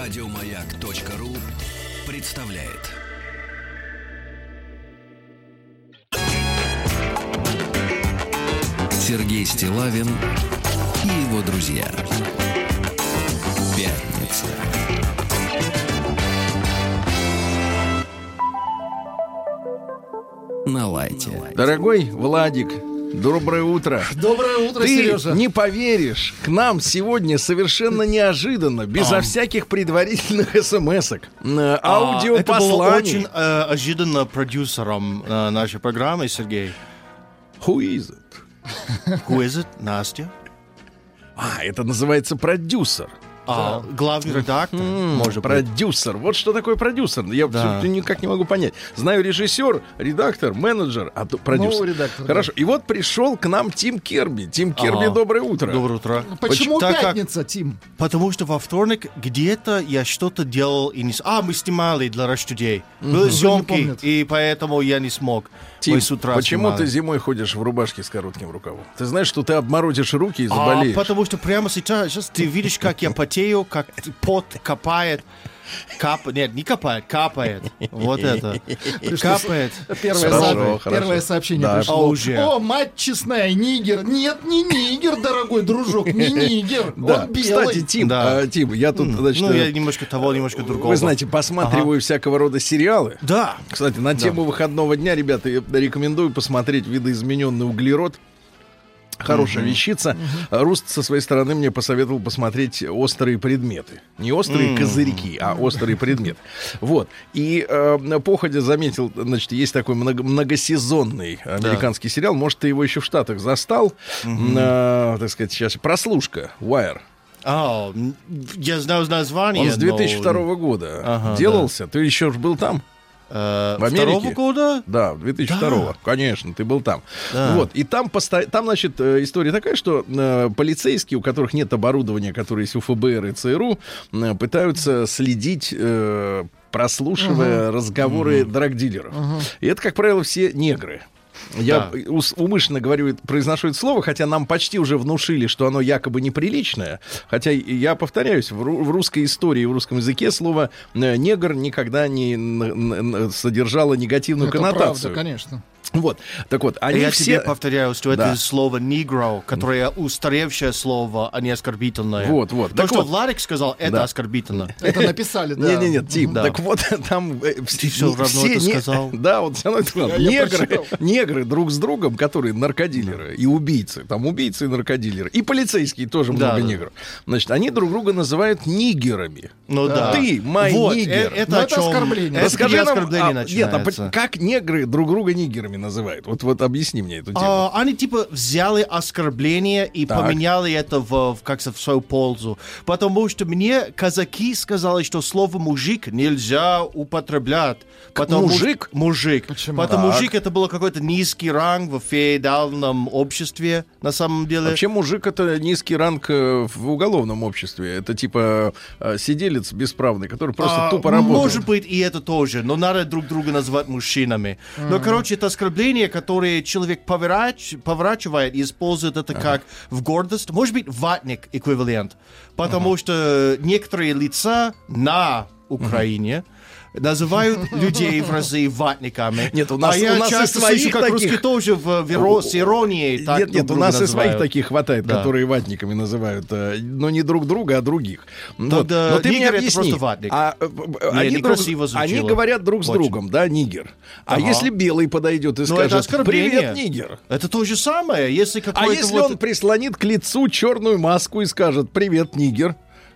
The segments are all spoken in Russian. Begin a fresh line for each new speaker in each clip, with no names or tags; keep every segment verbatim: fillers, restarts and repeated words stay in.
Радиомаяк.ру представляет. Сергей Стиллавин и его друзья. Пятница. На лайте.
Дорогой Владик, доброе утро.
Доброе утро,
Ты
Сережа.
не поверишь, к нам сегодня совершенно неожиданно, безо
А.
всяких предварительных смс-ок, э,
А, это было
аудиопосланий.
очень э, ожиданно продюсером э, нашей программы, Сергей.
Who is it?
Who is it? Настя.
А, это называется продюсер.
А, главный редактор, может быть.
Продюсер. Вот что такое продюсер. Я
Да.
всё никак не могу понять. Знаю режиссер, редактор, менеджер, а то продюсер.
Ну, редактор,
Хорошо. И вот пришел к нам Тим Керби. Тим Керби,
Ага.
доброе утро.
Доброе утро.
Почему
Так как-
пятница, Тим?
Потому что во вторник где-то я что-то делал и не... с- А, мы снимали для Rush Today. Были съемки,
помнят.
и поэтому я не смог.
Тим,
Мы с утра
почему
снимали.
ты зимой ходишь в рубашке с коротким рукавом? Ты знаешь, что ты обморозишь руки и
А,
заболеешь.
потому что прямо сейчас, сейчас ты видишь, как я потею, как пот капает. Кап... Нет, не капает, капает. Вот это. Капает.
Первое,
Хорошо,
со-
хорошо.
первое сообщение
Да.
пришло.
А уже.
О, мать честная, нигер. Нет, не нигер, дорогой дружок, не нигер.
Да,
Он белый.
кстати, Тим,
Да.
а, Тим, я тут, значит,
Ну,
э,
я немножко того, немножко другого.
вы знаете, посматриваю всякого рода сериалы.
Да.
Кстати, на тему выходного дня, ребята, я рекомендую посмотреть «Видоизмененный углерод». Хорошая вещица. Руст со своей стороны мне посоветовал посмотреть «Острые предметы». Не острые козырьки, а острые предметы. Вот. И э, походя заметил, значит, есть такой много- многосезонный американский сериал. Может, ты его еще в Штатах застал. Э, так сказать, сейчас «Прослушка», «Wire».
А, м, я знаю название.
Он с две тысячи второго
но,
года
Ага,
делался. Ты еще ж был там?
э,
в Америке?
Второго года?
Да, две тысячи второго. Конечно, ты был там.
Да.
Вот. И там, посто... там, значит, э, история такая, что э, полицейские, у которых нет оборудования, которое есть у ФБР и ЦРУ, э, пытаются следить, э, прослушивая разговоры драгдилеров. И это, как правило, все негры. Я
Да.
ус- умышленно говорю, произношу это слово, хотя нам почти уже внушили, что оно якобы неприличное. Хотя и я повторяюсь, в, ру- в русской истории, в русском языке слово э, негр никогда не н- н- н- содержало негативную
Это
коннотацию.
правда, конечно.
Вот, так вот, они
Я
все...
тебе повторяю, что
Да.
это слово «негро», которое устаревшее слово, а не оскорбительное.
Вот, вот.
То,
Так
что
вот.
Владик сказал, это
Да.
оскорбительно.
Это написали, да.
Не-не-не, Тим,
Да.
так вот, там э, вс-
Ты всё равно
все
это
не-
сказал.
Да, вот все равно это сказал.
Я- я
Негры,
прочитал.
негры друг с другом, которые наркодилеры и убийцы, там убийцы и наркодилеры, и полицейские тоже
Да,
много
да.
негров. Значит, они друг друга называют нигерами.
Ну да.
Ты, мой
вот,
нигер.
э- Это,
Ну,
о
это
чем-
оскорбление.
Это
Расскажи
где
нам,
оскорбление
а, нет, а
начинается.
по- как негры друг друга нигерами называют? Вот, вот объясни мне эту тему.
А, они типа взяли оскорбление и
Так.
поменяли это в, в, как-то в свою пользу. Потому что мне казаки сказали, что слово мужик нельзя употреблять. Потому
мужик?
что- мужик.
Почему?
Потому
Так.
мужик это было какой-то низкий ранг в феодальном обществе, на самом деле.
Вообще мужик — это низкий ранг э, в уголовном обществе. Это типа э, сиделец бесправный, который просто
А,
тупо работает.
Может быть, и это тоже, но надо друг друга называть мужчинами. Но, короче, это оскорбление, которое человек поврач- поворачивает и использует это как в гордость. Может быть, ватник эквивалент. Потому что некоторые лица на Украине называют людей в разы ватниками.
Нет, у нас-
а я
у нас и
часто
своих
слышу, как
таких-
русские тоже в, веро- с иронией так
Нет,
друг
нет, у
друга
нас и своих
называют.
таких хватает,
Да.
которые ватниками называют, э, но не друг друга, а других. Вот.
Тогда
Но ты мне
нигер — это
объясни,
просто ватник.
а, э, э, они, друг-
некрасиво звучало.
они говорят друг с
Очень.
другом, да, нигер. А
Ага.
если белый подойдет и
Но это
скажет
оскорбление.
«Привет, нигер»,
Это то же самое. Если
а
какой-то
если
вот...
он прислонит к лицу черную маску и скажет «Привет, нигер»,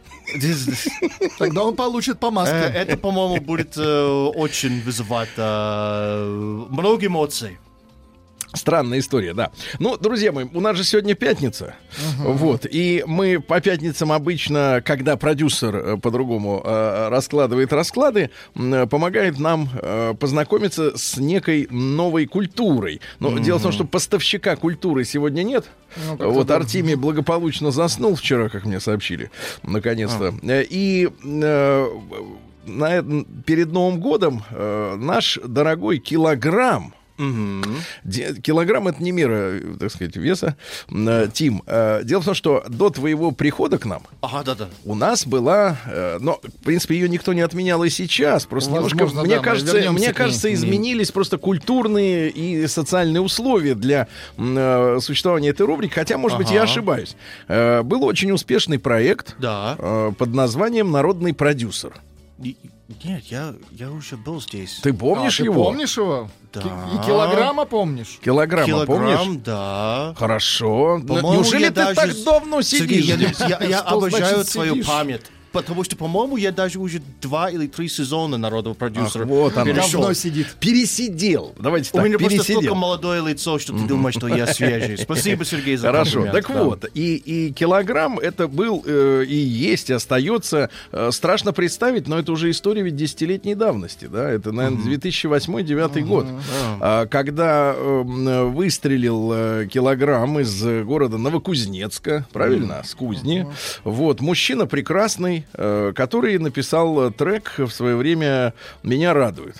Тогда он получит по
Э,
маске.
Это, по-моему, будет э, очень вызывать э, много эмоций.
Странная история, да. Ну, друзья мои, у нас же сегодня пятница. Вот. И мы по пятницам обычно, когда продюсер э, по-другому э, раскладывает расклады, м, э, помогает нам э, познакомиться с некой новой культурой. Но дело в том, что поставщика культуры сегодня нет.
Ну, как-то
Вот
да.
Артемий благополучно заснул вчера, как мне сообщили, наконец-то. Э, И э, на, перед Новым годом э, наш дорогой килограмм Де- килограмм — это не мера, так сказать, веса. Э, Тим, э, дело в том, что до твоего прихода к нам
Ага, да-да.
у нас была, э, но, в принципе, ее никто не отменял и сейчас. Просто
Возможно,
немножко,
да,
мне
мы
кажется,
вернемся
мне
к ней.
кажется, изменились просто культурные и социальные условия для м, э, существования этой рубрики. Хотя, может быть, я
Ага.
ошибаюсь. Э, был очень успешный проект
Да.
э, под названием «Народный продюсер».
И- Нет, я, я уже был здесь.
Ты помнишь
А, ты
его?
помнишь его?
Да.
Ки- И килограмма помнишь?
Килограмма, помнишь?
Килограмм, да.
Хорошо. Но
По-моему,
неужели
я
ты
даже
так
с-
давно
Сергей,
сидишь?
я, я- я
Что
обожаю
значит
твою
сидишь?
память. Потому что, по-моему, я даже уже два или три сезона народного продюсера
Ах, вот оно.
перешел.
Давно сидит.
Пересидел. Давайте
У
так,
меня просто
пересидел.
столько молодое лицо, что ты думаешь, что я свежий. Спасибо, Сергей, за
Хорошо,
комплимент.
так
Да.
вот, и, и килограмм это был э, и есть, и остается. Э, страшно представить, но это уже история ведь десятилетней давности, да, это, наверное, две тысячи восьмой — две тысячи девятый год, А, когда э, м, выстрелил э, килограмм из э, города Новокузнецка, правильно, с кузни, вот, мужчина прекрасный, э, который написал э, трек в свое время «Меня радует».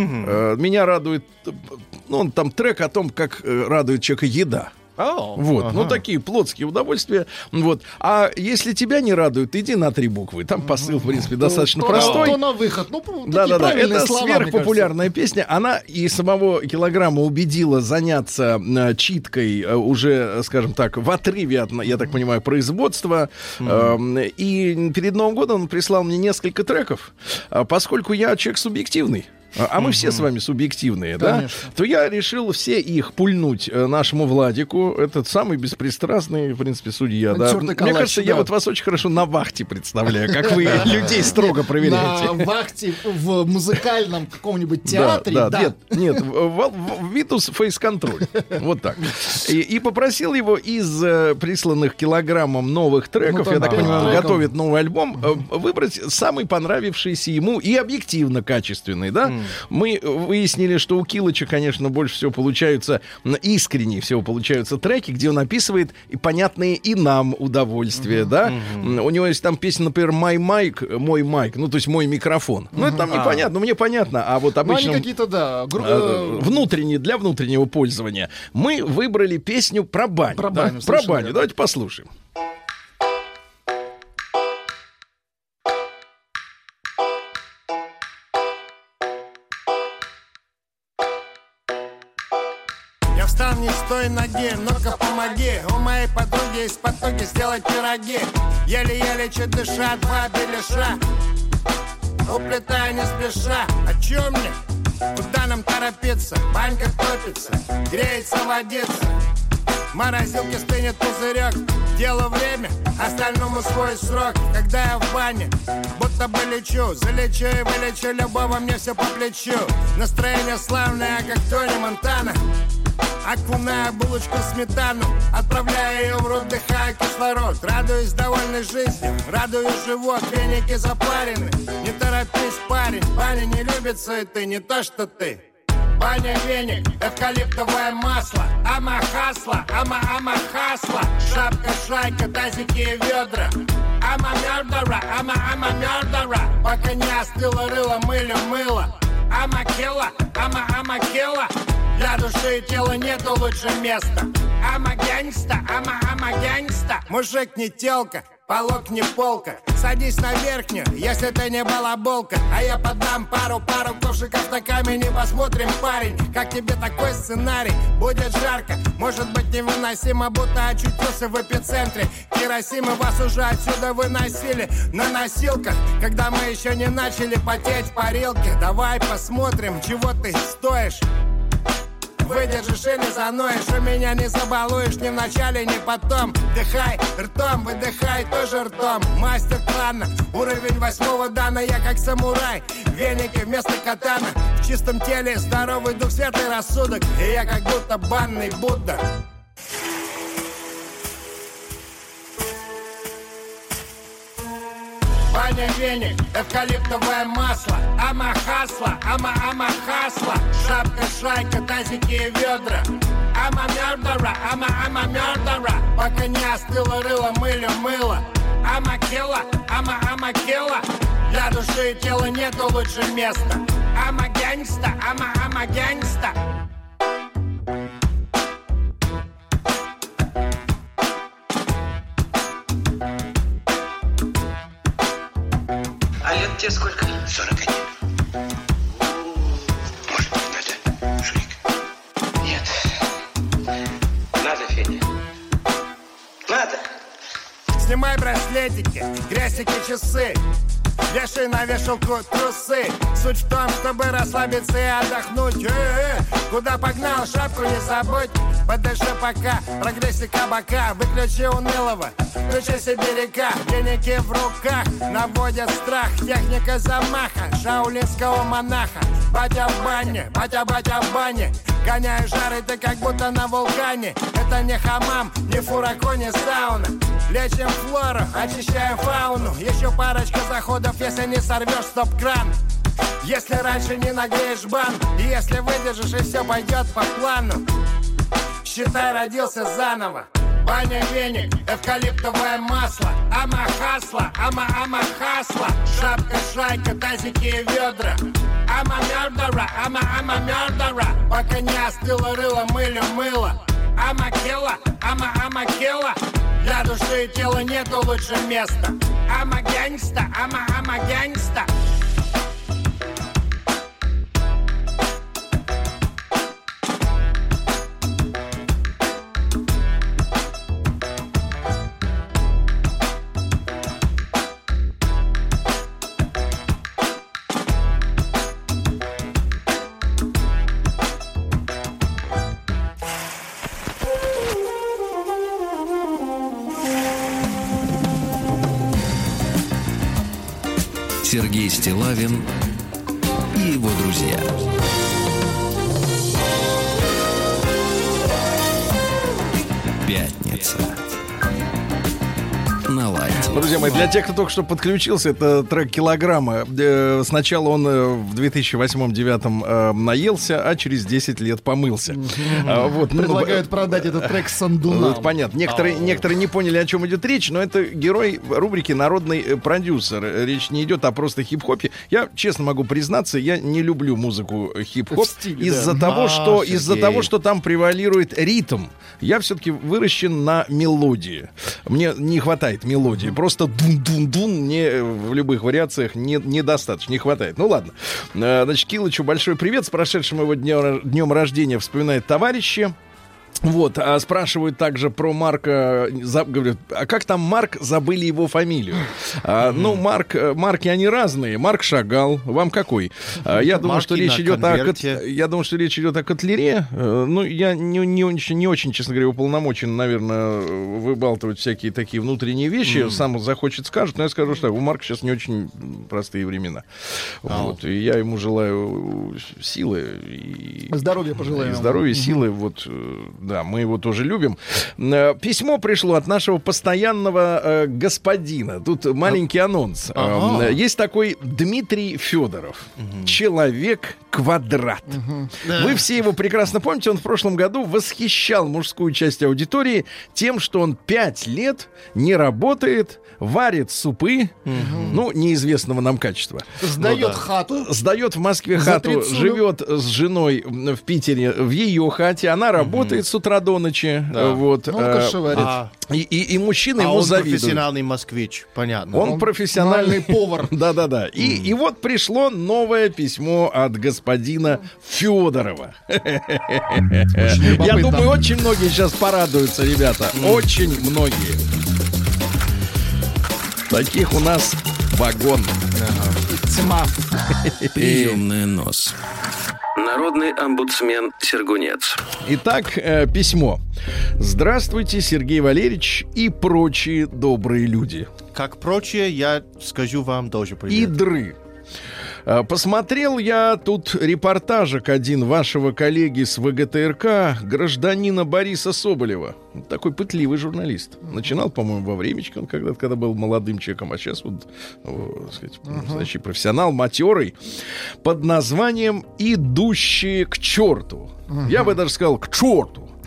Э, Меня радует, э, ну, он там трек о том, как э, радует человека еда.
О,
Вот,
ага.
ну такие плотские удовольствия. Вот. А если тебя не радует, иди на три буквы. Там посыл, в принципе, достаточно
То-
простой.
То на выход. Ну, такие
Да-да-да,
правильные
это
слова, мне кажется.
сверхпопулярная песня. Она и самого килограмма убедила заняться э, читкой э, уже, э, скажем так, в отрыве от, я так понимаю, производства. Эм, и перед Новым годом он прислал мне несколько треков. А поскольку я человек субъективный, а а мы все с вами субъективные, да?
Конечно.
То я решил все их пульнуть э, нашему Владику. Этот самый беспристрастный, в принципе, судья. Да.
Тёртый
Мне
калач,
кажется, я
да.
вот вас очень хорошо на вахте представляю, как вы людей строго проверяете.
На вахте в музыкальном каком-нибудь
Да,
театре.
да,
да.
нет, нет, в- в- Витус фейс-контроль. Вот так. И, и попросил его из э, присланных килограммом новых треков,
Ну,
я так
там
понимаю, он
треков.
готовит новый альбом, э, выбрать самый понравившийся ему и объективно качественный, да? Мы выяснили, что у Килыча, конечно, больше всего получаются, м, искреннее всего получаются треки, где он описывает и понятные и нам удовольствия, да? М, У него есть там песня, например, «Мой майк», «Мой майк», ну, то есть «Мой микрофон». Ну, это там непонятно, ну, мне понятно, а вот
Ну, они
обычно...
какие-то, да, гру-
Э,
э,
внутренне, для внутреннего пользования, мы выбрали песню про баню.
Про
да?
баню,
Про
совершенно
баню.
верно.
Давайте послушаем.
Я встал не с той ноги, ну-ка помоги. У моей подруги есть потуги сделать пироги. Еле-еле чуть дыша, два беляша. Уплетаю не спеша. О чем мне? Куда нам торопиться? Банька топится, греется водица. В морозилке стынет пузырек. Дело время, остальному свой срок. Когда я в бане, будто бы лечу. Залечу и вылечу любого, мне все по плечу. Настроение славное, как Тони Монтана. Окуная булочку в сметану, отправляя ее в рот, вдыхая кислород. Радуюсь довольной жизнью, радую живот. Веники запарены, не торопись, парень. Баня не любит суеты, не то что ты. Баня, веник, эвкалиптовое масло. Ама хасла, ама ама хасла. Шапка, шайка, тазики и ведра. Ама мердера, ама ама мердера. Пока не остыло рыло, мылю мыло. Ама килла, ама ама килла. Для души и тела нету лучше места. Ама гангста, ама ама гангста. Мужик не телка, полок не полка. Садись на верхнюю, если ты не балаболка. А я подам пару-пару ковшиков на камень и посмотрим, парень, как тебе такой сценарий. Будет жарко, может быть невыносимо, будто очутился в эпицентре. Хиросимы вас уже отсюда выносили на носилках, когда мы еще не начали потеть в парилке. Давай посмотрим, чего ты стоишь. Выдержишь или заноешь, и меня не забалуешь ни в начале, ни потом. Вдыхай ртом, выдыхай тоже ртом. Мастер клана, уровень восьмого дана. Я как самурай, веники вместо катана. В чистом теле здоровый дух, светлый рассудок. И я как будто банный Будда. Баня, веник, эвкалиптовое масло. Ама хасла, ама ама хасла. Шапка, шайка, тазики и ведра. Ама мердера, ама ама мердера. Пока не остыло рыло, мылю мыло. Ама килла, ама ама килла. Для души и тела нету лучше места. Ама гангста, ама ама гангста.
Тебе сколько?
сорок один. Может быть, надо, Шурик?
Нет. Надо, Федя. Надо.
Снимай браслетики, крестики, часы. Вешай на вешалку трусы. Суть в том, чтобы расслабиться и отдохнуть. Э-э-э. Куда погнал, шапку не забудь. Подыши пока, прогресси кабака. Выключи унылого, включи сибиряка. Денеги в руках, наводят страх. Техника замаха, шаулинского монаха. Батя в бане, батя-батя в бане. Гоняю жары, ты как будто на вулкане. Это не хамам, не фурако, не сауна. Лечим флору, очищаем фауну. Еще парочка заходов, если не сорвешь стоп-кран. Если раньше не нагреешь бан. И если выдержишь, и все пойдет по плану. Считай, родился заново. Баня, веник, эвкалиптовое масло. Ама хасла, ама ама хасла. Шапка, шайка, тазики и ведра. Ама мердера, ама ама мердера. Пока не остыло рыло, мылю мыло. Ама килла, ама ама килла. Для души и тела нету лучше места. Ама гэнгста, ама ама гэнгста.
Сергей Стиллавин и его друзья. Пятница. На лайте.
Друзья мои, для тех, кто только что подключился, это трек «Килограмма». Э, Сначала он э, в две тысячи восьмом-девятом э, наелся, а через десять лет помылся. А, вот, ну,
Предлагают продать этот трек Сандунам.
Вот, понятно. Некоторые, некоторые не поняли, о чем идет речь, но это герой рубрики «Народный э, продюсер». Речь не идет о просто хип-хопе. Я, честно могу признаться, я не люблю музыку хип-хоп
стиле,
из-за
да.
того,
А,
что, из-за
Сергей.
того, что там превалирует ритм. Я все-таки выращен на мелодии. Мне не хватает мелодии. Просто дун-дун-дун мне в любых вариациях не, недостаточно, не хватает. Ну ладно. Э, Значит, Килычу большой привет. С прошедшим его днем, днем рождения вспоминает товарищи. Вот, а спрашивают также про Марка, за, говорят, а как там Марк, забыли его фамилию? А, ну, Марк, Марки они разные. Марк Шагал, вам какой? А, я думаю,
Марки
что речь
на
идет о, кот-
конверте.
я думаю, что речь идет о котлере. Э, Ну, я не, не, очень, не очень, честно говоря, уполномочен, наверное, выбалтывать всякие такие внутренние вещи. Mm. Сам захочет, скажет, но я скажу, что у Марка сейчас не очень простые времена.
А
Вот, и я ему желаю силы и
Здоровья пожелаем.
и здоровья, силы, вот, э, да, мы его тоже любим. Э, Письмо пришло от нашего постоянного э, господина. Тут маленький анонс.
Ага.
Э, Есть такой Дмитрий Федоров. Человек-квадрат. Вы все его прекрасно помните. Он в прошлом году восхищал мужскую часть аудитории тем, что он пять лет не работает, варит супы, ну, неизвестного нам качества.
Сдает
Ну да.
хату.
Сдает в Москве
За
хату,
тридцать.
живет с женой в Питере в ее хате. Она работает с утра до ночи.
Да.
Вот,
Ну,
э,
каша варит.
А,
и, и, и мужчины
а
ему
он
завидуют.
профессиональный москвич, понятно.
Он,
Он
профессиональный
повар.
Да-да-да. И, и вот пришло новое письмо от господина Федорова. Я
любопытно.
думаю, очень многие сейчас порадуются, ребята. Очень многие. Таких у нас вагон.
Тьма.
Приемная нос. Народный омбудсмен Сергунец.
Итак, э, письмо. Здравствуйте, Сергей Валерьевич и прочие добрые люди.
Как прочее, я скажу вам тоже привет.
Идры. Э, Посмотрел я тут репортажик один вашего коллеги с ВГТРК, гражданина Бориса Соболева. Такой пытливый журналист. Начинал, по-моему, во времечко, он когда-то, когда был молодым человеком, а сейчас вот, о, так сказать, настоящий профессионал, матерый, под названием «Идущие к черту». Я бы даже сказал «к черту».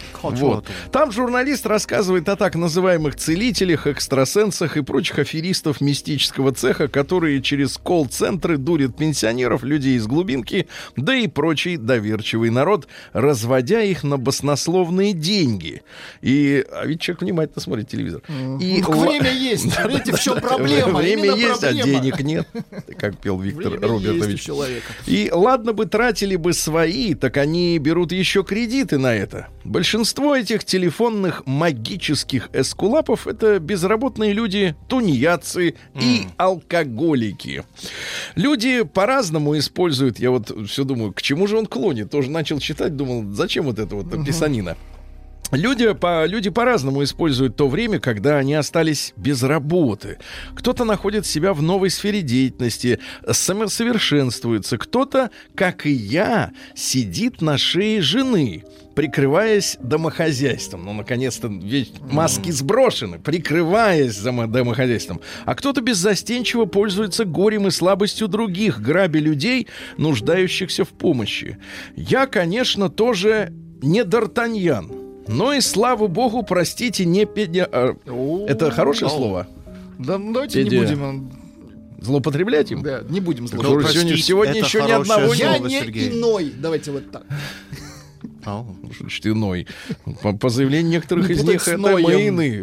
Вот. Там журналист рассказывает о так называемых целителях, экстрасенсах и прочих аферистов мистического цеха, которые через колл-центры дурят пенсионеров, людей из глубинки, да и прочий доверчивый народ, разводя их на баснословные деньги. И, а ведь человек внимательно смотрит телевизор. И
Ну, время есть. Видите, в чем проблема?
Время
Именно
есть, а
проблема.
денег нет. Как пел Виктор
Время есть у
Робертович.
человека.
И ладно бы тратили бы свои, так они берут еще кредиты на это. Большинство этих телефонных магических эскулапов — это безработные люди, тунеядцы и алкоголики. Люди по-разному используют, я вот все думаю, к чему же он клонит? Тоже начал читать, думал, зачем вот это вот писанина? Люди, по, люди по-разному используют то время, когда они остались без работы. Кто-то находит себя в новой сфере деятельности, самосовершенствуется. Кто-то, как и я, сидит на шее жены, прикрываясь домохозяйством. Ну, наконец-то, ведь маски сброшены, прикрываясь за домохозяйством. А кто-то беззастенчиво пользуется горем и слабостью других, грабя людей, нуждающихся в помощи. Я, конечно, тоже не Д'Артаньян. Но и, слава богу, простите, не педя... а, это хорошее слово?
Да, ну, давайте не
Педя-
будем.
Злоупотреблять им?
Да, не будем
Потому
злоупотреблять.
что сегодня, сегодня
это
еще ни
хорошее
одного
Я
слово,
не
Сергей.
иной. Давайте вот так.
Ау.
Что значит иной? По, по заявлению некоторых
Не
из
путай
них,
с
это
Ноем.
мы иные.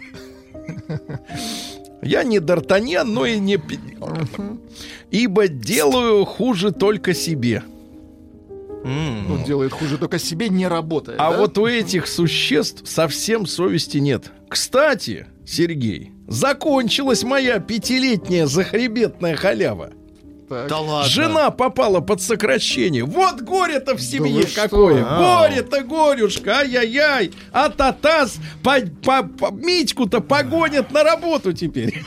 Я не Д'Артаньян, но и не... пи- Ибо делаю хуже только себе.
Он делает хуже только себе, не работая.
А
да?
вот у этих существ совсем совести нет. Кстати, Сергей, закончилась моя пятилетняя захребетная халява.
Так.
Да ладно.
Жена попала под сокращение. Вот горе-то в семье
вы что?
какое.
А.
Горе-то, горюшка, ай-яй-яй. А Татас по, по- по- Митьку-то погонят на работу теперь.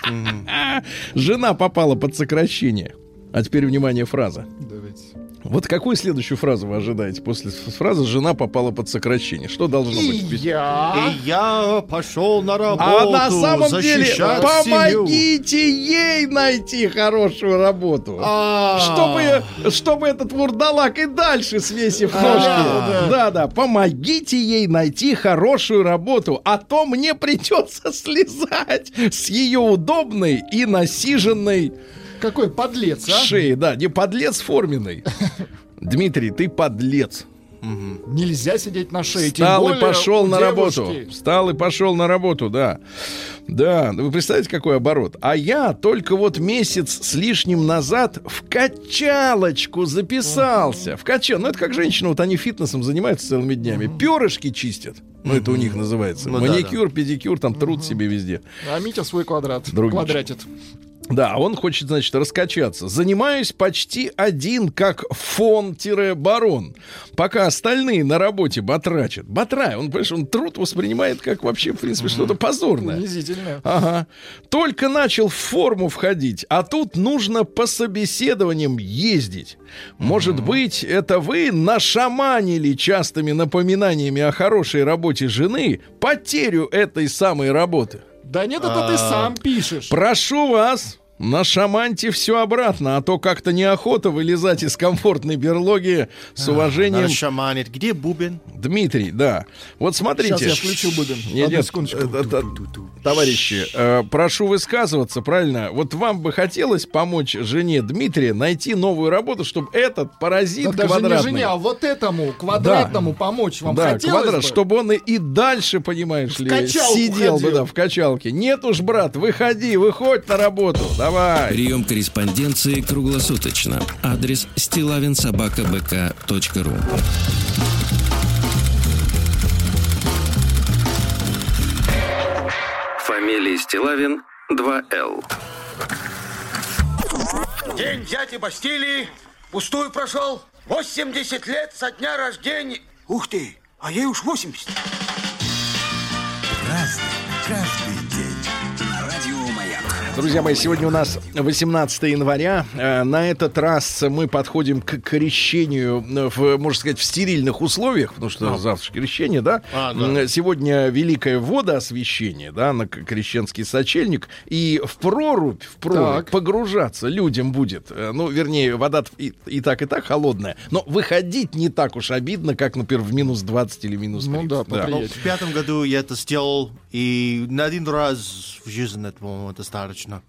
Жена попала под сокращение. А теперь, внимание, фраза.
Давайте.
Вот какую следующую фразу вы ожидаете после фразы «жена попала под сокращение»? Что должно
И
быть?
я...
И я пошел на работу.
А на самом деле
защищать
помогите ей найти хорошую работу.
А.
Чтобы, чтобы этот вурдалак и дальше, свесив
А,
ножки.
да.
Да-да, помогите ей найти хорошую работу, а то мне придется слезать с ее удобной и насиженной
Какой подлец, а?
шеи. Да, не подлец форменный. Дмитрий, ты подлец.
Нельзя сидеть на шее. тем
Встал и
более
пошел
у
на
девушки.
работу. Встал и пошел на работу, да. Да, вы представляете, какой оборот? А я только вот месяц с лишним назад в качалочку записался. В качал. Ну, это как женщины, вот они фитнесом занимаются целыми днями. Перышки чистят. Ну, это у них называется.
Ну, да,
Маникюр, педикюр, там труд себе везде.
А Митя свой квадрат.
Другие.
Квадратит.
Да, он хочет, значит, раскачаться. Занимаюсь почти один, как фон-барон. Пока остальные на работе батрачат. Батрай, он, понимаешь, он труд воспринимает как вообще, в принципе, что-то позорное.
Унизительно.
Ага. Только начал в форму входить, а тут нужно по собеседованиям ездить. Может быть, это вы нашаманили частыми напоминаниями о хорошей работе жены потерю этой самой работы?
Да нет, это ты сам пишешь.
Прошу вас, нашаманьте все обратно, а то как-то неохота вылезать из комфортной берлоги с уважением.
Шаманит. Где бубен?
Дмитрий, да. Вот смотрите.
Сейчас я включу бубен.
Нет,
Одну
нет,
секундочку.
э, э, э, товарищи, э, прошу высказываться, правильно? Вот вам бы хотелось помочь жене Дмитрия найти новую работу, чтобы этот паразит
Да даже
квадратный...
не жене, а вот этому квадратному помочь вам
Да,
хотелось
квадрат,
бы?
чтобы он и, и дальше, понимаешь ли,
качалку
сидел бы
ходил.
да, в качалке. Нет уж, брат, выходи, выходь на работу, давай.
Прием корреспонденции круглосуточно. Адрес стилавин собака бэ ка точка ру. Фамилия Стилавин два эл.
День дяди Бастилии пустую прошел. восемьдесят лет со дня рождения. Ух ты, а ей уж восемьдесят.
Разный, каждый день. На радио Маяк.
Друзья мои, сегодня у нас восемнадцатое января. На этот раз мы подходим к крещению, в, можно сказать, в стерильных условиях, потому что завтра же крещение, да? А, да. Сегодня великое водоосвящение, да, на крещенский сочельник. И в прорубь, в прорубь так. погружаться людям будет. Ну, вернее, вода и, и так, и так холодная. Но выходить не так уж обидно, как, например, в минус двадцать или минус тридцать. Ну, да, да.
В пятом году я это сделал, и на один раз в жизни, это, по-моему, достаточно.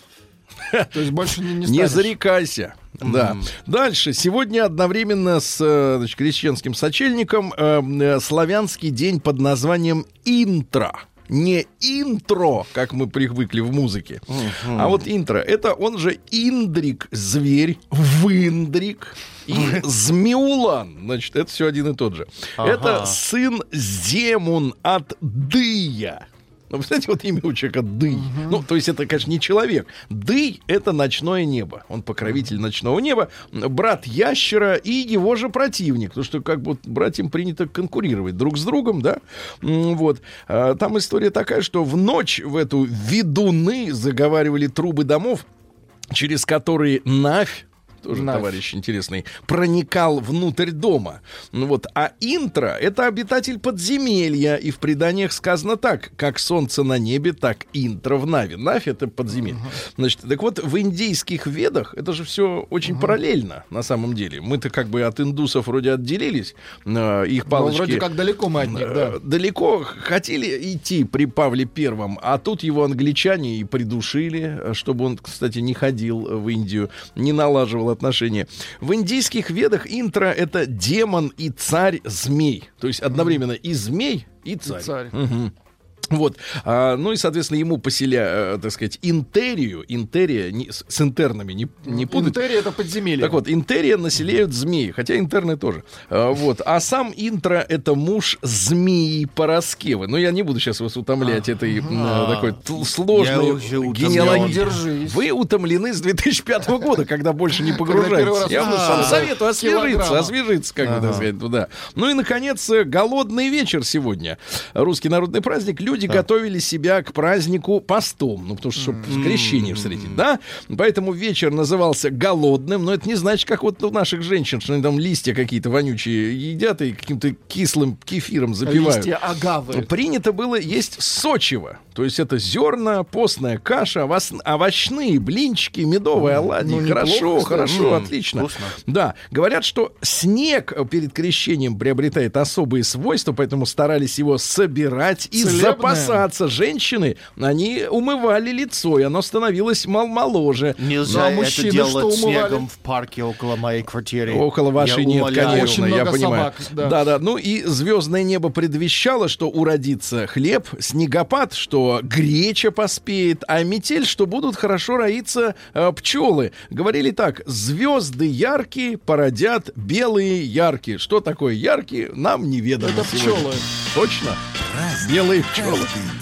То есть больше не, не,
не зарекайся. Mm-hmm. Да. Дальше. Сегодня одновременно с, значит, крещенским сочельником э, славянский день под названием интро. Не интро, как мы привыкли в музыке, uh-huh. а вот интро. Это он же Индрик, зверь, Вындрик и Змеулан. Значит, это все один и тот же. Uh-huh. Это сын Земун от Дыя. Ну, представляете, вот имя у человека Дый. Uh-huh. Ну, то есть это, конечно, не человек. Дый — это ночное небо. Он покровитель uh-huh. ночного неба, брат ящера и его же противник. Потому что как бы братьям принято конкурировать друг с другом, да? Вот. А, там история такая, что в ночь в эту ведуны заговаривали трубы домов, через которые Навь, тоже Навь. Товарищ интересный, проникал внутрь дома. Ну вот. А интро — это обитатель подземелья. И в преданиях сказано так: как солнце на небе, так интро в Наве. Навь — это подземелье. Uh-huh. Значит, так вот, в индийских ведах это же все очень uh-huh. параллельно, на самом деле. Мы-то как бы от индусов вроде отделились. Э, их палочки...
Ну, вроде как далеко мы от них, да.
Э, далеко хотели идти при Павле Первом, а тут его англичане и придушили, чтобы он, кстати, не ходил в Индию, не налаживал отношения. В индийских ведах интро — это демон и царь-змей. То есть одновременно и змей, и царь. И царь. Угу. Вот, а, ну и, соответственно, ему поселя, э, так сказать, интерию, интерия не, с, с интернами не, не путать.
Интерия — это подземелье.
Так вот, интерия населяют змеи, хотя интерны тоже. А, вот, а сам интро — это муж змеи Пороскевы. Но я не буду сейчас вас утомлять этой а, такой т- сложной генеалогией. Вы утомлены с две тысячи пятого года, когда больше не погружаетесь. Я вам советую освежиться, освежиться, как бы так сказать, туда. Ну и, наконец, голодный вечер сегодня. Русский народный праздник. Люди Люди да. готовили себя к празднику постом, ну, потому что, чтобы mm-hmm. крещение встретить, да? Поэтому вечер назывался голодным, но это не значит, как вот у наших женщин, что они там листья какие-то вонючие едят и каким-то кислым кефиром запивают.
Листья агавы.
Принято было есть сочево, то есть это зерна, постная каша, овос... овощные блинчики, медовые оладьи. Ну, хорошо, хорошо, mm-hmm. отлично. Вкусно. Да, говорят, что снег перед крещением приобретает особые свойства, поэтому старались его собирать и запасать. Опасаться. Женщины, они умывали лицо, и оно становилось мал- моложе.
Нельзя ну, а это делать снегом в парке около моей квартиры.
Около вашей я нет, умоляю.
Очень
конечно, я
много
понимаю.
Собак, да.
да, да. Ну и звездное небо предвещало, что уродится хлеб, снегопад, что греча поспеет, а метель, что будут хорошо роиться э, пчелы. Говорили так: звезды яркие породят белые яркие. Что такое яркие, нам неведомо.
Это пчелы.
Точно? Праздник. Белые пчелы.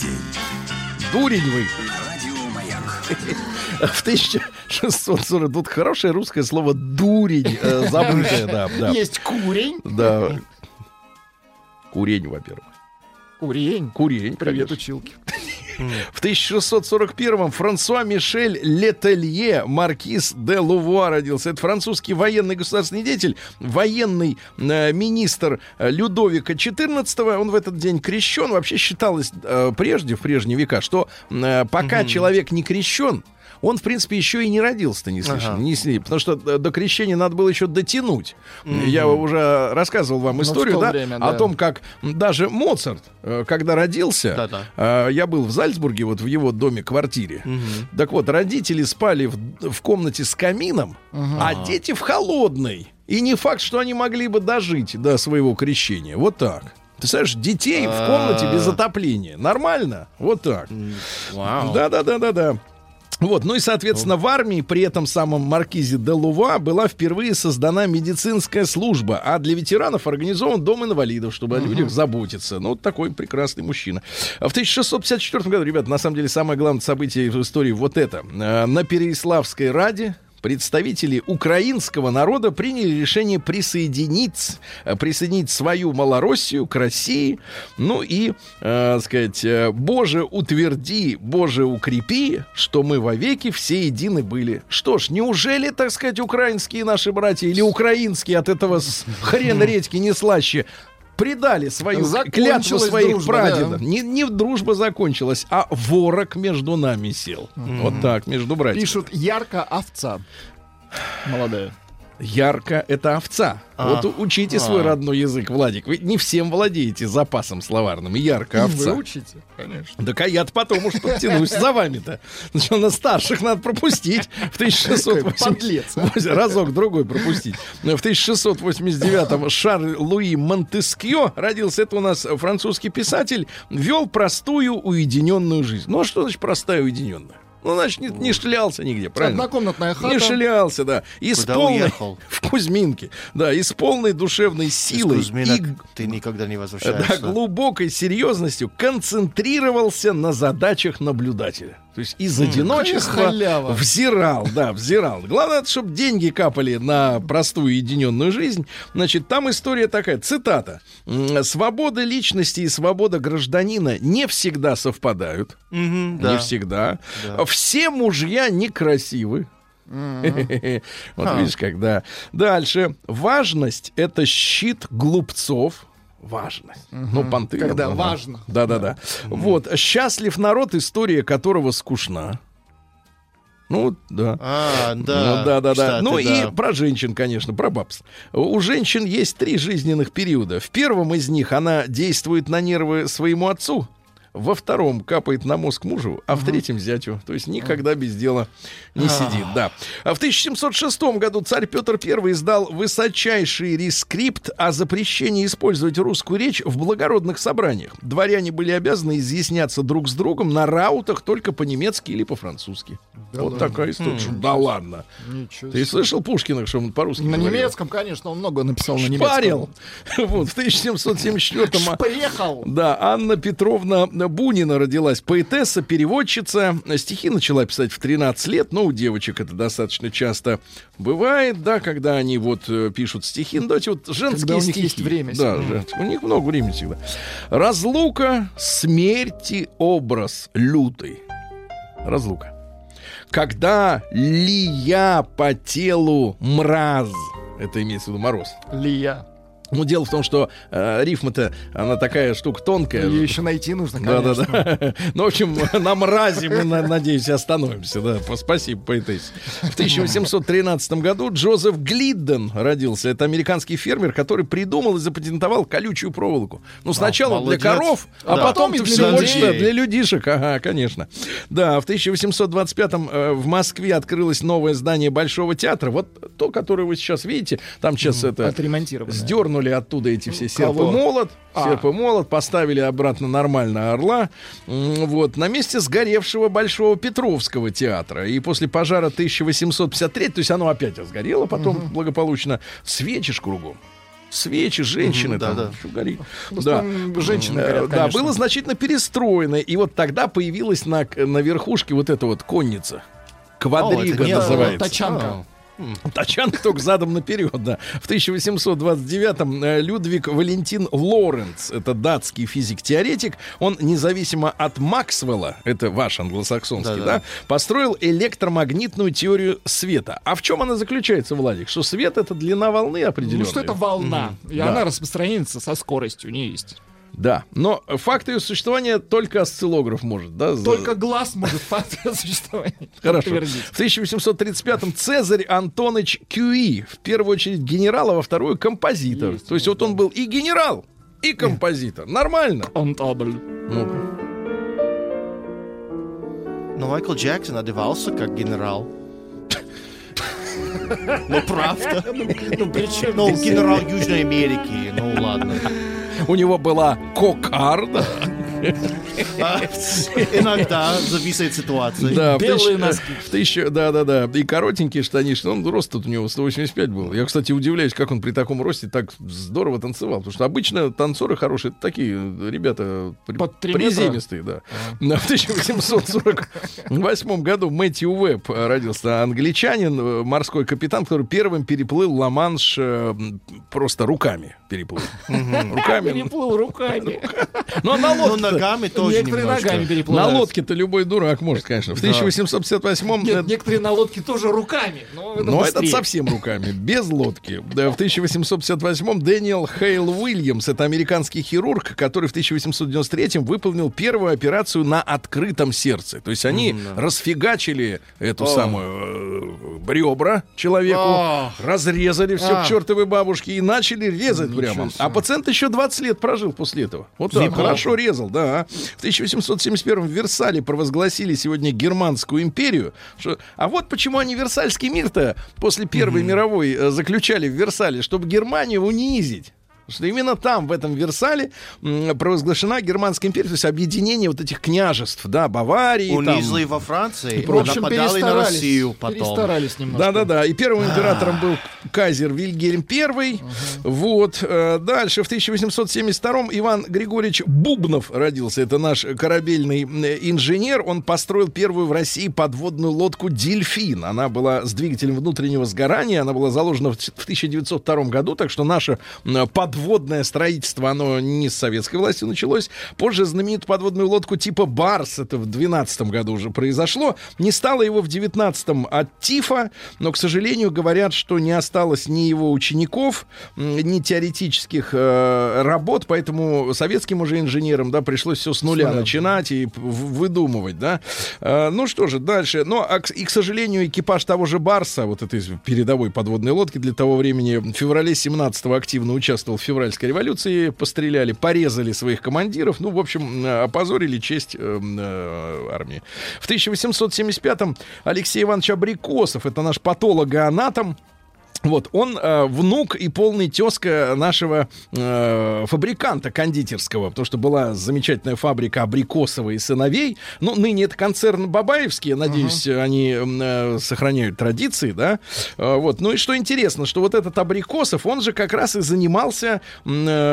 Дурень вы. В тысяча шестьсот сорок тут хорошее русское слово дурень, э, забытое, да, да.
Есть курень.
Да. Курень, во-первых.
Курень.
Курень.
Привет, училки.
В тысяча шестьсот сорок первом Франсуа Мишель Летелье, маркиз де Лувуа, родился. Это французский военный государственный деятель, военный э, министр Людовика четырнадцатого. Он в этот день крещен. Вообще считалось э, прежде, в прежние века, что э, пока угу. человек не крещен, он, в принципе, еще и не родился-то, не слышно, ага. не слышно, потому что до крещения надо было еще дотянуть. Mm-hmm. Я уже рассказывал вам историю, да, время, да, о том, как даже Моцарт, когда родился, Да-да. я был в Зальцбурге, вот в его доме-квартире. Mm-hmm. Так вот, родители спали в, в комнате с камином, mm-hmm. а дети в холодной. И не факт, что они могли бы дожить до своего крещения. Вот так. Ты знаешь, детей в комнате без отопления. Нормально? Вот так.
Вау.
Да-да-да-да-да. Вот, ну и, соответственно, в армии при этом самом маркизе де Лувуа была впервые создана медицинская служба, а для ветеранов организован дом инвалидов, чтобы uh-huh. о людях заботиться. Ну, вот такой прекрасный мужчина. В тысяча шестьсот пятьдесят четвёртом году, ребята, на самом деле, самое главное событие в истории вот это. На Переяславской Раде представители украинского народа приняли решение присоединить, присоединить свою Малороссию к России. Ну и, э, сказать, «Боже, утверди, Боже, укрепи, что мы вовеки все едины были». Что ж, неужели, так сказать, украинские наши братья или украинские от этого хрен редьки не слаще предали свою клятву своих дружба, прадедов. Да. Не, не дружба закончилась, а ворог между нами сел. Mm-hmm. Вот так, между братьями.
Пишут, ярко овца молодая.
Ярко — это овца. А, вот учите а. свой родной язык, Владик. Вы не всем владеете запасом словарным. Ярко — овца.
Вы учите, конечно.
Так а я-то потом уж подтянусь за вами-то. Сначала на старших надо пропустить. В тысяча шестьсот восемьдесят... Разок-другой пропустить. В тысяча шестьсот восемьдесят девятом Шарль Луи Монтескьё родился. Это у нас французский писатель. Вел простую, уединенную жизнь. Ну а что значит простая, уединенная? Ну, значит, не, не шлялся нигде, правильно?
Однокомнатная хата.
Не шлялся, да. И
Куда
с полной...
уехал?
В Кузьминке. Да, и с полной душевной силой.
Из Кузьминок
и...
ты никогда не возвращаешься.
Да, глубокой серьезностью концентрировался на задачах наблюдателя. То есть из одиночества
халява.
взирал, да, взирал. Главное, чтобы деньги капали на простую уединенную жизнь. Значит, там история такая, цитата. «Свобода личности и свобода гражданина не всегда совпадают».
Mm-hmm,
не
да.
всегда.
Да.
Все мужья некрасивы. Mm-hmm. Вот ah. видишь, когда. Дальше. Важность — это щит глупцов. Важность. Uh-huh. Ну, понты.
Когда
да,
важно.
Да-да-да. Uh-huh. Вот. «Счастлив народ, история которого скучна». Ну, да.
А, да.
Ну, да, да, да. Ну,
да.
и про женщин, конечно, про бабс. У женщин есть три жизненных периода. В первом из них она действует на нервы своему отцу. Во втором капает на мозг мужу, а в uh-huh. третьем зятю. То есть никогда без дела не uh-huh. сидит. Да. А в тысяча семьсот шестом году царь Петр Первый издал высочайший рескрипт о запрещении использовать русскую речь в благородных собраниях. Дворяне были обязаны изъясняться друг с другом на раутах только по-немецки или по-французски. Да вот ладно. Такая история. Mm. Да ладно. Ничего Ты слышал Пушкина, что он по-русски
На
говорил?
немецком, конечно, он много написал на немецком.
Шпарил. Вот, в тысяча семьсот семьдесят четвёртом
Шпрехал.
Да, Анна Петровна Бунина родилась, поэтесса, переводчица. Стихи начала писать в тринадцать лет, но у девочек это достаточно часто бывает, да, когда они вот пишут стихи. Ну, давайте вот женские
когда у них
стихи.
есть время.
Да, женские. У них много времени всегда. «Разлука, смерти образ лютый». Разлука. «Когда лия по телу мраз». Это имеется в виду мороз.
Лия.
Ну, дело в том, что э, рифма-то, она такая штука тонкая.
Ее еще найти нужно, конечно.
Да-да-да. Ну, в общем, на мразе мы, надеюсь, остановимся. Да. Спасибо, поэтессе. В тысяча восемьсот тринадцатом году Джозеф Глидден родился. Это американский фермер, который придумал и запатентовал колючую проволоку. Ну, сначала
Молодец.
для коров, а
да.
потом
и
все
для
больше для людишек. Ага, конечно. Да, в тысяча восемьсот двадцать пятом э, в Москве открылось новое здание Большого театра. Вот то, которое вы сейчас видите. Там сейчас mm, это...
Отремонтировано.
Сдернули оттуда эти все серп и молот, а. серп и молот, поставили обратно нормально орла. Вот, на месте сгоревшего Большого Петровского театра. И после пожара тысяча восемьсот пятьдесят третьего, то есть оно опять сгорело, потом угу. благополучно, свечи ж кругом. Свечи, женщины, угу, там,
да,
что горит.
Ну,
да,
женщины горят,
да, было значительно перестроено. И вот тогда появилась на, на верхушке вот эта вот конница. Квадрига
О,
называется.
Тачанка.
Тачанка только задом наперед, да. В тысяча восемьсот двадцать девятом Людвиг Валентин Лоренц, это датский физик-теоретик, он независимо от Максвелла, это ваш англосаксонский, да, да, да, построил электромагнитную теорию света. А в чем она заключается, Владик? Что свет — это длина волны определенная.
Ну, что это волна, mm-hmm. и да. она распространяется со скоростью, не есть.
Да, но факт ее существования только осциллограф может, да?
Только глаз может факт ее существования
Хорошо.
подтвердить.
В тысяча восемьсот тридцать пятом Цезарь Антоныч Кюи, в первую очередь генерал, а во вторую композитор. Есть, То есть вот он был и генерал, и композитор. Нормально.
Антабль.
Ну.
Но Майкл Джексон одевался как генерал. Ну, правда.
Ну, причем
Ну, генерал Южной Америки. Ну, ладно.
У него была кокарда.
А, Иногда зависит от ситуации.
Да, в
Белые
тысяч-
носки.
в тысячу- да, да, да. И коротенькие штанишки. Ну, рост тут у него сто восемьдесят пять был. Я, кстати, удивляюсь, как он при таком росте так здорово танцевал. Потому что обычно танцоры хорошие, это такие ребята при-
Под три метра?
приземистые, да. Да, В тысяча восемьсот сорок восьмом году Мэтью Уэбб родился, англичанин, э, морской капитан, который первым переплыл Ла-Манш э, просто руками переплыл. Руками.
Переплыл руками.
Ну, а на
Но
лодке
ногами тоже
Некоторые
немножко.
ногами
на
переплывают.
лодке-то любой дурак может, конечно. В тысяча восемьсот пятьдесят восьмом
Нет,
э,
некоторые на лодке тоже руками. Но, это
но этот
быстрее.
совсем руками, без лодки. Да, в тысяча восемьсот пятьдесят восьмом Дэниел Хейл Уильямс, это американский хирург, который в тысяча восемьсот девяносто третьем выполнил первую операцию на открытом сердце. То есть они расфигачили эту
О.
самую э, ребра человеку,
О.
разрезали все
А.
к чертовой бабушке и начали резать прямо. А пациент еще двадцать лет прожил после этого. Вот так,
Неплохо.
хорошо резал, да. В тысяча восемьсот семьдесят первом в Версале провозгласили сегодня Германскую империю. Что... А вот почему они Версальский мир-то после Первой мировой э, заключали в Версале, чтобы Германию унизить. Что именно там, в этом Версале, м, провозглашена Германская империя, то есть объединение вот этих княжеств, да, Баварии.
Унизили
там.
во Франции,
В общем,
нападали на
перестарались.
Россию потом.
Перестарались немножко.
Да-да-да. И первым императором был кайзер Вильгельм I. Вот. Э, Дальше, в тысяча восемьсот семьдесят втором Иван Григорьевич Бубнов родился. Это наш корабельный э, инженер. Он построил первую в России подводную лодку «Дельфин». Она была с двигателем внутреннего сгорания. Она была заложена в в тысяча девятьсот втором году. Так что наше э, подводное строительство, оно не с советской властью началось. Позже знаменитую подводную лодку типа «Барс», это в двенадцатом году уже произошло. Не стало его в девятнадцатом от тифа, но, к сожалению, говорят, что не осталось ни его учеников, м, ни теоретических э, работ, поэтому советским уже инженерам, да, пришлось все с нуля начинать и п- в- выдумывать, да. Э, ну что же, дальше. Ну, а, к- и, к сожалению, экипаж того же «Барса», вот этой передовой подводной лодки для того времени, в феврале семнадцатого активно участвовал в февральской революции, постреляли, порезали своих командиров, ну, в общем, э, опозорили честь э, э, армии. В тысяча восемьсот семьдесят пятом Алексей Иванович Абрикосов, это наш патологоанатом. Вот, он э, внук и полный тезка нашего э, фабриканта кондитерского, потому что была замечательная фабрика Абрикосова и сыновей. Ну, ныне это концерн Бабаевский, я надеюсь, uh-huh. они э, сохраняют традиции, да. Э, вот, ну и что интересно, что вот этот Абрикосов, он же как раз и занимался э,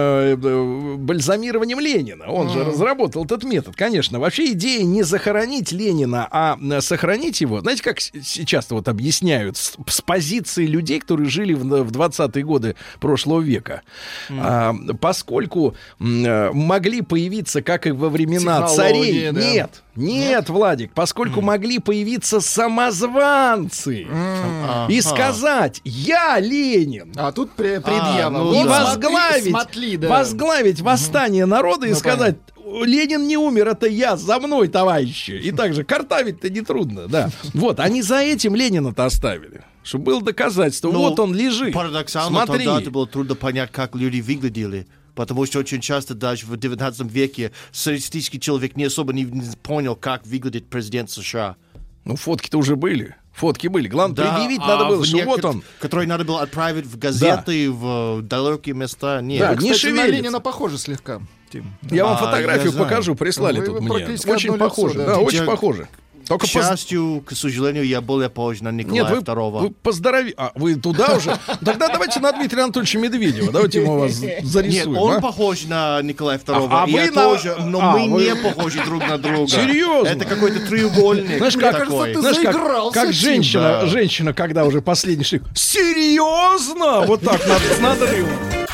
э, бальзамированием Ленина. Он uh-huh. же разработал этот метод, конечно. Вообще идея не захоронить Ленина, а сохранить его. Знаете, как сейчас вот объясняют с, с позиции людей, которые жили в, в двадцатые годы прошлого века. Mm. А, поскольку м, могли появиться, как и во времена царей...
Да.
Нет, нет, нет, Владик, поскольку mm. могли появиться самозванцы mm. и сказать «Я Ленин».
А тут при, предъява.
А, ну
И
да.
возглавить,
смотри, да.
возглавить восстание народа и
Ну,
сказать... Ленин не умер, это я, за мной, товарищи. И также картавить-то нетрудно, да. Вот, они за этим Ленина-то оставили. Чтобы было доказательство.
Ну,
вот он лежит.
Парадоксально,
Смотри.
тогда это было трудно понять, как люди выглядели. Потому что очень часто даже в девятнадцатом веке статистический человек не особо не понял, как выглядит президент США.
Ну, фотки-то уже были. Фотки были. Главное,
Да,
предъявить
а
надо было,
в
что
некотор-
вот он.
Который надо было отправить в газеты, в далекие места. Нет.
Да,
Вы,
не
кстати, на
шевелится.
Ленина похоже слегка, Тим.
Я вам
А,
фотографию
я знаю.
покажу, прислали
Вы-
тут
вы
мне.
практически
Очень
одно лицо,
похоже.
да.
Да, очень
Те-
похоже. Только
К
поз-
счастью, к сожалению, я более похож на Николая
Нет, вы,
второго.
вы поздорови... А, вы туда уже? Тогда давайте на Дмитрия Анатольевича Медведева. Давайте мы вас
Нет,
зарисуем.
он
а?
похож на Николая второго,
А- а
и
вы
я
на-
тоже, но
а,
мы
вы-
не похожи друг на друга.
Серьезно?
Это какой-то треугольник.
Знаешь, как,
такой.
ты
знаешь, как,
заигрался,
как
Тим.
женщина,
Да.
женщина, когда уже последний штрих. Серьезно? Вот так над, с надрывом.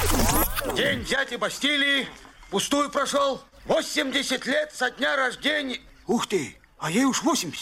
День дяди Бастилии пустую прошел. восемьдесят лет со дня рождения. Ух ты, а ей уж восемьдесят.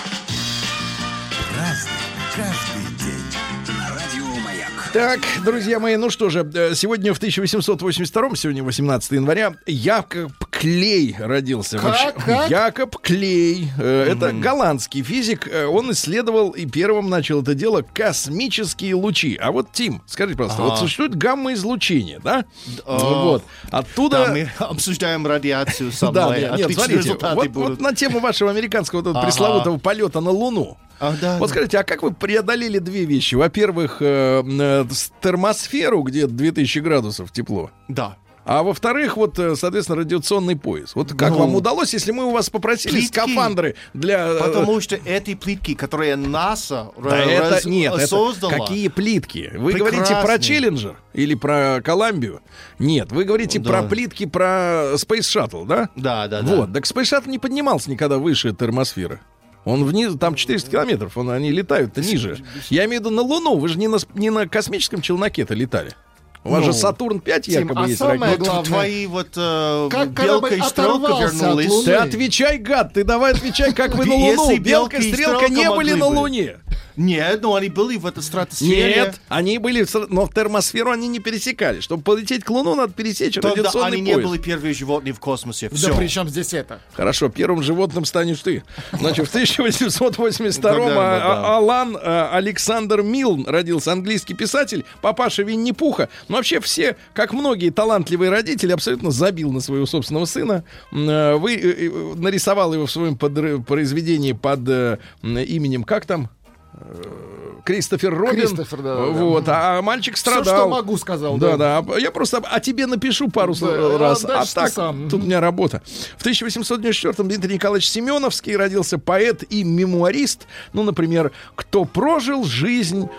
Так, друзья мои, ну что же, э, сегодня в тысяча восемьсот восемьдесят втором, сегодня восемнадцатого января, Якоб Клей родился.
Как?
Вообще,
Как?
Якоб Клей. Э, Это голландский физик. Э, Он исследовал и первым начал это дело космические лучи. А вот, Тим, скажите, пожалуйста,
Ага.
вот существует гамма-излучение, да?
А,
Вот. Оттуда...
Да, мы обсуждаем радиацию со
Да,
мной.
нет, нет,
Отличные
смотрите,
результаты
вот,
будут.
вот на тему вашего американского вот этого
Ага.
пресловутого полета на Луну.
А, да,
Вот
да.
скажите, а как вы преодолели две вещи? Во-первых, э, э, с- термосферу, где две тысячи градусов тепло.
Да.
А во-вторых, вот, соответственно, радиационный пояс. Вот как
Ну,
вам удалось, если мы у вас попросили
плитки.
скафандры для... э,
Потому что эти плитки, которые НАСА
Да
ра-
это
раз-
нет, это
создала...
какие плитки? Вы
Прекрасные.
говорите про Челленджер или про Коламбию? Нет, вы говорите
Да.
про плитки про Space Shuttle, да?
Да, да, да.
Вот, так Space Shuttle не поднимался никогда выше термосферы. Он вниз, там четыреста километров, он, они летают-то ниже. Я имею в виду на Луну, вы же не на, с- не на космическом челноке-то летали. У вас
Ну,
же Сатурн пять
Тим,
якобы
а
есть.
самое
ракета.
главное-
Твои вот э,
Как
белка
корабль
и стрелка
оторвался от
вернулись.
Луны.
Ты отвечай, гад, ты давай отвечай, как вы на
Если
Луну. Белка
белка
и
и
стрелка
стрелка
не были
могли
на
бы.
Луне.
Нет, но они были в этой стратосфере.
Нет, они были, в ср- но в термосферу они не пересекали. Чтобы полететь к Луну, надо пересечь
Тогда
радиационный
они не
пояс.
были первые животные в космосе.
Да
Все.
при чем здесь это?
Хорошо, первым животным станешь ты. Значит, в тысяча восемьсот восемьдесят втором
Да, да,
а-
да.
а- Алан а, Александр Милн родился, английский писатель, папаша Винни-Пуха. Но вообще все, как многие талантливые родители, абсолютно забил на своего собственного сына. М, э, Вы, э, э, нарисовал его в своем подры- произведении под э, м, именем, как там? Э, Кристофер Робин.
Кристофер, да, да, да.
Вот, а мальчик
Все,
страдал.
что могу, сказал.
Да, да. Я просто о тебе напишу пару
Да,
слов раз.
а
А
дальше ты
так,
сам.
тут у меня работа. В тысяча восемьсот девяносто четвёртом Дмитрий Николаевич Семеновский родился, поэт и мемуарист. Ну, например, кто прожил жизнь,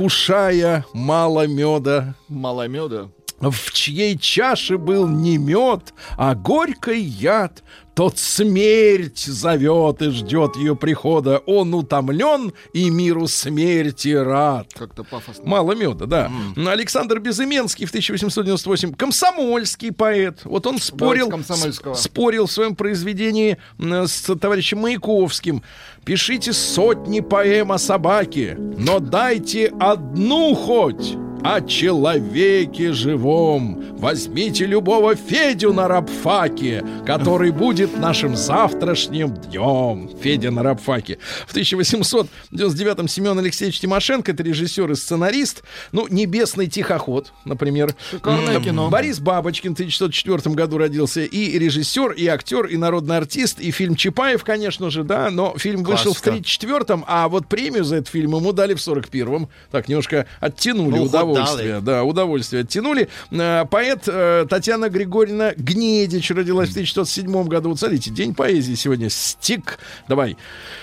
вкушая мало меда,
Мало меда.
в чьей чаше был не мед, а горький яд, тот смерть зовет и ждет ее прихода. Он утомлен и миру смерти рад.
Как-то пафосно.
Мало меда, да. Александр Безыменский в тысяча восемьсот девяносто восьмом комсомольский поэт. Вот он спорил,
Комсомольского.
с- спорил в своем произведении м, с товарищем Маяковским. Пишите сотни поэм о собаке, но дайте одну хоть о человеке живом. Возьмите любого Федю на рабфаке, который будет нашим завтрашним днем. Федя на рабфаке. В тысяча восемьсот девяносто девятом Семен Алексеевич Тимошенко, это режиссер и сценарист. Ну, «Небесный тихоход», например.
Шикарное
М,
кино.
Борис Бабочкин в тысяча девятьсот четвёртом году родился. И режиссер, и актер, и народный артист, и фильм «Чапаев», конечно же, да, но фильм вышел в
Классика.
тридцать четвёртом, а вот премию за этот фильм ему дали в сорок первом. Так, немножко оттянули
Ну, хоть
удовольствие.
дали.
Да, удовольствие оттянули. Э, Поэт э, Татьяна Григорьевна Гнедич родилась в тысяча девятьсот седьмом году. Вот смотрите, день поэзии сегодня. Стик. Давай.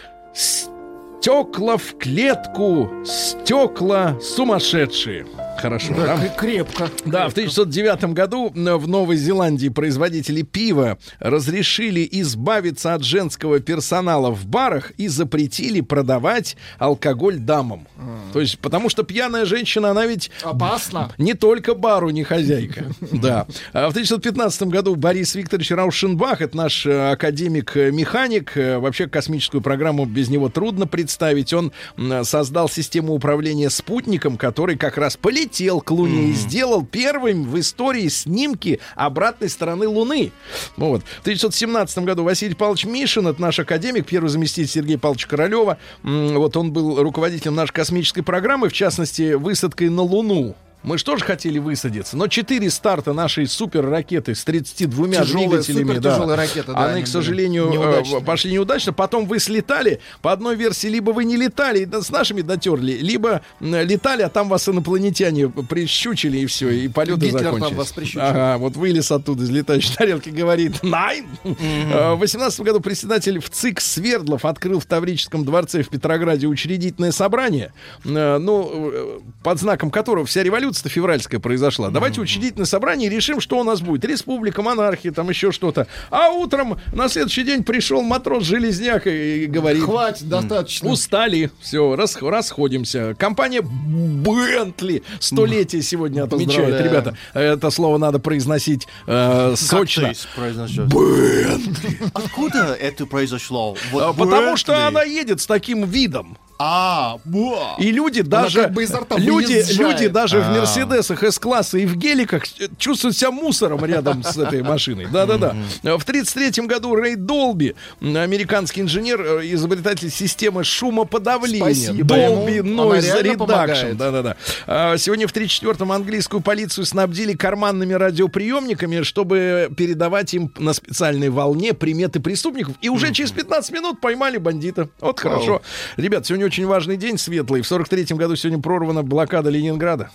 Стекла в клетку, стекла сумасшедшие. Хорошо,
Да,
да?
кре- крепко.
Да, в тысяча девятьсот девятом году м, в Новой Зеландии производители пива разрешили избавиться от женского персонала в барах и запретили продавать алкоголь дамам. То есть, потому что пьяная женщина, она ведь
Опасно.
не только бару не хозяйка. Да. А в тысяча девятьсот пятнадцатом году Борис Викторович Раушенбах, это наш э, академик-механик, э, вообще космическую программу без него трудно представить. Он м, создал систему управления спутником, который как раз полетел к Луне и сделал первым в истории снимки обратной стороны Луны. Ну вот. В тысяча девятьсот семнадцатом году Василий Павлович Мишин, это наш академик, первый заместитель Сергея Павловича Королева. М, Вот он был руководителем нашей космической программы, в частности, высадкой на Луну. Мы же тоже хотели высадиться, но четыре старта нашей суперракеты с тридцатью двумя
Тяжелая,
двигателями,
супертяжелая
да,
ракета, да,
они,
они
к сожалению,
были неудачные.
э, пошли неудачно. Потом вы слетали. По одной версии, либо вы не летали, да, с нашими дотерли, либо м, летали, а там вас инопланетяне прищучили, и все, и полеты
Гитлер там
закончились.
вас прищучил.
Ага, вот вылез оттуда из летающей тарелки, говорит «Найн!». Э, В восемнадцатом году председатель ВЦИК Свердлов открыл в Таврическом дворце в Петрограде учредительное собрание, э, ну, э, под знаком которого вся революция февральская произошла. Давайте учредительное собрание и решим, что у нас будет. Республика, монархия, там еще что-то. А утром на следующий день пришел матрос-железняк и, и говорит...
Хватит, достаточно.
Устали, все, рас, расходимся. Компания Бентли столетие сегодня отмечает,
Поздравляю.
ребята. Это слово надо произносить э, сочно.
Как ты произносишь?
Бентли.
Откуда это произошло? Вот
А, Потому что
Бентли.
она едет с таким видом.
А, буа.
И люди даже,
как бы изо рта
люди,
выезжает.
люди даже в
А.
Мерседесах С-класса и в геликах чувствуют себя мусором рядом с этой машиной. Да-да-да. В тридцать третьем году Рэй Долби, американский инженер, э, изобретатель системы шумоподавления.
Спасибо
Dolby
ему. Она
Noise
реально
Reduction.
помогает.
Да-да-да. А, Сегодня в тридцать четвёртом английскую полицию снабдили карманными радиоприемниками, чтобы передавать им на специальной волне приметы преступников. И уже через пятнадцать минут поймали бандита. Вот хорошо. Ребят, сегодня очень важный день, светлый. В сорок третьем году сегодня прорвана блокада Ленинграда.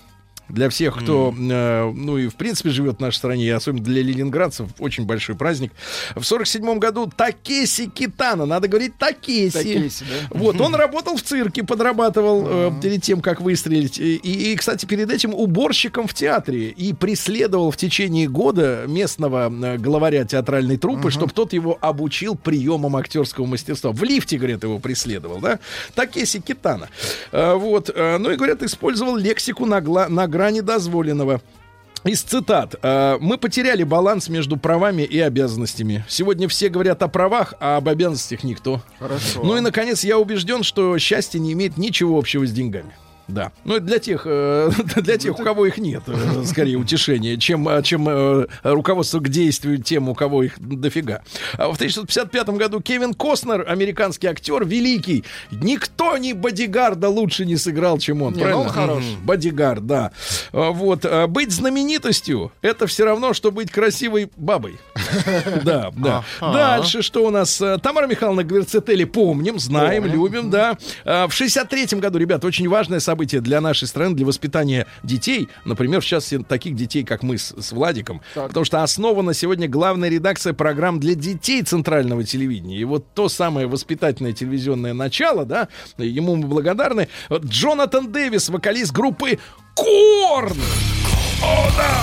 Для всех, кто, э, ну и в принципе живет в нашей стране, и особенно для ленинградцев, очень большой праздник. В сорок седьмом году Такеси Китано, надо говорить Такеси.
Такеси, да?
Вот, он работал в цирке, подрабатывал э, перед тем, как выстрелить. И, и, кстати, перед этим уборщиком в театре. И преследовал в течение года местного э, главаря театральной труппы, uh-huh. чтобы тот его обучил приемам актерского мастерства. В лифте, говорят, его преследовал, да? Такеси Китано. Э, вот, э, ну и, говорят, использовал лексику на, гла- на грани дозволенного. Из цитат. «Мы потеряли баланс между правами и обязанностями. Сегодня все говорят о правах, а об обязанностях никто.
Хорошо.
Ну и, наконец, я убежден, что счастье не имеет ничего общего с деньгами». Да. Ну, это для тех, э, для тех, у кого их нет, э, скорее, утешения, чем, чем э, руководство к действию тем, у кого их дофига. А в тысяча девятьсот пятьдесят пятом году Кевин Костнер, американский актер, великий. Никто ни Бодигарда лучше не сыграл, чем он.
Не,
правильно?
он хорош.
Бодигард, да. А, вот. А, быть знаменитостью — это все равно, что быть красивой бабой. Да, да. Дальше что у нас? Тамара Михайловна Гверцетели помним, знаем, любим, да. В шестьдесят третьем году, ребята, очень важное событие для нашей страны, для воспитания детей. Например, сейчас таких детей, как мы с, с Владиком. Так. Потому что основана сегодня главная редакция программ для детей Центрального телевидения. И вот то самое воспитательное телевизионное начало, да, ему мы благодарны. Вот Джонатан Дэвис, вокалист группы Корн. О, да!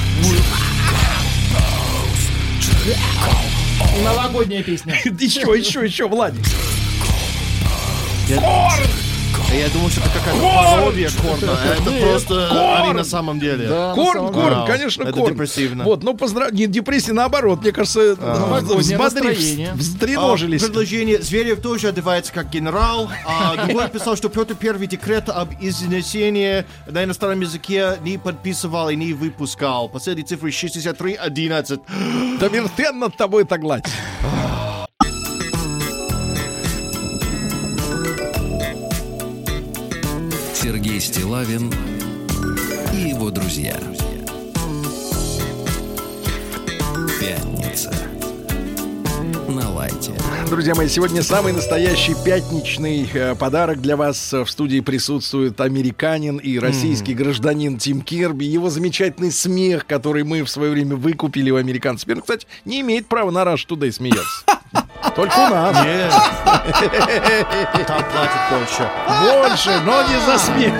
Новогодняя песня.
Еще, еще, еще, Владик.
Корн! Я думал, что это какая-то пародия Корна. Это просто они на самом деле.
Да,
Корн,
на самом
Корн,
деле.
конечно,
Это
Корн.
депрессивно.
Вот, ну, поздрав... не депрессия, наоборот, мне кажется,
Новогоднее
взбодрив,
настроение.
вздреножились.
А, предложение Зверев тоже одевается как генерал. А другой писал, что Петр Первый декрет об изнесении на иностранном языке не подписывал и не выпускал. Последние цифры шестьдесят три одиннадцать.
Да вертен над тобой-то гладь.
Сергей Стиллавин и его друзья. Пятница. На лайте.
Друзья мои, сегодня самый настоящий пятничный э, подарок для вас. В студии присутствует американин и российский mm. гражданин Тим Кирби. Его замечательный смех, который мы в свое время выкупили у американцев. Теперь, кстати, не имеет права на Rush Today смеяться. Только у нас.
Нет. Там платят больше.
Больше, но не за смех.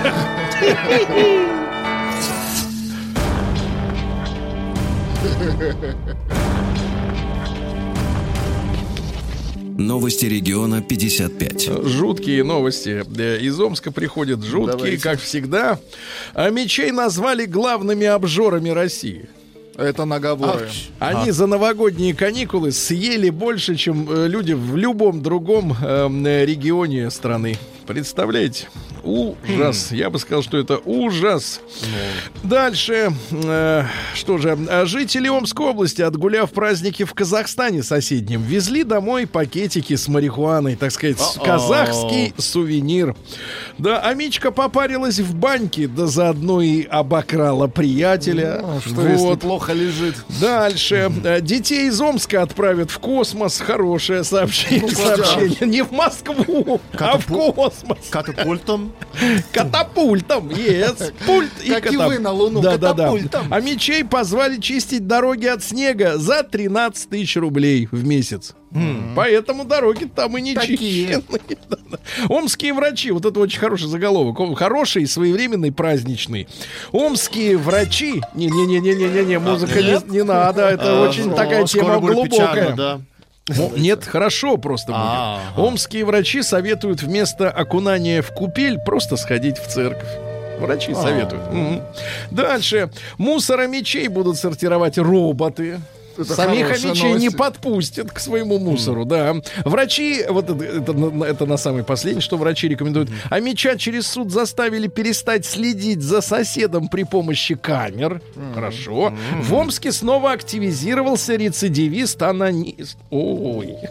Новости региона пятьдесят пять.
Жуткие новости. Из Омска приходят жуткие, Давайте. Как всегда. А мечей назвали главными обжорами России.
Это наговоры.
А, они а. за новогодние каникулы съели больше, чем э, люди в любом другом э, регионе страны. Представляете? Ужас. Хм. Я бы сказал, что это ужас. Ну. Дальше. Э, что же. Жители Омской области, отгуляв праздники в Казахстане соседнем, везли домой пакетики с марихуаной. Так сказать, Uh-oh. казахский сувенир. Да, а Мичка попарилась в баньке, да заодно и обокрала приятеля.
Ну, что,
вот.
Если плохо лежит.
Дальше. Детей из Омска отправят в космос. Хорошее сообщение. Ну, сообщение. Не в Москву, Катапу... а в космос.
Катапультом.
Катапультом, yes. Пульт и
как
катап...
и вы на Луну,
да,
катапультом.
Да, да. А мечей позвали чистить дороги от снега за тринадцать тысяч рублей в месяц. Mm. Поэтому дороги там и не чищены. Омские врачи, вот это очень хороший заголовок. Хороший, своевременный, праздничный. Омские врачи. Не-не-не-не-не-не, музыка а, не, не надо. Это а, очень о, такая тема глубокая. Печально, да. О, нет, хорошо просто будет. А-а-а. Омские врачи советуют вместо окунания в купель просто сходить в церковь. Врачи А-а-а. советуют. Угу. Дальше. Мусоромечей будут сортировать роботы. Это Самих мечей не подпустят к своему мусору, mm. да. Врачи, вот это, это, это на самый последний, что врачи рекомендуют. Mm. А меча через суд заставили перестать следить за соседом при помощи камер. Mm. Хорошо. Mm. В Омске снова активизировался рецидивист-анонист. Ой.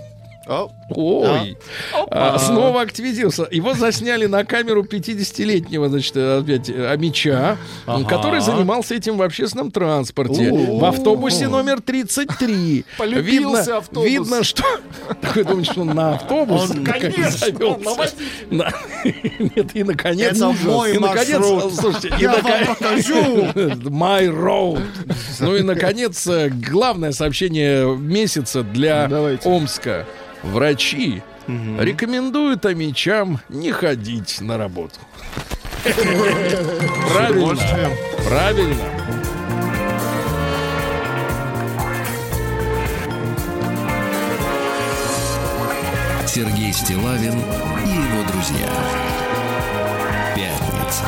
О.
Ой, а, снова активизировался. Его засняли на камеру пятидесятилетнего, значит, опять Амича, ага. который занимался этим в общественном транспорте. У-у-у. В автобусе номер тридцать три.
Полюбился
видно,
автобус.
Видно, что... Такой думает, что он на автобус.
Он, конечно,
на... Нет, и наконец...
Это мой
и, наконец, слушайте,
Я
и
вам покажу.
My road. Ну и, наконец, главное сообщение месяца для
Давайте.
Омска. Врачи угу. рекомендуют амичам не ходить на работу. Правильно. Правильно.
Сергей Стиллавин и его друзья. Пятница.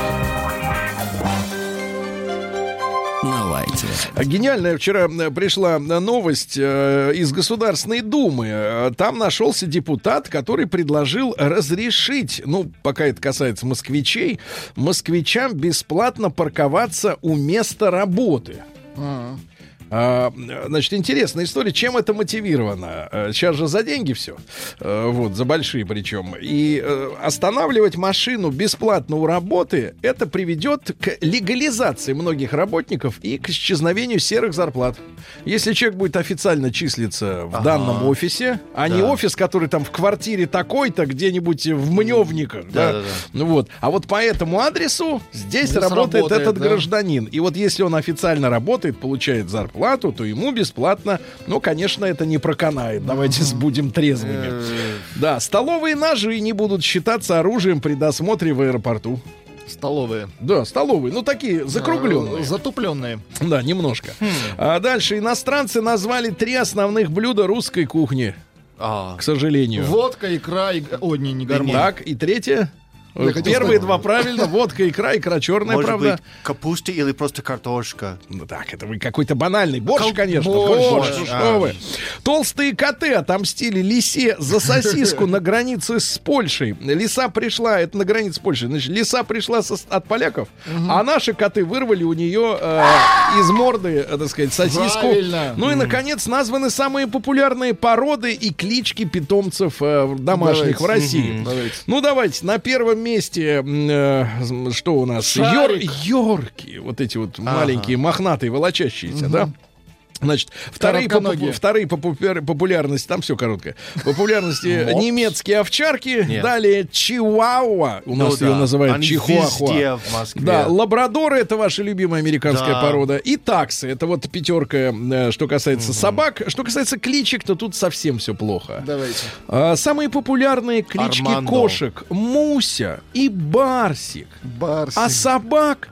На лайте.
Гениальная вчера пришла новость э, из Государственной Думы. Там нашелся депутат, который предложил разрешить, ну, пока это касается москвичей, москвичам бесплатно парковаться у места работы. А-а-а. А, значит, интересная история. Чем это мотивировано? Сейчас же за деньги все. Вот, за большие причем. И останавливать машину бесплатно у работы, это приведет к легализации многих работников и к исчезновению серых зарплат. Если человек будет официально числиться в ага. данном офисе, а да. не офис, который там в квартире такой-то, где-нибудь в Мневниках. Да, да? Да, да. Ну, вот. А вот по этому адресу здесь, здесь работает, работает этот да. гражданин. И вот если он официально работает, получает зарплату, то ему бесплатно, ну, конечно, это не проканает. Давайте mm-hmm. будем трезвыми. Mm-hmm. Да, столовые ножи не будут считаться оружием при досмотре в аэропорту.
Столовые.
Да, столовые. Ну, такие закругленные.
А, затупленные.
Да, немножко. Mm. А дальше иностранцы назвали три основных блюда русской кухни. А. К сожалению.
Водка, икра и... О, не, не гормон.
Так, и третье. Первые два правильно. Водка, икра, икра черная,
Может
правда.
Быть, капуста или просто картошка.
Ну так, это вы какой-то банальный. Борщ, Кал... конечно.
Борщ,
борщ,
борщ.
что а. вы. Толстые коты отомстили лисе за сосиску на границе с Польшей. Лиса пришла, это на границе с Польшей. Значит, лиса пришла со, от поляков, угу. а наши коты вырвали у нее э, из морды, так сказать, сосиску.
Правильно.
Ну и, наконец, названы самые популярные породы и клички питомцев э, домашних давайте. В России. Угу. Давайте. Ну, давайте, на первом месте, э, что у нас? Йор, йорки. Вот эти вот ага. маленькие, мохнатые, волочащиеся, угу. да? Значит, вторые, по, вторые по популярности, там все короткое. Популярности вот. Немецкие овчарки, Нет. далее чихуахуа, у нас ну, ее да. называют Они чихуахуа. Да, лабрадоры, это ваша любимая американская да. порода, и таксы, это вот пятерка, что касается угу. собак. Что касается кличек, то тут совсем все плохо.
Давайте.
А, самые популярные клички Армандо. Кошек: Муся и Барсик.
Барсик.
А собак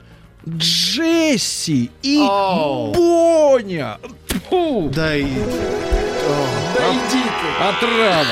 Джесси и oh. Боня. Фу.
Да и...
Да иди ты. Отрава.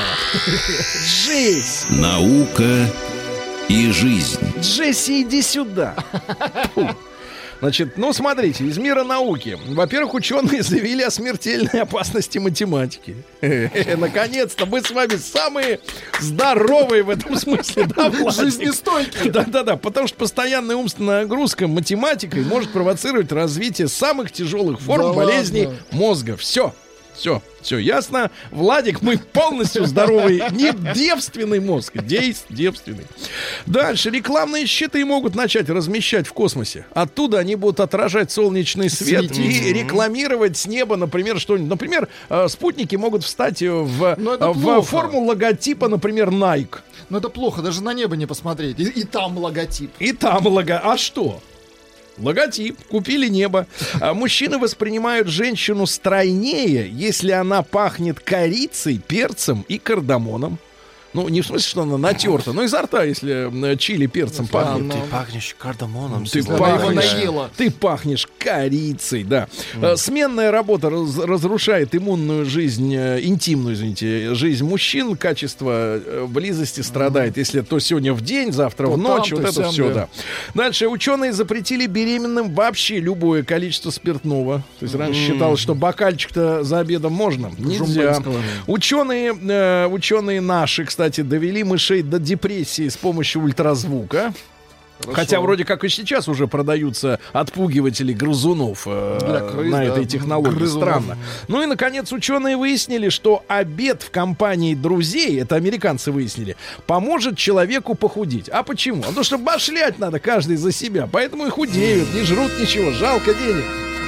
Джесси.
Наука и жизнь.
Джесси, иди сюда. Фу. Значит, ну, смотрите, из мира науки. Во-первых, ученые заявили о смертельной опасности математики. Наконец-то мы с вами самые здоровые в этом смысле, да, Владик?
Жизнестойкие.
Да-да-да, потому что постоянная умственная нагрузка математикой может провоцировать развитие самых тяжелых форм да болезней ладно. Мозга. Все. Все, все ясно. Владик, мы полностью здоровый, не девственный мозг, дейс, девственный. Дальше. Рекламные щиты могут начать размещать в космосе. Оттуда они будут отражать солнечный свет Светить. И рекламировать с неба, например, что-нибудь. Например, спутники могут встать в, в форму логотипа, например, Nike.
Но это плохо, даже на небо не посмотреть. И, и там логотип.
И там логотип. А что? Логотип. Купили небо. А мужчины воспринимают женщину стройнее, если она пахнет корицей, перцем и кардамоном. Ну, не в смысле, что она натерта, но изо рта, если чили перцем пахнет.
Ты пахнешь кардамоном.
Ты пахнешь, ты пахнешь корицей, да. Mm. Сменная работа раз, разрушает иммунную жизнь, интимную, извините, жизнь мужчин. Качество близости страдает, mm. если то сегодня в день, завтра то в ночь. Там, вот это все, да. Дальше ученые запретили беременным вообще любое количество спиртного. То есть раньше mm. считалось, что бокальчик-то за обедом можно. Нельзя. Ученые, э, ученые наши, кстати, Кстати, довели мышей до депрессии с помощью ультразвука. Хотя вроде как и сейчас уже продаются отпугиватели грызунов э,
крыс,
на
да,
этой технологии.
грызунов.
Странно. Ну и, наконец, ученые выяснили, что обед в компании друзей, это американцы выяснили, поможет человеку похудеть. А почему? А потому что башлять надо каждый за себя. Поэтому и худеют, не жрут ничего, жалко денег.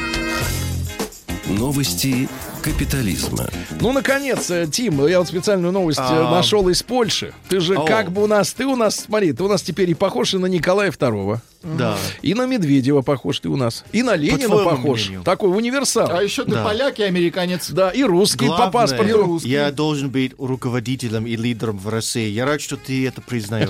Новости капитализма.
Ну, наконец, э, Тим, я вот специальную новость э,
А.
нашел из Польши. Ты же
О.
как бы у нас, ты у нас, смотри, ты у нас теперь и похож и на Николая второго.
Да.
И на Медведева похож ты у нас. И на Ленина
твоему
похож.
мнению.
Такой универсал.
А еще ты
Да.
поляк и американец.
Да, и русский по паспорту.
русский.
я должен быть руководителем и лидером в России. Я рад, что ты это признаешь.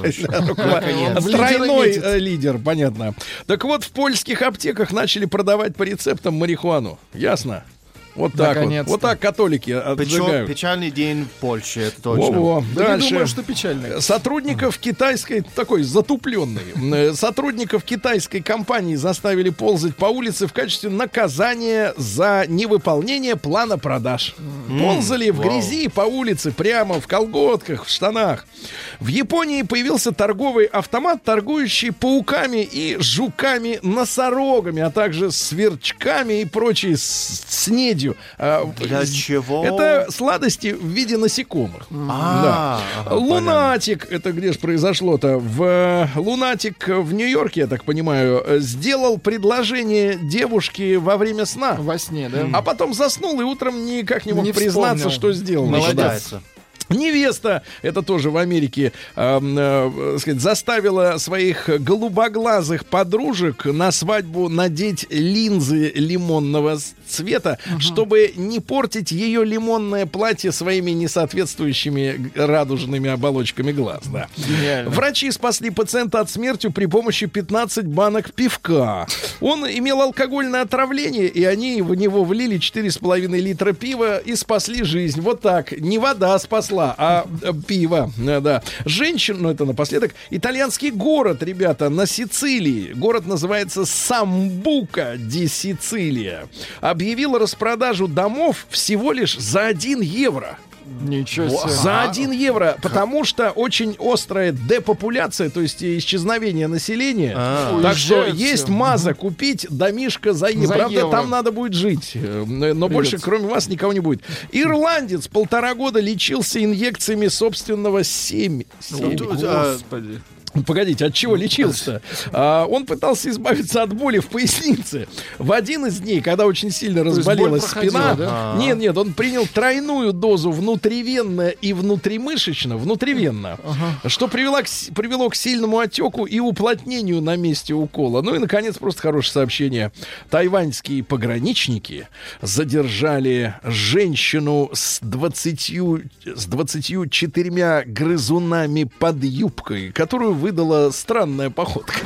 В
Тройной
лидеры
э, лидер, понятно. Так вот, в польских аптеках начали продавать по рецептам марихуану. Ясно? Вот так вот.
Наконец-то.
Вот так католики
Печо-
отжигают.
Печальный день в Польше, это точно.
Во-во.
Да не
Дальше.
думаю, что печально.
Сотрудников китайской, такой затупленный, э, сотрудников китайской компании заставили ползать по улице в качестве наказания за невыполнение плана продаж. Ползали в грязи по улице, прямо в колготках, в штанах. В Японии появился торговый автомат, торгующий пауками и жуками-носорогами, а также сверчками и прочей с- снедью. А,
Для чего?
Это сладости в виде насекомых.
А,
Да.
ага,
Лунатик, это где же произошло-то? В э, Лунатик в Нью-Йорке, я так понимаю, э, сделал предложение девушке во время сна.
Во сне, да?
А потом заснул и утром никак не мог
Не
признаться,
вспомнил.
что сделал.
Молодец.
Да.
Молодец.
Невеста, это тоже в Америке, э, э, сказать, заставила своих голубоглазых подружек на свадьбу надеть линзы лимонного с- цвета, чтобы не портить ее лимонное платье своими несоответствующими г- радужными оболочками глаз. Да.
Гениально.
Врачи спасли пациента от смерти при помощи пятнадцати банок пивка. Он имел алкогольное отравление, и они в него влили четыре с половиной литра пива и спасли жизнь. Вот так. Не вода спасла, а э, пиво. Э, Да. Женщин, ну это напоследок, итальянский город, ребята, на Сицилии. Город называется Самбука ди Сицилия. Объявил распродажу домов всего лишь за один евро.
Ничего себе.
За один евро, потому что очень острая депопуляция, то есть исчезновение населения.
А.
Так что
Уезжают
есть
все.
маза купить домишко за евро.
За
Правда,
евро.
там надо будет жить. Э, Но больше, кроме вас, никого не будет. Ирландец полтора года лечился инъекциями собственного семя. семя.
Господи.
Погодите, от чего лечился-то? А, он пытался избавиться от боли в пояснице. В один из дней, когда очень сильно
есть
разболелась
боль проходила,
спина,
да?
нет, нет, он принял тройную дозу внутривенно и внутримышечно, внутривенно, что привело к, с- привело к сильному отеку и уплотнению на месте укола. Ну и, наконец, просто хорошее сообщение. Тайваньские пограничники задержали женщину с двадцатью, с двадцатью четырьмя грызунами под юбкой, которую выдала странная походка.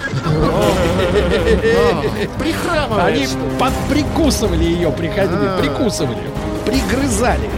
Прихрамывает.
Они подприкусывали ее, приходили, прикусывали, пригрызали.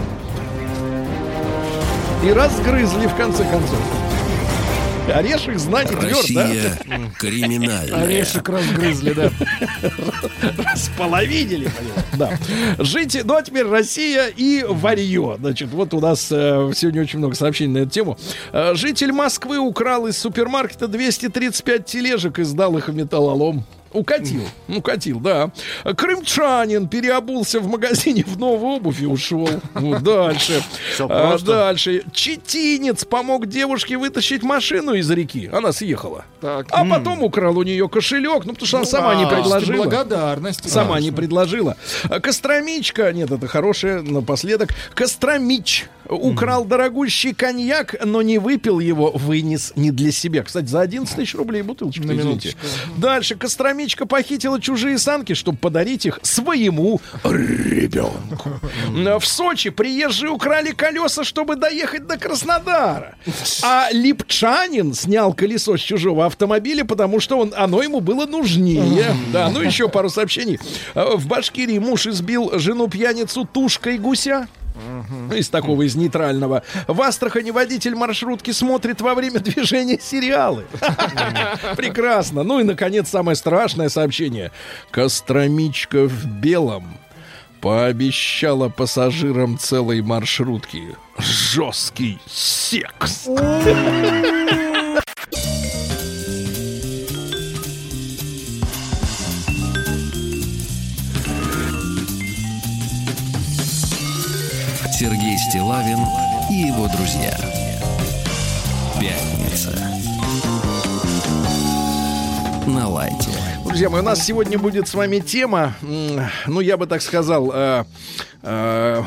И разгрызли в конце концов. Орешек знать и тверд, да?
Россия криминальная.
Орешек разгрызли, да.
Споловинили. Да. Жить, ну а теперь Россия и варьё. Значит, вот у нас э, сегодня очень много сообщений на эту тему. Э, житель Москвы украл из супермаркета двести тридцать пять тележек и сдал их в металлолом. Укатил, укатил, да. Крымчанин переобулся в магазине в новую обувь и ушел. Вот дальше.
Всё
А,
просто.
дальше. Читинец помог девушке вытащить машину из реки. Она съехала.
Так.
А потом украл у нее кошелек, ну потому что она сама не
А,
предложила.
благодарность.
Сама
конечно.
не предложила. А Костромичка, нет, это хорошее, напоследок. Костромич украл дорогущий коньяк, но не выпил его, вынес не для себя. Кстати, за одиннадцать тысяч рублей бутылочка,
На
извините.
минуточку.
Дальше. Костромичка похитила чужие санки, чтобы подарить их своему ребенку. В Сочи приезжие украли колеса, чтобы доехать до Краснодара. А липчанин снял колесо с чужого автомобиля, потому что он, оно ему было нужнее. Да, ну еще пару сообщений. В Башкирии муж избил жену-пьяницу тушкой гуся. Ну, из такого, из нейтрального. В Астрахани водитель маршрутки смотрит во время движения сериалы. Прекрасно. Ну и, наконец, самое страшное сообщение. Костромичка в белом пообещала пассажирам целой маршрутки жесткий секс.
Пятница. На лайте.
Друзья мои, у нас сегодня будет с вами тема, ну, я бы так сказал, э, э,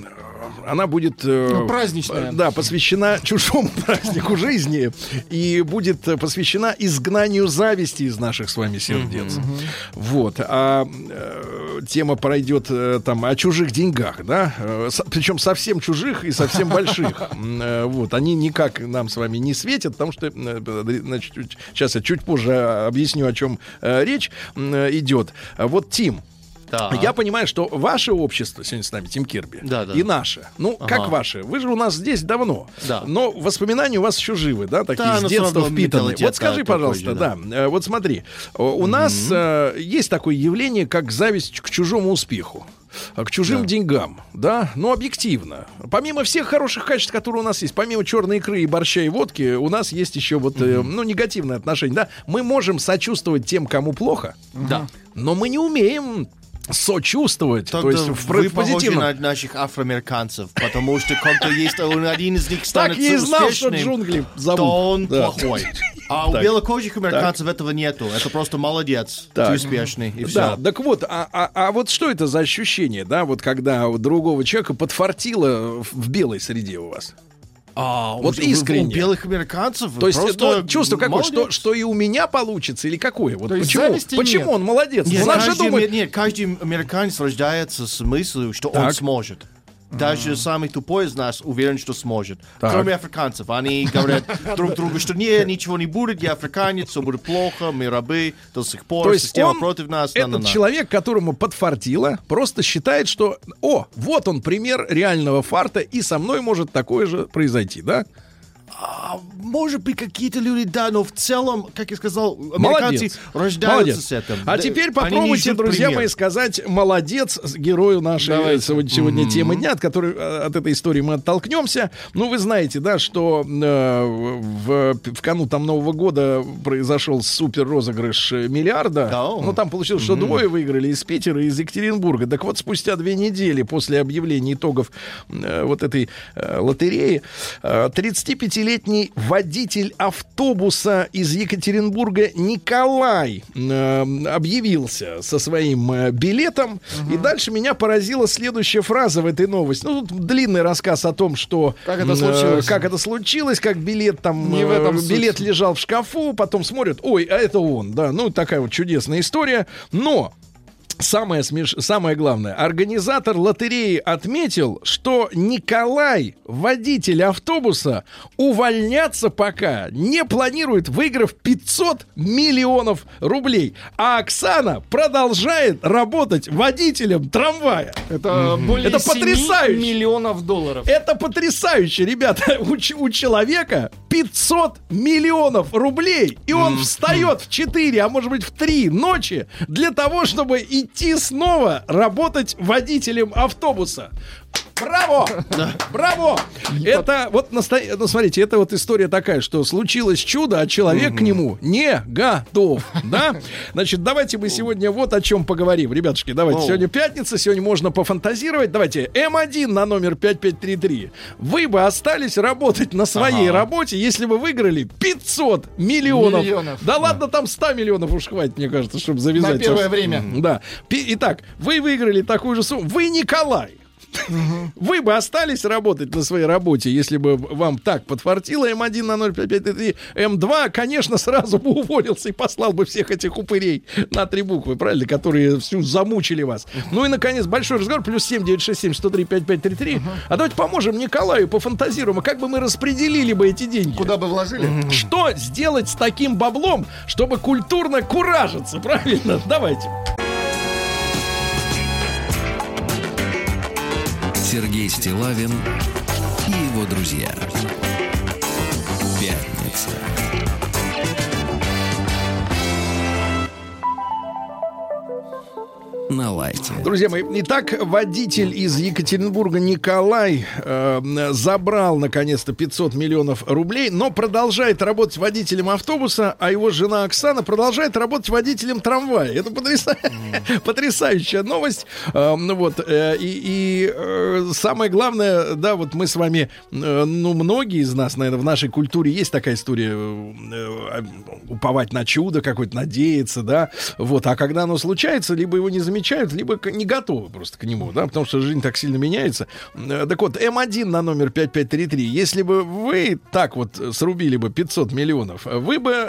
она будет э,
ну, праздничная.
Да, посвящена чужому празднику жизни и будет посвящена изгнанию зависти из наших с вами сердец. Mm-hmm. Вот. А э, тема пройдет э, там о чужих деньгах, да, э, со, причем совсем чужих и совсем больших. Э, вот. Они никак нам с вами не светят, потому что, э, значит, сейчас я чуть позже объясню, о чем э, речь э, идет. Вот, Тим. Да. Я понимаю, что ваше общество сегодня с нами, Тим Кирби, да, да. и наше. Ну, ага. как ваше? Вы же у нас здесь давно. Да. Но воспоминания у вас еще живы, да, такие да, с детства впитаны. Вот скажи, пожалуйста, же, да. да, вот смотри, у mm-hmm. нас э, есть такое явление, как зависть к чужому успеху. К чужим да. деньгам, да, но объективно. Помимо всех хороших качеств, которые у нас есть, помимо черной икры и борща и водки, у нас есть еще вот, mm-hmm. э, ну, негативное отношение, да. Мы можем сочувствовать тем, кому плохо, да, но мы не умеем сочувствовать.
Тогда то есть в вы похожи на наших афроамериканцев, потому что как-то есть один из них становится
так я и знал, что джунгли зовут.
То он да. плохой. А у белокожих американцев так. этого нету. Это просто молодец, так. ты успешный, и все.
Да, так вот, а, а, а вот что это за ощущение, да, вот когда у другого человека подфартило в белой среде у вас?
А, вот у, искренне. У белых американцев.
То есть ну, чувство какое, что, что и у меня получится, или какое? Вот почему почему нет. он молодец?
Нет, каждый, думает... нет, каждый американец рождается с мыслью, что так. он сможет. Даже mm-hmm. самый тупой из нас уверен, что сможет. Так. Кроме африканцев. Они говорят друг другу, что не, ничего не будет, я африканец, все будет плохо, мы рабы до сих пор,
то есть
система
он,
против нас.
Этот на-на-на. человек, которому подфартило, просто считает, что, о, вот он пример реального фарта, и со мной может такое же произойти, да?
А, может быть, какие-то люди, да, но в целом, как я сказал, американцы молодец. рождаются молодец. с этим.
А теперь попробуйте, друзья пример. мои, сказать молодец герою нашей Давайте. сегодня, сегодня mm-hmm. темы дня, от которой от этой истории мы оттолкнемся. Ну, вы знаете, да, что э, в, в канун там Нового года произошел супер розыгрыш миллиарда. Oh. Ну, там получилось, что mm-hmm. двое выиграли из Питера и из Екатеринбурга. Так вот, спустя две недели после объявления итогов э, вот этой э, лотереи э, тридцатипятилетний водитель автобуса из Екатеринбурга Николай э, объявился со своим э, билетом. Угу. И дальше меня поразила следующая фраза в этой новости. Ну, тут длинный рассказ о том, что
как это случилось,
э, как, это случилось, как билет там Не в этом э, билет лежал в шкафу, потом смотрят, ой, а это он, да, ну такая вот чудесная история. Но Самое, смеш... Самое главное, организатор лотереи отметил, что Николай, водитель автобуса, увольняться пока не планирует, выиграв пятьсот миллионов рублей. А Оксана продолжает работать водителем трамвая.
Это mm-hmm. более Это потрясающе. миллионов долларов.
Это потрясающе, ребята. У, у человека пятьсот миллионов рублей, и он mm-hmm. встает в четыре, а может быть в три ночи для того, чтобы идти идти снова работать водителем автобуса. Браво! Да. Браво! Это вот, насто... ну, смотрите, это вот история такая, что случилось чудо, а человек mm-hmm. к нему не готов, да? Значит, давайте мы сегодня вот о чем поговорим. Ребятушки, давайте, oh. сегодня пятница, сегодня можно пофантазировать. Давайте, эм один на номер пять пять три три. Вы бы остались работать на своей ага. работе, если бы выиграли пятьсот миллионов. миллионов. Да, да ладно, там сто миллионов уж хватит, мне кажется, чтобы завязать.
На первое время.
Да. Итак, вы выиграли такую же сумму. Вы Николай. Угу. Вы бы остались работать на своей работе, если бы вам так подфартило. эм один на ноль пять пять три. эм два, конечно, сразу бы уволился и послал бы всех этих упырей на три буквы, правильно, которые всю замучили вас. Ну и, наконец, большой разговор. Плюс семь девять шесть семь сто три пять пять три три. Угу. А давайте поможем Николаю, пофантазируем. А как бы мы распределили бы эти деньги?
Куда бы вложили?
Угу. Что сделать с таким баблом, чтобы культурно куражиться, правильно? Давайте.
Сергей Стиллавин и его друзья. Пятница. На лайте. Давайте.
Друзья мои, итак, водитель из Екатеринбурга Николай э, забрал, наконец-то, пятьсот миллионов рублей, но продолжает работать водителем автобуса, а его жена Оксана продолжает работать водителем трамвая. Это потряса... mm. потрясающая новость. Э, вот, э, и и э, самое главное, да, вот мы с вами, э, ну, многие из нас, наверное, в нашей культуре есть такая история, э, уповать на чудо какое-то, надеяться, да, вот, а когда оно случается, либо его не замечают, либо не готовы просто к нему, да, потому что жизнь так сильно меняется. Так вот, эм один на номер пять пять три три. Если бы вы так вот срубили бы пятьсот миллионов, вы бы,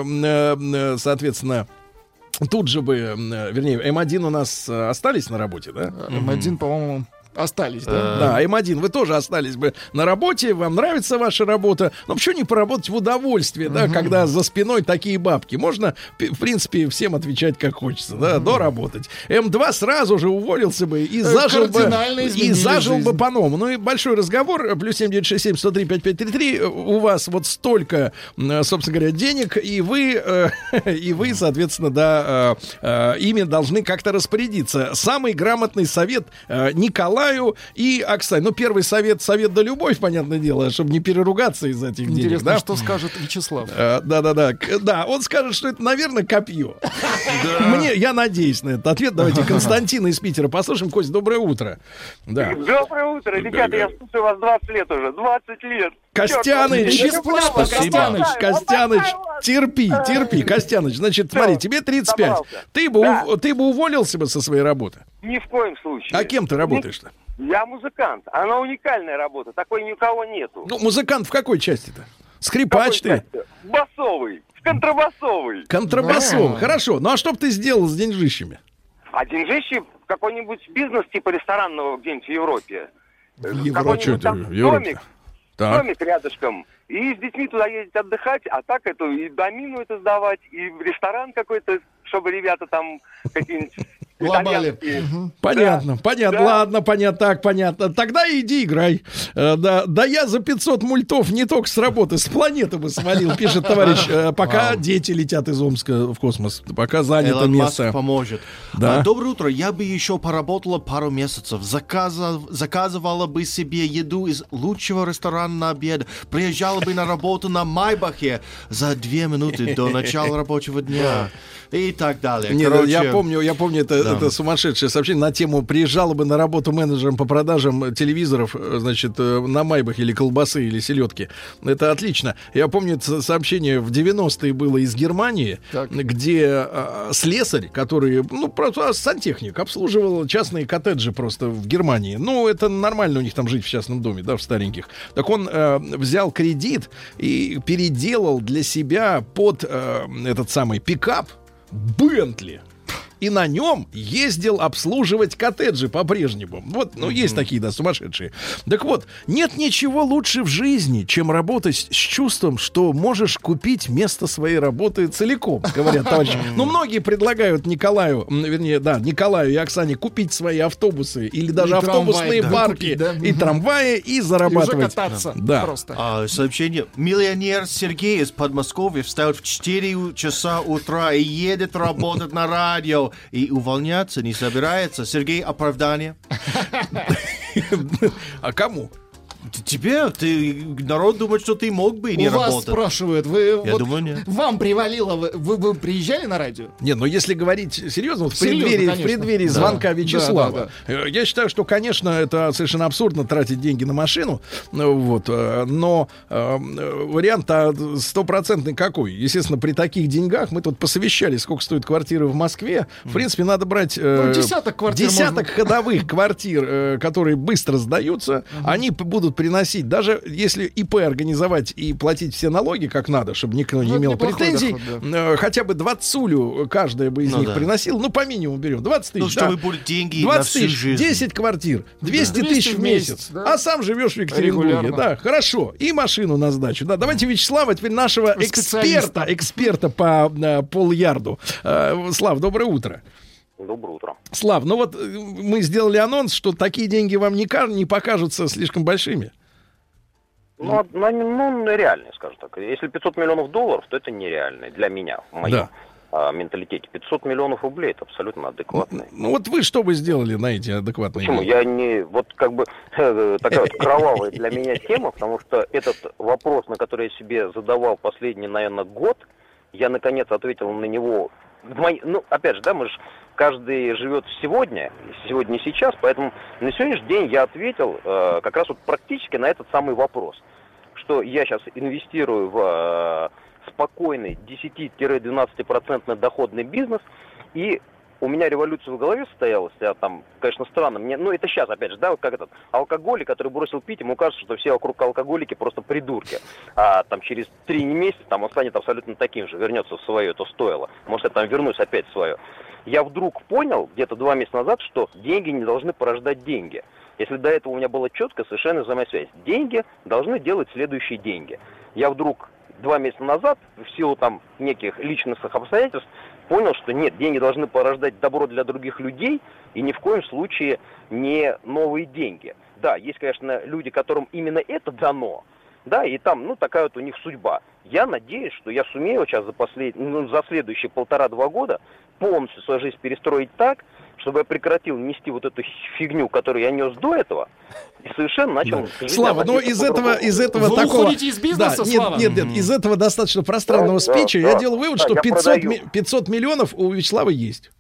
э, соответственно, тут же бы, вернее, эм один у нас остались на работе, да?
эм один, по-моему... Остались, да?
Да, эм один, вы тоже остались бы на работе, вам нравится ваша работа, но почему не поработать в удовольствие, да, uh-huh. когда за спиной такие бабки? Можно, в принципе, всем отвечать как хочется, да, uh-huh. доработать. эм два сразу же уволился бы и зажил бы, и зажил бы по-новому. Ну и большой разговор, плюс семь девять шесть семь сто три пять пять три три, у вас вот столько, собственно говоря, денег, и вы, и вы, соответственно, да, ими должны как-то распорядиться. Самый грамотный совет Николай и Оксане. Ну, первый совет, совет да любовь, понятное дело, чтобы не переругаться из этих денег.
Интересно,
да?
что скажет Вячеслав?
А, да-да-да. Да, он скажет, что это, наверное, копье. Мне, я надеюсь на этот ответ. Давайте Константина из Питера послушаем. Кость, доброе утро. Да.
Доброе утро, ребята, я слушаю вас двадцать лет уже. двадцать лет.
Костяныч, Костяныч, Костяныч, терпи, терпи, Костяныч. Значит, смотри, тебе тридцать пять. Ты бы, да. ты бы уволился бы со своей работы?
Ни в коем случае.
А кем ты работаешь-то?
Я музыкант. Она уникальная работа. Такой ни у кого нету.
Ну, музыкант в какой части-то? Скрипач ты?
Басовый. Контрабасовый.
Контрабасовый. Хорошо. Ну, а что бы ты сделал с деньжищами?
А деньжищи какой-нибудь бизнес типа ресторанного где-нибудь в Европе.
В Европе?
Там домик. Так. Домик рядышком. И с детьми туда ездить отдыхать, а так это и домину это сдавать, и в ресторан какой-то, чтобы ребята там какие-нибудь...
Понятно, да. понятно, да. ладно, понятно, так, понятно. Тогда иди играй. Э, да, да я за пятьсот мультов не только с работы, с планеты бы свалил, пишет товарищ. Э, пока дети летят из Омска в космос, пока занято
Элон
место.
Маск поможет.
Да?
А, доброе утро. Я бы еще поработала пару месяцев. Заказав, заказывала бы себе еду из лучшего ресторана на обед. Приезжала бы на работу на Майбахе за две минуты до начала рабочего дня. И так далее.
Нет,
Короче,
я помню, я помню это, да. это сумасшедшее сообщение на тему «Приезжала бы на работу менеджером по продажам телевизоров, значит, на Майбахе или колбасы, или селедки». Это отлично. Я помню это сообщение в девяностые было из Германии, так. где а, слесарь, который, ну, просто сантехник, обслуживал частные коттеджи просто в Германии. Ну, это нормально у них там жить в частном доме, да, в стареньких. Так он а, взял кредит и переделал для себя под а, этот самый пикап Бентли. И на нем ездил обслуживать коттеджи по-прежнему. Вот, ну, mm-hmm. есть такие, да, сумасшедшие. Так вот, нет ничего лучше в жизни, чем работать с чувством, что можешь купить место своей работы целиком, говорят товарищи. Ну, многие предлагают Николаю, вернее, да, Николаю и Оксане купить свои автобусы или даже и автобусные трамвай, парки, да, купить, да? и трамваи, и зарабатывать.
И уже кататься.
Да.
Просто.
А, сообщение. Миллионер Сергей из Подмосковья встает в четыре часа утра и едет работать на радио. И увольняться не собирается. Сергей, оправдание.
А кому?
Тебе, ты, народ думает, что ты мог бы и не
У
работать.
Вас спрашивают, вы,
Я
вот
думаю, нет.
Вам привалило, вы, вы, вы приезжали на радио?
Не, но если говорить серьезно, вот в
Серьезно,
преддверии, в
конечно.
преддверии
Да.
звонка Вячеслава,
Да, да,
я считаю, что, конечно, это совершенно абсурдно тратить деньги на машину, вот, но э, вариант стопроцентный какой? Естественно, при таких деньгах мы тут посовещались, сколько стоит квартира в Москве. В принципе, надо брать э,
ну, десяток квартир,
десяток
можно...
ходовых квартир, э, которые быстро сдаются. Uh-huh. Они будут приносить, даже если ИП организовать и платить все налоги как надо, чтобы никто не ну, имел претензий, доход, да. хотя бы двадцулю каждая бы из ну, них да. приносил, ну, по минимуму берем, двадцать тысяч.
Ну, чтобы да. будут деньги
двадцать
на всю
тысяч,
жизнь.
десять квартир, двести тысяч в месяц, да. а сам живешь в Екатеринбурге.
Регулярно.
Да, хорошо. И машину на сдачу. Да, давайте Вячеслава, теперь нашего эксперта, эксперта по uh, полярду. Uh, Слав, доброе утро.
Доброе утро.
Слав, ну вот мы сделали анонс, что такие деньги вам не, не покажутся слишком большими.
Ну, ну, ну, реальные, скажем так. Если пятьсот миллионов долларов, то это нереально для меня, мое.
Да.
о менталитете. пятьсот миллионов рублей — это абсолютно адекватно.
Ну, ну вот вы что бы сделали на эти адекватные
Почему?
деньги?
Я не... Вот как бы такая вот кровавая для меня тема, потому что этот вопрос, на который я себе задавал последний, наверное, год, я наконец ответил на него. Ну, опять же, да, мы же каждый живет сегодня, сегодня и сейчас, поэтому на сегодняшний день я ответил э, как раз вот практически на этот самый вопрос, что я сейчас инвестирую в э, спокойный десять-двенадцать процентов доходный бизнес, и у меня революция в голове состоялась, я там, конечно, странно, мне, ну это сейчас, опять же, да, вот как этот алкоголик, который бросил пить, ему кажется, что все вокруг алкоголики просто придурки, а там через три месяца там он станет абсолютно таким же, вернется в свое, это стоило, может я там вернусь опять в свое. Я вдруг понял, где-то два месяца назад, что деньги не должны порождать деньги. Если до этого у меня была четкая совершенно взаимосвязь, деньги должны делать следующие деньги. Я вдруг два месяца назад, в силу там неких личностных обстоятельств, понял, что нет, деньги должны порождать добро для других людей и ни в коем случае не новые деньги. Да, есть, конечно, люди, которым именно это дано, да, и там, ну, такая вот у них судьба. Я надеюсь, что я сумею сейчас за, послед... ну, за следующие полтора-два года полностью свою жизнь перестроить так, чтобы я прекратил нести вот эту фигню, которую я нес до этого, и совершенно начал...
Да. Слава, но из этого, из этого
Вы
такого...
уходите из бизнеса,
да,
Слава?
Нет, нет, нет, из этого достаточно пространного
Да,
спича
да,
я
да.
делал вывод,
Да,
что
я
пятьсот,
продаю.
ми- пятьсот миллионов у Вячеслава есть.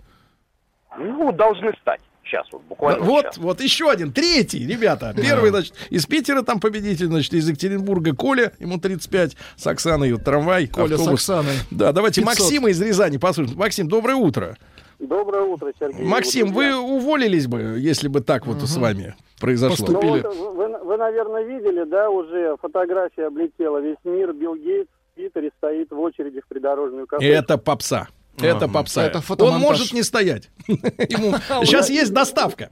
Ну, должны стать. Сейчас, вот, буквально
Вот,
сейчас.
вот еще один, третий, ребята. Первый, значит, из Питера там победитель, значит, из Екатеринбурга Коля, ему тридцать пять, с Оксаной, вот, трамвай,
Коля
автобус.
с Оксаной.
Да, давайте
пятьсот.
Максима из Рязани послушаем. Максим, доброе утро.
Доброе утро, Сергей.
Максим, вы уволились бы, если бы так вот с вами произошло?
Поступ-
Ну,
Купили.
вот, вы, вы, наверное, видели, да, уже фотография облетела весь мир. Билл Гейтс в Питере стоит в очереди в придорожную кафешку.
Это попса. Это попса.
Это
Он
фотомонтаж.
может не стоять. Ему... Сейчас есть доставка.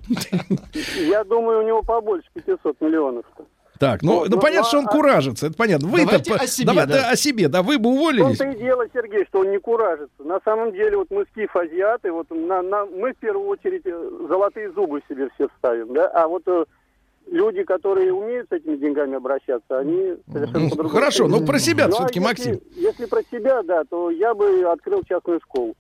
Я думаю, у него побольше пятисот миллионов.
Так, ну,
Вот,
ну
ну,
понятно,
ну,
что он
а-
куражится. Это понятно. Вы-то
Давайте
по-
о себе,
давай-
да.
о себе, да, вы бы
В
уволились.
том-то и дело, Сергей, что он не куражится. На самом деле, вот мы скиф-азиаты, вот на, на, мы в первую очередь э, золотые зубы себе все ставим, да, а вот э, люди, которые умеют с этими деньгами обращаться, они совершенно
Ну,
по-другому.
хорошо, но про себя
Ну, а
все-таки,
если-
Максим.
Если про себя, да, то я бы открыл частную школу.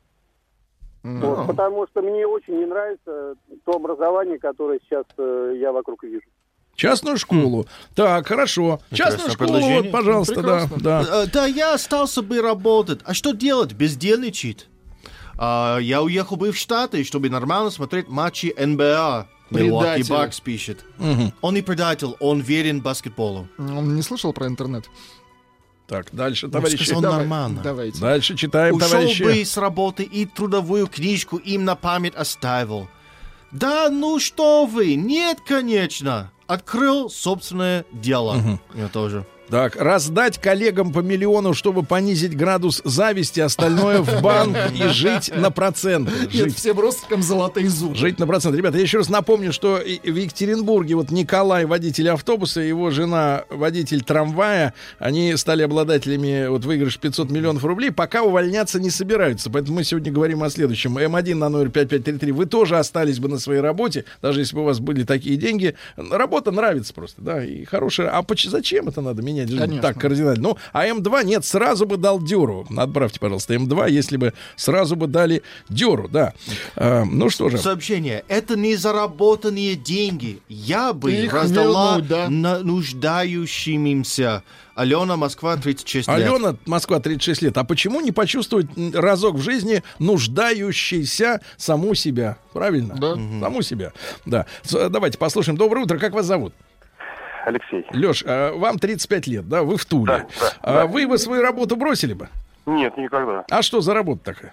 Ну.
Вот, потому что мне очень не нравится то образование, которое сейчас э, я вокруг вижу.
Частную школу. Так, хорошо. Частную
Интересное
школу,
предложение.
вот, пожалуйста, да,
Прекрасно.
да.
Э, Да, я остался бы работать. А что делать? Бездельничать. А, я уехал бы в Штаты, чтобы нормально смотреть матчи эн бэ а. Милуоки
Предатель.
Бакс пишет. Он не предатель, он верен баскетболу.
Он не слышал про интернет?
Так, дальше,
Он
товарищи.
сказал
Давай,
нормально.
Давайте.
Дальше читаем,
Ушел
товарищи.
бы с работы и трудовую книжку им на память оставил. Да ну что вы, нет, конечно. Открыл собственное дело. Я тоже.
Так, раздать коллегам по миллиону, чтобы понизить градус зависти, остальное в банк и жить на проценты.
Нет,
Жить,
всем родственникам золотые зубы.
жить на процент. Ребята, я еще раз напомню, что и в Екатеринбурге вот Николай, водитель автобуса, и его жена, водитель трамвая, они стали обладателями вот выигрыша пятьсот миллионов рублей, пока увольняться не собираются. Поэтому мы сегодня говорим о следующем. эм один на номер пять пять три три. Вы тоже остались бы на своей работе, даже если бы у вас были такие деньги. Работа нравится просто, да, и хорошая. А поч- зачем это надо менять?
Конечно.
Так кардинально. Ну, а эм два нет, сразу бы дал дёру. Отправьте, пожалуйста, эм два, если бы сразу бы дали дёру, да. А, ну что же.
Сообщение. Это не заработанные деньги. Я бы
Их
раздала
вернуть, да?
на нуждающимся. Алена, Москва, тридцать шесть лет.
Алена, Москва, тридцать шесть лет. А почему не почувствовать разок в жизни нуждающейся саму себя? Правильно?
Да.
Саму себя. Да. С- Давайте послушаем. Доброе утро. Как вас зовут?
Алексей.
Леш, а вам тридцать пять лет, да? Вы в Туле.
Да, да,
А
да.
Вы бы свою работу бросили бы?
Нет, никогда.
А что за работа такая?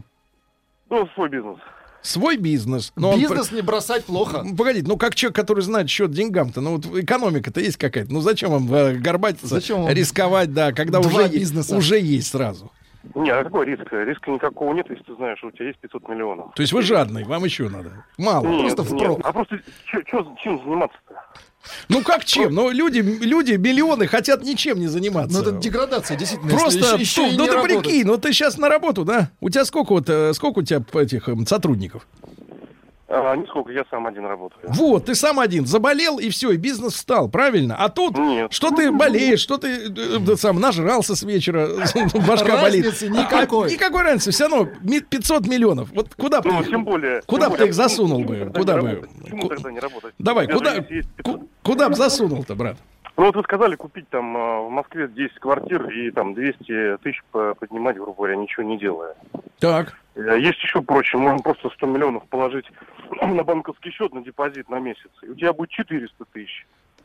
Ну, свой бизнес.
Свой бизнес. Но он
Бизнес не бросать плохо.
Ну, погодите, ну как человек, который знает счет деньгам-то, ну вот экономика-то есть какая-то, ну зачем вам э, горбатиться,
Зачем вам
рисковать, да, когда
два
уже, е-
бизнеса?
уже есть сразу.
Не, а какой риск? Риска никакого нет, если ты знаешь, что у тебя есть пятьсот миллионов.
То есть вы жадный, вам еще надо. Мало.
Нет,
просто
нет.
впрок.
А просто чё- чё- чем заниматься-то?
Ну как чем? Ну люди, люди миллионы хотят ничем не заниматься.
Ну, это деградация, действительно.
Просто,
если еще, еще и
ну
не
ты
работать.
прикинь, ну ты сейчас на работу, да? У тебя сколько вот, э, сколько у тебя этих эм, сотрудников?
А, нисколько, я сам один работаю.
Вот, ты сам один. Заболел, и все, и бизнес встал, правильно? А тут,
Нет.
что ты болеешь, что ты э, сам нажрался с вечера, башка болит.
Разницы никакой.
А, никакой разницы, все равно пятьсот миллионов. Вот куда бы
Ну,
ты,
тем более.
куда
тем
бы ты
более,
их засунул
почему
бы?
тогда
Куда
не
бы?
работать? Почему
Ку-
тогда не работать?
Давай,
Даже
куда,
если есть пятьсот.
ку- куда бы засунул-то, брат?
Ну вот вы сказали купить там э, в Москве десять квартир и там двести тысяч по- поднимать, грубо говоря, ничего не делая.
Так.
Э, Есть еще проще, можно просто сто миллионов положить на банковский счет, на депозит на месяц, и у тебя будет четыреста тысяч.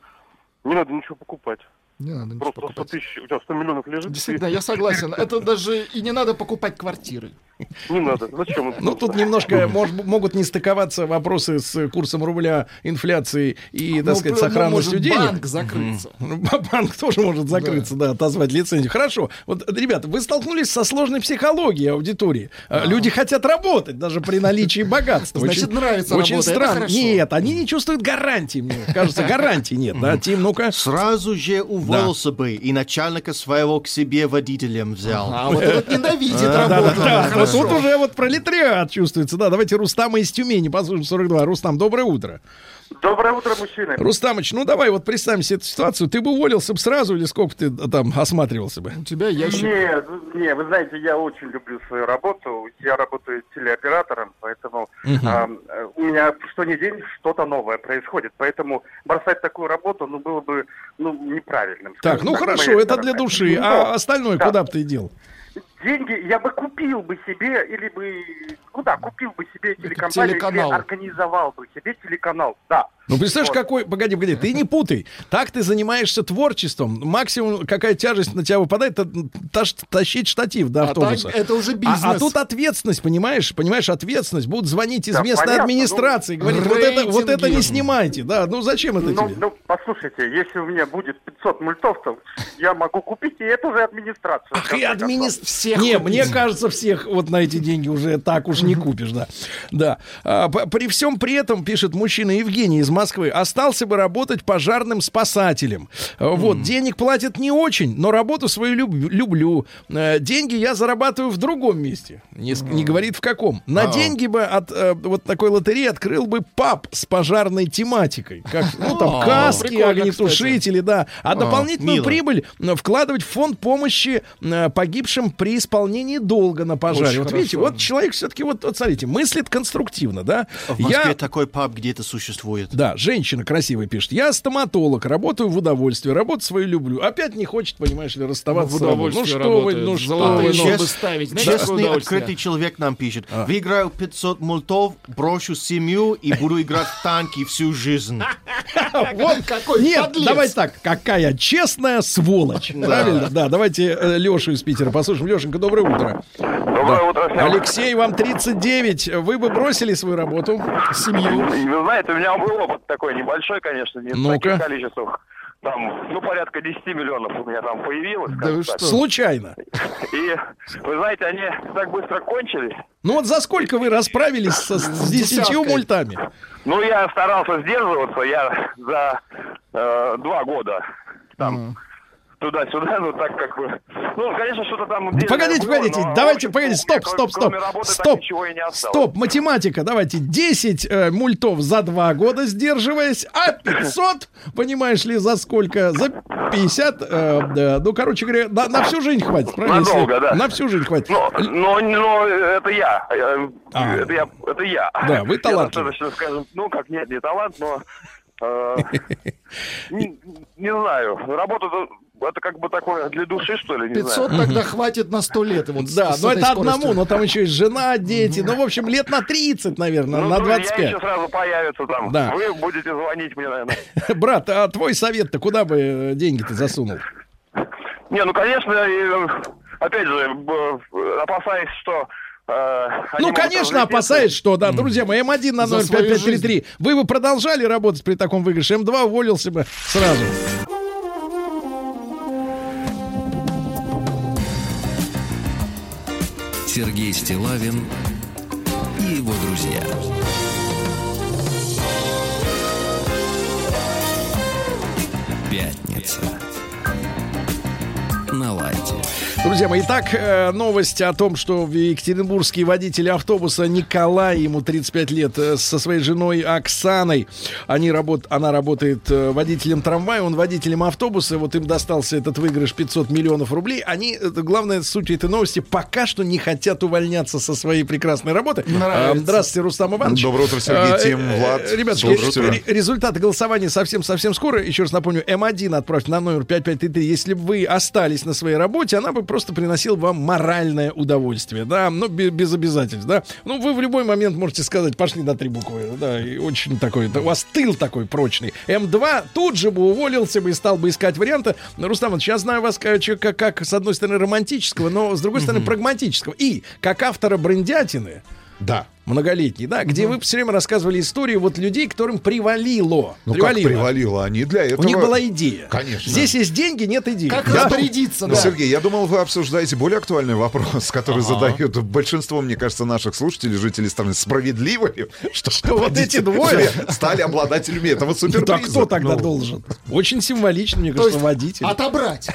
Не надо ничего покупать.
Не надо ничего
Просто сто
покупать.
тысяч, у тебя сто миллионов лежит.
Действительно,
ты-
я согласен. Это даже и не надо покупать квартиры.
Не надо, зачем это?
Ну, тут немножко мож- могут не стыковаться вопросы с курсом рубля, инфляцией и, так
Ну,
сказать,
ну,
сохранностью
может
денег.
банк закрыться.
Ну, банк тоже может закрыться, да, отозвать лицензию. Хорошо. Вот, ребята, вы столкнулись со сложной психологией аудитории. А. Люди хотят работать даже при наличии богатства.
Значит,
очень,
нравится
очень
работа, это
странно.
хорошо.
Нет, они не чувствуют гарантии, мне кажется, гарантии нет. Да, Тим, ну-ка.
Сразу же уволился бы и начальника своего к себе водителем взял.
А вот этот ненавидит
Да, да,
работу.
да, да. Вот
Хорошо.
тут уже вот пролетариат чувствуется. Да, давайте Рустама из Тюмени послушаем. сорок два. Рустам, доброе утро.
Доброе утро, мужчины.
Рустамыч, ну давай вот представим себе эту ситуацию. Ты бы уволился бы сразу или сколько ты там осматривался бы?
У тебя ящик.
Не, не, вы знаете, я очень люблю свою работу. Я работаю телеоператором, поэтому
Мгм.
а, у меня что ни день что-то новое происходит. Поэтому бросать такую работу, ну, было бы, ну, неправильным.
Так,
скажем
ну
так, с
хорошо,
моей
это
стороны.
для души.
Но
А остальное
да.
куда бы ты дел?
деньги я бы купил бы себе, или бы, ну да, купил бы себе телекомпанию,
Телеканал.
или организовал бы себе телеканал, да.
Ну, представляешь,
Вот.
какой... Погоди, погоди, ты не путай. Так ты занимаешься творчеством. Максимум, какая тяжесть на тебя выпадает, это тащ- тащить штатив до
А
автобуса.
так это уже бизнес.
А, а тут ответственность, понимаешь? Понимаешь, ответственность. Будут звонить из
Да,
местной
понятно,
администрации,
ну,
говорить, вот это, вот это не
рейтинги.
снимайте. Да, ну зачем это
Ну,
тебе?
ну, послушайте, если у меня будет пятьсот мультов, то я могу купить и эту же администрацию.
Ах,
в конце
и
концов.
администрация.
Всех
Не,
купить.
мне кажется, всех вот на эти деньги уже так уж не купишь, да. Да. А, п- при всем при этом, пишет мужчина Евгений из Москвы, остался бы работать пожарным спасателем. А, Вот, денег платят не очень, но работу свою люб- люблю. Э, Деньги я зарабатываю в другом месте. Не, с- не говорит в каком. На деньги бы от э, вот такой лотереи открыл бы паб с пожарной тематикой. Как, ну, там,
А,
каски,
прикольно,
огнетушители, да. А дополнительную
мило.
прибыль э, вкладывать в фонд помощи э, погибшим при исполнении долга на пожаре.
Очень
Вот видите,
хорошо.
вот человек все-таки, вот, вот смотрите, мыслит конструктивно, да.
В Москве
Я,
такой паб где-то существует.
да, женщина красивая пишет. Я стоматолог, работаю в удовольствие, работу свою люблю. Опять не хочет, понимаешь ли, расставаться
В
с работой. Ну
удовольствие
что вы,
работает.
ну что
Золотые
вы, ну,
зубы
чест-
ставить. Знаете, какое
Честный,
удовольствие?
открытый человек нам пишет. Выиграю пятьсот мультов, брошу семью и буду играть в танки всю жизнь.
Вот
какой
Нет,
подлец.
давайте так. Какая честная сволочь. Правильно? Да, давайте э, Лешу из Питера послушаем. Лешенька, доброе утро.
Доброе утро всем.
Алексей, вам тридцать девять. Вы бы бросили свою работу?
Семью.
И Вы знаете, у меня был опыт такой небольшой, конечно, не в
Ну-ка.
таких количествах. Там, ну, порядка десять миллионов у меня там появилось.
Да
скажем
вы
так.
что?
Случайно.
И, вы знаете, они так быстро кончились.
Ну вот за сколько вы расправились со- с десятью
десяткой.
мультами?
Ну, я старался сдерживаться, я за э, два года там туда-сюда, ну, так как бы... Ну, конечно, что-то там...
Да погодите,
было,
погодите,
но,
давайте,
в общем,
погодите,
у меня
стоп, стоп, стоп,
кроме работы так
стоп,
ничего и не осталось.
стоп, математика, давайте, десять э, мультов за два года сдерживаясь, а пятьсот, понимаешь ли, за сколько? За пятьдесят, э, да, ну, короче говоря, на, на всю жизнь хватит, правильно? Если-
Надолго, да.
На всю жизнь хватит.
Но, но, но это я. Я-
А.
Это я. Это я.
Да, вы
Я
талантливый.
достаточно, скажем, ну как, нет, не талант, но э, не, не знаю. Работа это как бы такое для души, что ли, не
пятьсот
знаю.
тогда хватит на сто лет. Вот с-
Да,
с
но
этой
это
скоростью.
одному, но там еще есть жена, дети, ну, в общем, лет на тридцать, наверное,
Ну,
на
друзья
двадцать пять.
еще сразу появятся там.
Да.
Вы будете звонить мне, наверное.
Брат, а твой совет-то куда бы э, деньги-то засунул?
Не, ну, конечно, и, опять же, б- опасаясь, что... э, они
Ну,
могут
конечно,
разлететься.
опасаюсь, что, да, друзья мои, эм один на
За
ноль
свою
пять пять три три.
жизнь.
Вы бы продолжали работать при таком выигрыше, эм два уволился бы сразу.
Сергей Стиллавин и его друзья. Пятница. На лайте.
Друзья мои, итак, э, новость о том, что екатеринбургский водитель автобуса Николай, ему тридцать пять лет, э, со своей женой Оксаной, они работ, она работает э, водителем трамвая, он водителем автобуса, вот им достался этот выигрыш пятьсот миллионов рублей. Они, это, главная суть этой новости, пока что не хотят увольняться со своей прекрасной работы. Э, здравствуйте, Рустам Иванович.
Доброе утро, Сергей, Тим, Влад.
Ребятки, р- результаты голосования совсем-совсем скоро. Еще раз напомню, эм один отправьте на номер пять пять три три. Если бы вы остались на своей работе, она бы просто приносил вам моральное удовольствие, да, но без, без обязательств, да. Ну, вы в любой момент можете сказать, пошли на три буквы, да, и очень такой, да, у вас тыл такой прочный. эм два тут же бы уволился бы и стал бы искать варианты. Рустам Иванович, я знаю вас как, как, как с одной стороны, романтического, но с другой стороны, mm-hmm. прагматического. И как автора брендятины,
да,
многолетний, да, где вы все время рассказывали истории вот людей, которым привалило.
Ну
привалило.
как привалило? Они для этого...
У них была идея.
Конечно.
Здесь есть деньги, нет идеи.
Как
да?
распорядиться,
Ну,
да.
Сергей, я думал, вы обсуждаете более актуальный вопрос, который
Ага.
задают большинство, мне кажется, наших слушателей, жителей страны. Справедливо ли, что,
что вот эти двое
стали обладателями этого суперприза?
Да кто тогда
Ну,
должен? Очень символично, мне
То
кажется,
есть
водитель.
отобрать.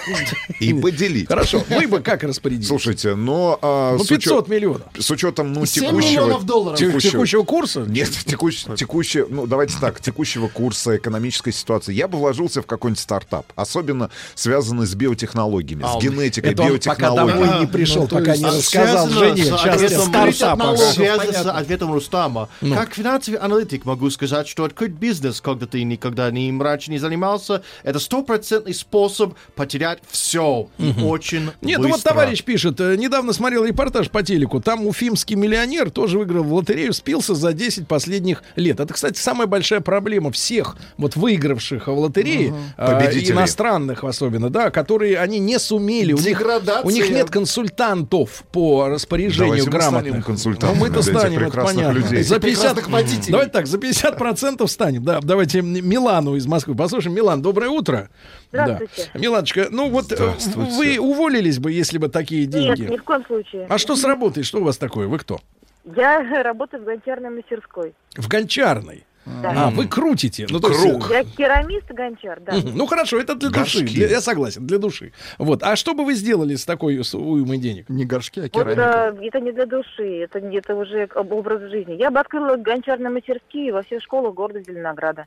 И поделить.
Хорошо, вы бы как распорядились?
Слушайте, но... а,
Ну,
с учет-
пятьсот миллионов.
С учетом, ну,
семь
текущего...
миллионов долларов.
Текущего, текущего курса?
Нет, текущ, текущего, ну, давайте так, текущего курса, экономической ситуации. Я бы вложился в какой-нибудь стартап, особенно связанный с биотехнологиями,
А,
с генетикой,
это он пока
биотехнологиями.
домой не пришел,
Ну, то
пока
есть,
не
а
рассказал Жене
с
части
ответом-
стартапа.
Связано
понятно.
с ответом Рустама.
Ну.
Как финансовый аналитик могу сказать, что открыть бизнес, когда ты никогда им раньше не занимался, это стопроцентный способ потерять все. И очень
Нет, ну вот
быстро.
товарищ пишет, э, недавно смотрел репортаж по телеку, там уфимский миллионер тоже выиграл в лотерею, спился за десять последних лет. Это, кстати, самая большая проблема всех вот выигравших в лотерее,
Угу.
э,
Победителей.
иностранных особенно, да, которые они не сумели, у них,
Деградация.
у них нет консультантов по распоряжению
Давайте мы
грамотных.
станем консультантами
Ну, мы-то
для этих
станем, это
прекрасных
понятно.
людей.
За пятьдесят,
Прекрасных водителей.
давайте так, за пятьдесят процентов станем. Да, давайте Милану из Москвы послушаем. Милан, доброе утро.
Здравствуйте.
Да. Миланочка, ну вот э,
Здравствуйте.
вы уволились бы, если бы такие деньги.
Нет, ни в коем случае.
А что с работой? Что у вас такое? Вы кто?
Я работаю в гончарной мастерской.
В гончарной.
Да.
А, вы крутите. Ну, то есть,
Круг.
Я керамист-гончар, да.
Мгм. Ну хорошо, это для души.
Горшки.
Для- я согласен, для души. Вот. А что бы вы сделали с такой с уймой денег?
Не горшки, а
Вот
керамика.
э, это не для души, это, не- это уже об- образ жизни. Я бы открыла гончарные мастерские во всех школах города Зеленограда.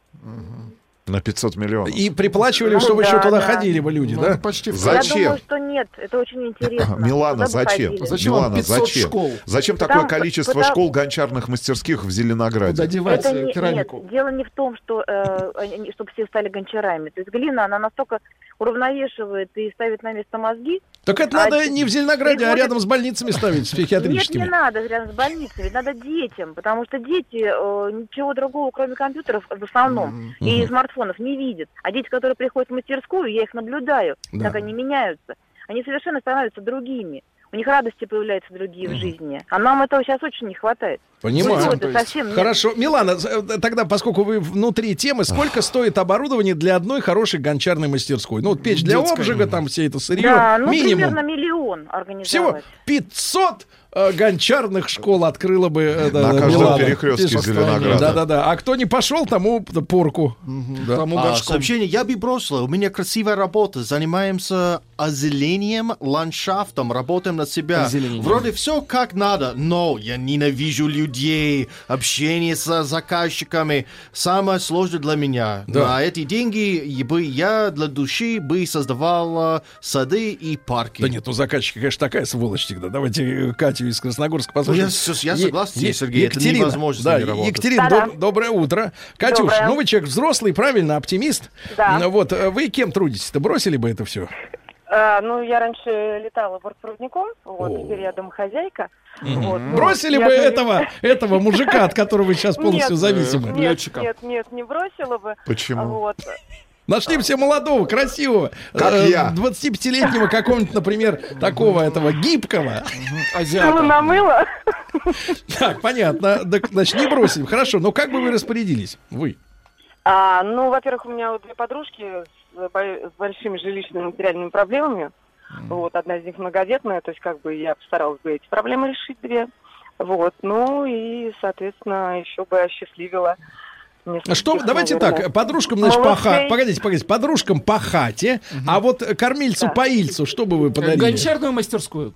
На пятьсот миллионов.
И приплачивали,
Ну,
чтобы
да,
еще туда
да.
ходили бы люди,
Ну,
да?
это почти в-
Зачем?
Я думаю, что нет, это очень интересно.
Милана,
Туда бы
зачем?
ходили.
Зачем вам
Милана,
пятьсот
зачем?
школ?
Зачем
Потому-
такое количество
потому-
школ гончарных мастерских в Зеленограде?
Куда девать
Это
э,
не-
керамику?
Нет, дело не в том, что э, они- чтобы все стали гончарами. То есть глина, она настолько уравновешивает и ставит на место мозги.
Так это
А
надо
те-
не в Зеленограде, а
приходят-
рядом с больницами ставить, с
Нет, не
психиатрическими.
надо рядом с больницей, ведь надо детям, потому что дети э, ничего другого, кроме компьютеров, в основном, и
Мгм.
смартфонов не видят. А дети, которые приходят в мастерскую, я их наблюдаю,
Да.
как они меняются. Они совершенно становятся другими. У них радости появляются другие в жизни. А нам этого сейчас очень не хватает.
Понимаю.
Ну, это совсем нет.
Хорошо. Милана, э, тогда, поскольку вы внутри темы, сколько стоит оборудование для одной хорошей гончарной мастерской? Ну, вот печь для
Детская.
обжига, там все это сырье.
Да, ну
минимум.
примерно миллион организовать.
Всего пятьсот э, гончарных школ открыла бы э, да,
На каждом
Милана.
перекрестке
Пишет.
Зеленограда.
Да-да-да. А кто не пошел, тому порку. Да.
Тому
А,
горшком.
сообщение я бы бросил. У меня красивая работа. Занимаемся озеленением, ландшафтом, работаем над себя.
Озеленением.
Вроде все как надо, но я ненавижу людей, общение с заказчиками. Самое сложное для меня.
Да.
На эти деньги и бы я для души бы создавал э, сады и парки.
Да нет, ну заказчик, конечно, такая сволочь всегда. Давайте э, Катю из Красногорска
Ну,
послушаем.
я, с- я
Е-
согласен с
Е-
ней, Сергей. Это
Екатерина,
невозможно с
да,
ними работать.
Екатерина,
Да-да.
доб- доброе утро. Катюш,
Доброе.
ну вы человек взрослый, правильно, оптимист.
Да.
Ну Вот, э, вы кем трудитесь-то? Бросили бы это все?
А, ну, я раньше летала бортпроводником, вот,
О.
теперь я домохозяйка.
Мгм.
Вот, ну,
Бросили
я
бы
говорю-
этого, этого мужика, от которого вы сейчас полностью
Нет,
зависимы?
Нет,
Летчика.
нет, нет, не бросила бы.
Почему?
Вот.
Нашли все молодого, красивого,
Как
э,
я.
двадцатипятилетнего какого-нибудь, например, такого этого гибкого.
Силу намыла.
Так, понятно. Так, значит, не бросили. Хорошо, но как бы вы распорядились? Вы.
А, ну, во-первых, у меня вот две подружки с, бо- с большими жилищными материальными проблемами. Вот, одна из них многодетная, то есть как бы я постаралась бы эти проблемы решить две. Вот, ну и, соответственно, еще бы осчастливила нескольких,
Что, давайте
наверное,
так, подружкам, значит, по ха...
малышей.
Погодите, погодите, подружкам по хате, а вот кормильцу-поильцу, что бы вы подарили?
Гончарную мастерскую.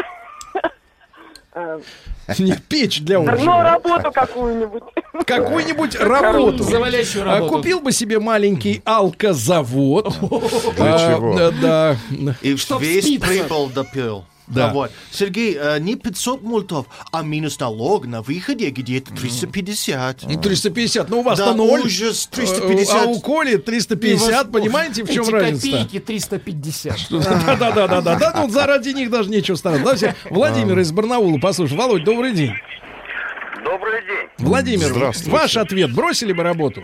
Э,
Нет, печь для
Ну,
ужина.
работу какую-нибудь.
Какую-нибудь работу.
Завалящую
А,
работу.
Купил бы себе маленький алкозавод.
Для
А,
чего?
да, да.
И
Чтоб
весь
спиться.
прибыл допил.
Да.
А вот. Сергей, э, не пятьсот мультов, а минус налог на выходе где-то триста пятьдесят.
Ну, триста пятьдесят, ну у вас-то
Да,
ноль.
ужас, триста пятьдесят.
А у Коли триста пятьдесят, понимаете, в чем
Эти
разница?
копейки триста пятьдесят.
Да, да, да, да, да, да, ну заради них даже нечего стараться. Давайте Владимир из Барнаула послушай. Володь, добрый день.
Добрый день.
Владимир,
Здравствуйте.
ваш ответ: бросили бы работу?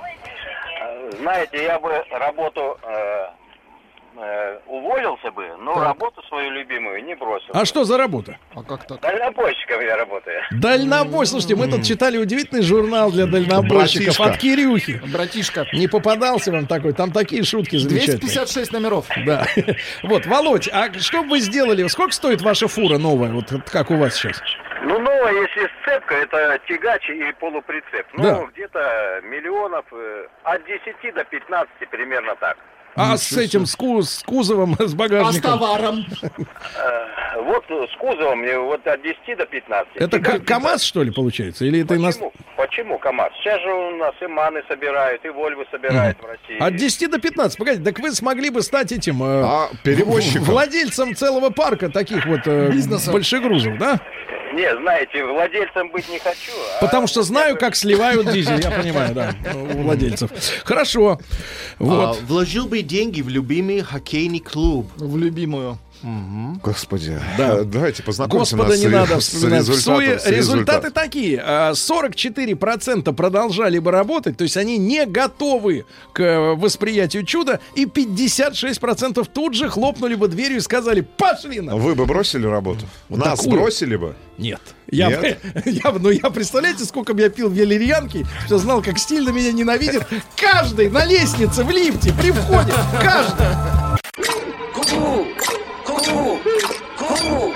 Знаете, я бы работу э, э, уволился бы, но
Так.
работу свою любимую не бросил.
А что за работа?
А как так?
Дальнобойщиком я работаю.
Дальнобой. Слушайте, мы тут читали удивительный журнал для дальнобойщиков
Братишка.
от Кирюхи.
Братишка.
Не попадался вам такой? Там такие шутки
двести
замечательные.
пятьдесят шесть номеров.
Да. Вот, Володь, а что бы вы сделали? Сколько стоит ваша фура новая, вот как у вас сейчас?
Ну, новая, если сцепка, это тягач и полуприцеп. Ну,
Да.
где-то миллионов э, от десяти до пятнадцати, примерно так.
А с этим, с, ку- с кузовом, с
А с
багажником?
товаром?
Э, вот с кузовом мне вот от десяти до пятнадцати.
Это
Тягач-
К- КамАЗ, что ли, получается? Или это иност-
Почему? Почему КамАЗ? Сейчас же у нас и МАНы собирают, и Вольвы собирают в России.
От десяти до пятнадцати. Погодите, так вы смогли бы стать этим э,
А, перевозчиком.
в- владельцем целого парка таких вот э,
Бизнеса.
А
большегрузов, да?
Не, знаете, владельцем быть не хочу. а
Потому что знаю, как сливают дизель, я понимаю, да, у владельцев. Хорошо. Вот.
А, вложил бы деньги в любимый хоккейный клуб.
В любимую.
Господи,
Да.
э, давайте познакомимся
Господа,
нас
не
с,
надо
ре-
вспоминать.
с
В Суе
результатом. с
результаты
результатом.
такие. А, сорок четыре процента продолжали бы работать, то есть они не готовы к э, восприятию чуда, и пятьдесят шесть процентов тут же хлопнули бы дверью и сказали: пошли нам.
Вы бы бросили работу?
Вот
Нас
такую?
бросили бы?
Нет. Я,
Нет?
бы- я, бы- ну, я, представляете, сколько бы я пил валерьянки, что знал, как сильно меня ненавидит каждый на лестнице, в лифте, при входе. Каждый.
Ку-ку! Ку-ку! Ку-ку!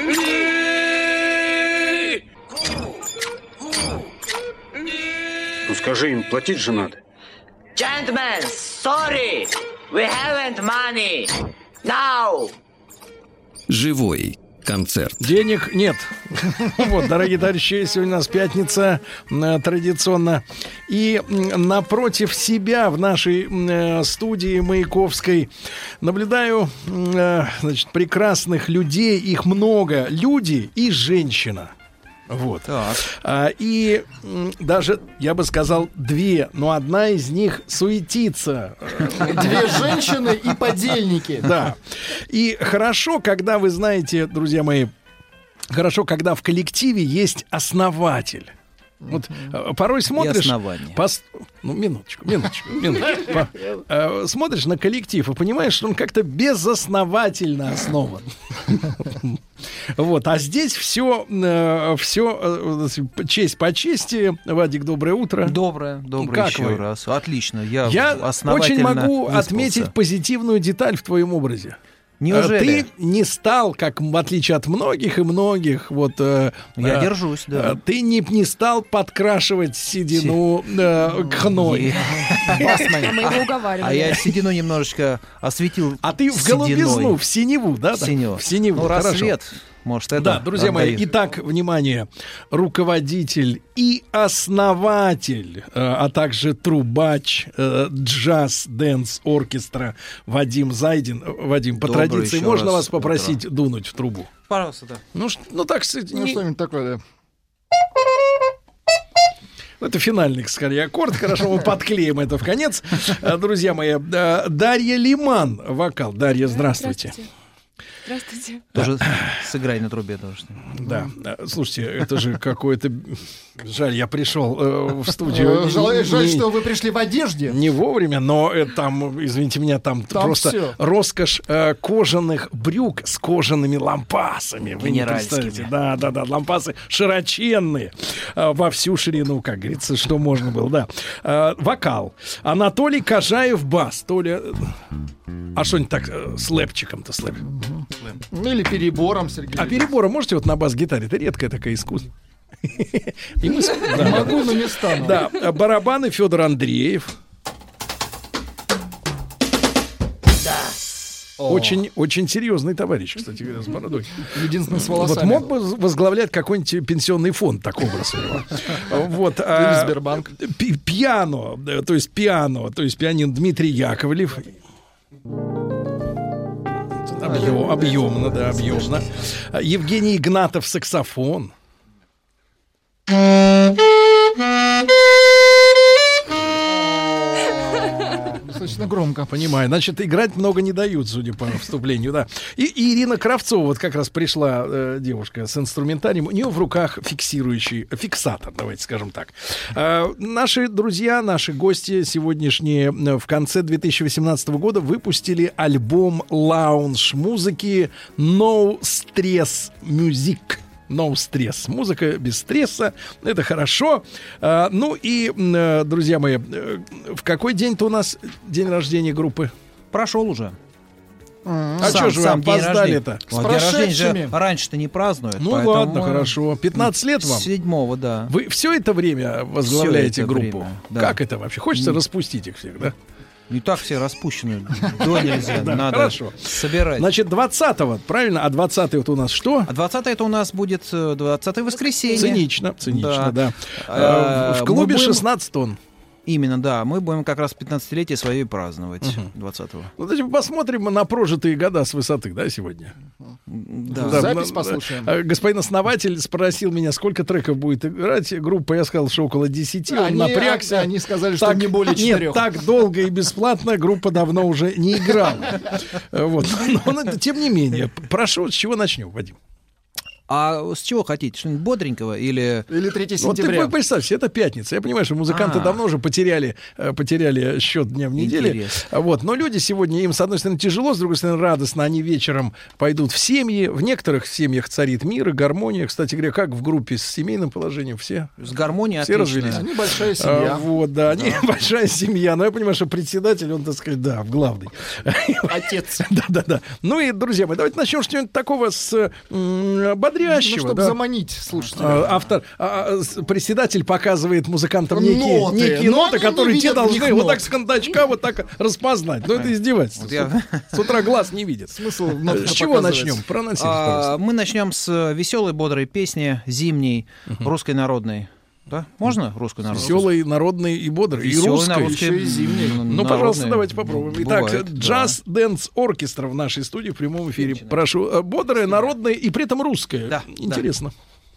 Ну скажи им, платить же надо.
Gentlemen, sorry, we haven't money. Now.
Живой концерт.
Денег нет. Вот, дорогие товарищи, сегодня у нас пятница э, традиционно. И м, напротив себя в нашей м, э, студии Маяковской наблюдаю м, э, значит, прекрасных людей. Их много. Люди и женщина. Вот. А, и м, даже, я бы сказал, две, но одна из них суетится.
Две женщины и подельники.
Да. И хорошо, когда вы знаете, друзья мои, хорошо, когда в коллективе есть основатель. Вот э, порой смотришь...
основание.
пос- Ну, минуточку, минуточку, минуточку. По- э, Смотришь на коллектив и понимаешь, что он как-то безосновательно основан. Вот, а здесь все, все честь по чести. Вадик, доброе утро.
Доброе, доброе
Как
еще
вы?
раз. Отлично, я,
Я очень
основательно
могу
выспался.
отметить позитивную деталь в твоем образе.
Неужели?
Ты не стал, как в отличие от многих и многих, вот... э,
Я
э,
держусь, да.
э, Ты не, не стал подкрашивать седину э, хной.
Мы его уговаривали.
А я седину немножечко осветил.
А ты в голубизну, в синеву, да?
В
так?
синеву.
В синеву,
Ну,
хорошо.
рассвет, может, это
Да, друзья мои,
отдаю.
итак, внимание, руководитель и основатель, э, а также трубач э, джаз-дэнс-оркестра Вадим Зайдин. Э, Вадим, по
Доброе
традиции,
еще
можно
раз
вас попросить
утро.
дунуть в трубу?
Пожалуйста, да.
Ну, ш- ну так, кстати,
Ну,
не-
что-нибудь такое, да.
это финальный, скорее, аккорд. Хорошо, мы подклеим это в конец. Э, Друзья мои, э, Дарья Лиман, вокал. Дарья, здравствуйте.
Здравствуйте.
Тоже сыграй на трубе должен.
Да, э, слушайте, это же какое-то... Жаль, я пришел э, в студию.
Э, Жаль,
не-
жаль,
не-
что вы пришли в одежде.
Не вовремя, но э, там, извините меня, там,
Там
просто
всё.
роскошь э, кожаных брюк с кожаными лампасами. Вы не
Генеральскими.
представляете. Да, да, да, лампасы широченные э, во всю ширину, как говорится, что можно было, да. Э, вокал. Анатолий Кожаев бас. Толя... э, А что-нибудь так э, с лэпчиком-то слэп?
Ну, или перебором, Сергей.
А перебора можете вот на бас-гитаре? Это редкое такое искусство. И мы...
Могу, но не стану.
Да, барабаны Федор Андреев. Очень, очень серьезный товарищ, кстати говоря, с бородой.
Единственный с волосами.
Вот мог бы возглавлять какой-нибудь пенсионный фонд, так образ его. Вот.
Или Сбербанк.
Пиано, то есть пиано, то есть пианин Дмитрий Яковлев. Объем, объемно, да, объемно. Евгений Игнатов, саксофон.
Достаточно громко.
Понимаю. Значит, играть много не дают, судя по вступлению, да. И, и Ирина Кравцова, вот как раз пришла э, девушка с инструментарием, у нее в руках фиксирующий, фиксатор, давайте скажем так. Э, наши друзья, наши гости сегодняшние в конце две тысячи восемнадцатого года выпустили альбом лаунж-музыки No Stress Music. No стресс. Музыка без стресса. Это хорошо. А, ну и, э, друзья мои, э, в какой день-то у нас день рождения группы?
Прошел уже.
А что же вы опоздали-то?
С прошедшими. Раньше-то не празднуют.
Ну ладно, хорошо. пятнадцать лет вам?
Седьмого, да.
Вы все это время возглавляете
это
группу?
Время, да.
Как это вообще? Хочется распустить их всех, да?
Не так все распущены. До нельзя.
Да,
надо
хорошо.
собирать.
Значит, двадцатого, правильно? А двадцатый вот у нас что?
А двадцатое это у нас будет двадцатое воскресенье.
Цинично, цинично, да.
Да.
А, в клубе
будем...
шестнадцать тонн.
Именно, да. Мы будем как раз пятнадцатилетие свое праздновать двадцатого.
Ну, давайте посмотрим на прожитые года с высоты, да, сегодня?
Да.
Да,
Запись
на-
послушаем.
а, Господин основатель спросил меня, сколько треков будет играть группа. Я сказал, что около десяти. Он
Они-
напрягся.
они сказали, что
Так-
не более четырех.
Нет, так долго и бесплатно группа давно уже не играла. Вот. Но, но, тем не менее, прошу, с чего начнем, Вадим?
А с чего хотите? Что-нибудь бодренького или...
Или третьего
Вот ты
сентября.
представь, это пятница. Я понимаю, что музыканты
А.
давно уже потеряли, э, потеряли счет дня в неделе.
Интересно.
Вот. Но люди сегодня, им, с одной стороны, тяжело, с другой стороны, радостно. Они вечером пойдут в семьи. В некоторых семьях царит мир и гармония. Кстати говоря, как в группе с семейным положением все.
С гармонией
Все
отлично.
развелись.
Они большая семья.
А, вот, да, они большая семья. Но я понимаю, что председатель, он, так сказать, да, в главный.
Отец.
Да-да-да. Ну и, друзья мои, давайте начнем что-нибудь такого с м, бодрящего.
Ну, чтобы
да.
заманить слушателя.
А, Автор, а, а, с- председатель показывает музыкантам некие
Ноты.
некие
Но
ноты,
они не
которые те
видят в них
должны вот
нот.
так с кондачка вот так распознать. Ну это издевательство.
Вот я-
С утра глаз не видит.
Смысл
С чего начнем? Проанонсируйте,
А,
пожалуйста.
мы начнем с веселой, бодрой песни, зимней, русской народной. Да? Можно русскую народную?
Веселый, народный и бодрый. И
Веселый,
русский.
народный,
еще и зимний.
н-
Ну, пожалуйста,
народный.
давайте попробуем. Итак,
Бывает, да.
джаз дэнс оркестра в нашей студии в прямом эфире. Прошу. Э, Бодрое, народное и при этом русское.
Да,
Интересно.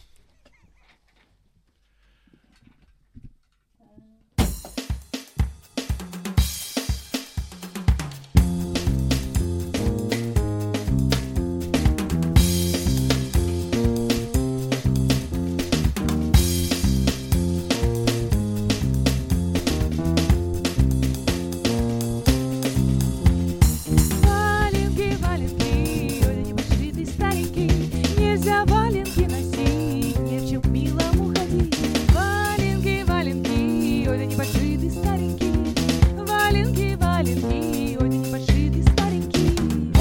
Валенки, валенки, ой, не пошли ты старенький, нельзя валенки носить, ни в чем милому ходить. Валенки, валенки, ой, не пошли ты старенький, валенки, валенки, ой, не пошли ты старенький.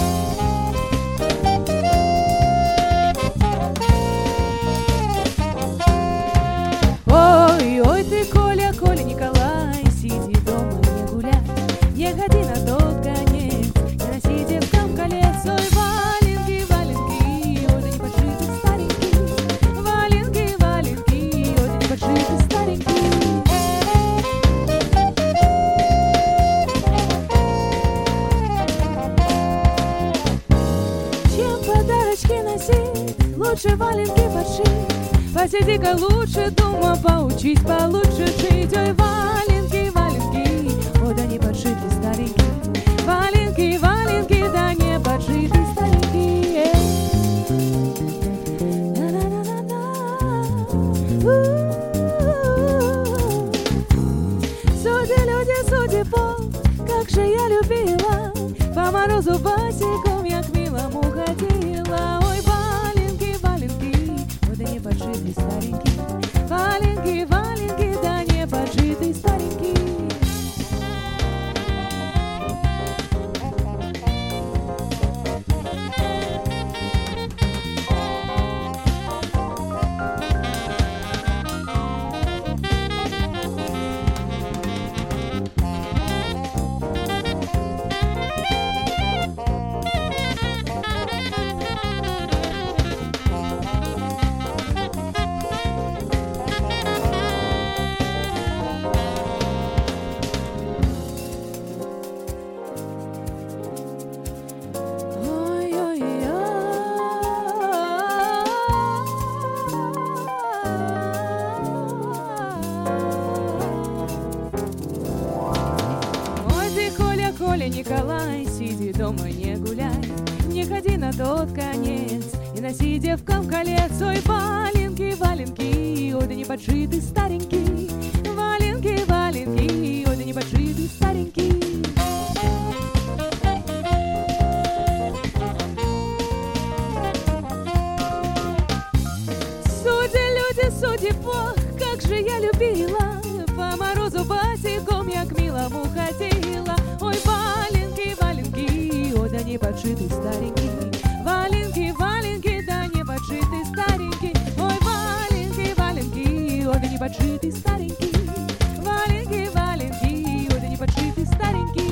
Ой, ой, ты, Коля, Коля, Николай, сиди дома, не гуляй, не ходи на тот конец, не носи девкам колец. Ой, валенки, валенки, ой, да не пошли ты старенький, валенки, валенки, ой, да не пошли ты старенький. Чем подарочки носить, лучше валенки подшить. Посиди-ка лучше дома, поучись получше жить. Ой, валенки, валенки, ой, да не подшиты старенький. Валенки, валенки, да не подшиты старенький. Эй. На-на-на-на-на. У-у-у. Судьи, люди, судьи, Бог, как же я любила, по морозу босиком я к милому ходила. Ой, валенки, валенки, ой, да не поджитый старенький. Валенки, валенки, да не поджитый старенький. дома не гуляй, не ходи на тот конец и носи девкам колец. Ой, валенки, валенки, ой, да не подшиты старенький. Валенки, валенки, ой, да не подшиты старенький. Судьи, Бог, как же я любила, по морозу босиком я к милому ходила. Ой, валенки, валенки, ой, да не подшитый старенький. Валенки, валенки, да не подшитый старенький. Ой, валенки, валенки, ой, да не подшитый старенький. Валенки, валенки, ой, да не подшитый старенький.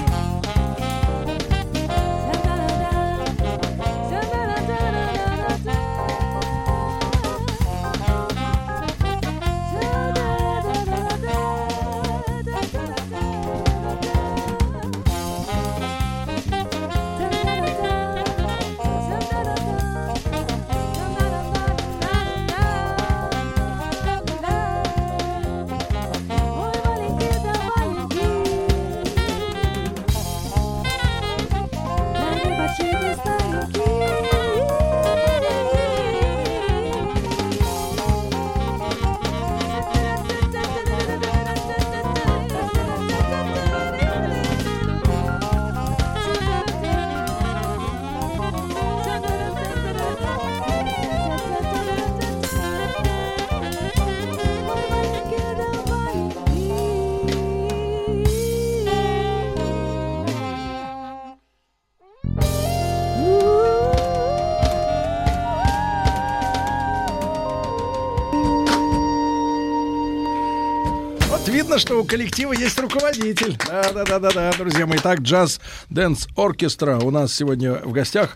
Видно, что у коллектива есть руководитель. Да-да-да-да, друзья мои. Так, Jazz Dance Orchestra у нас сегодня в гостях.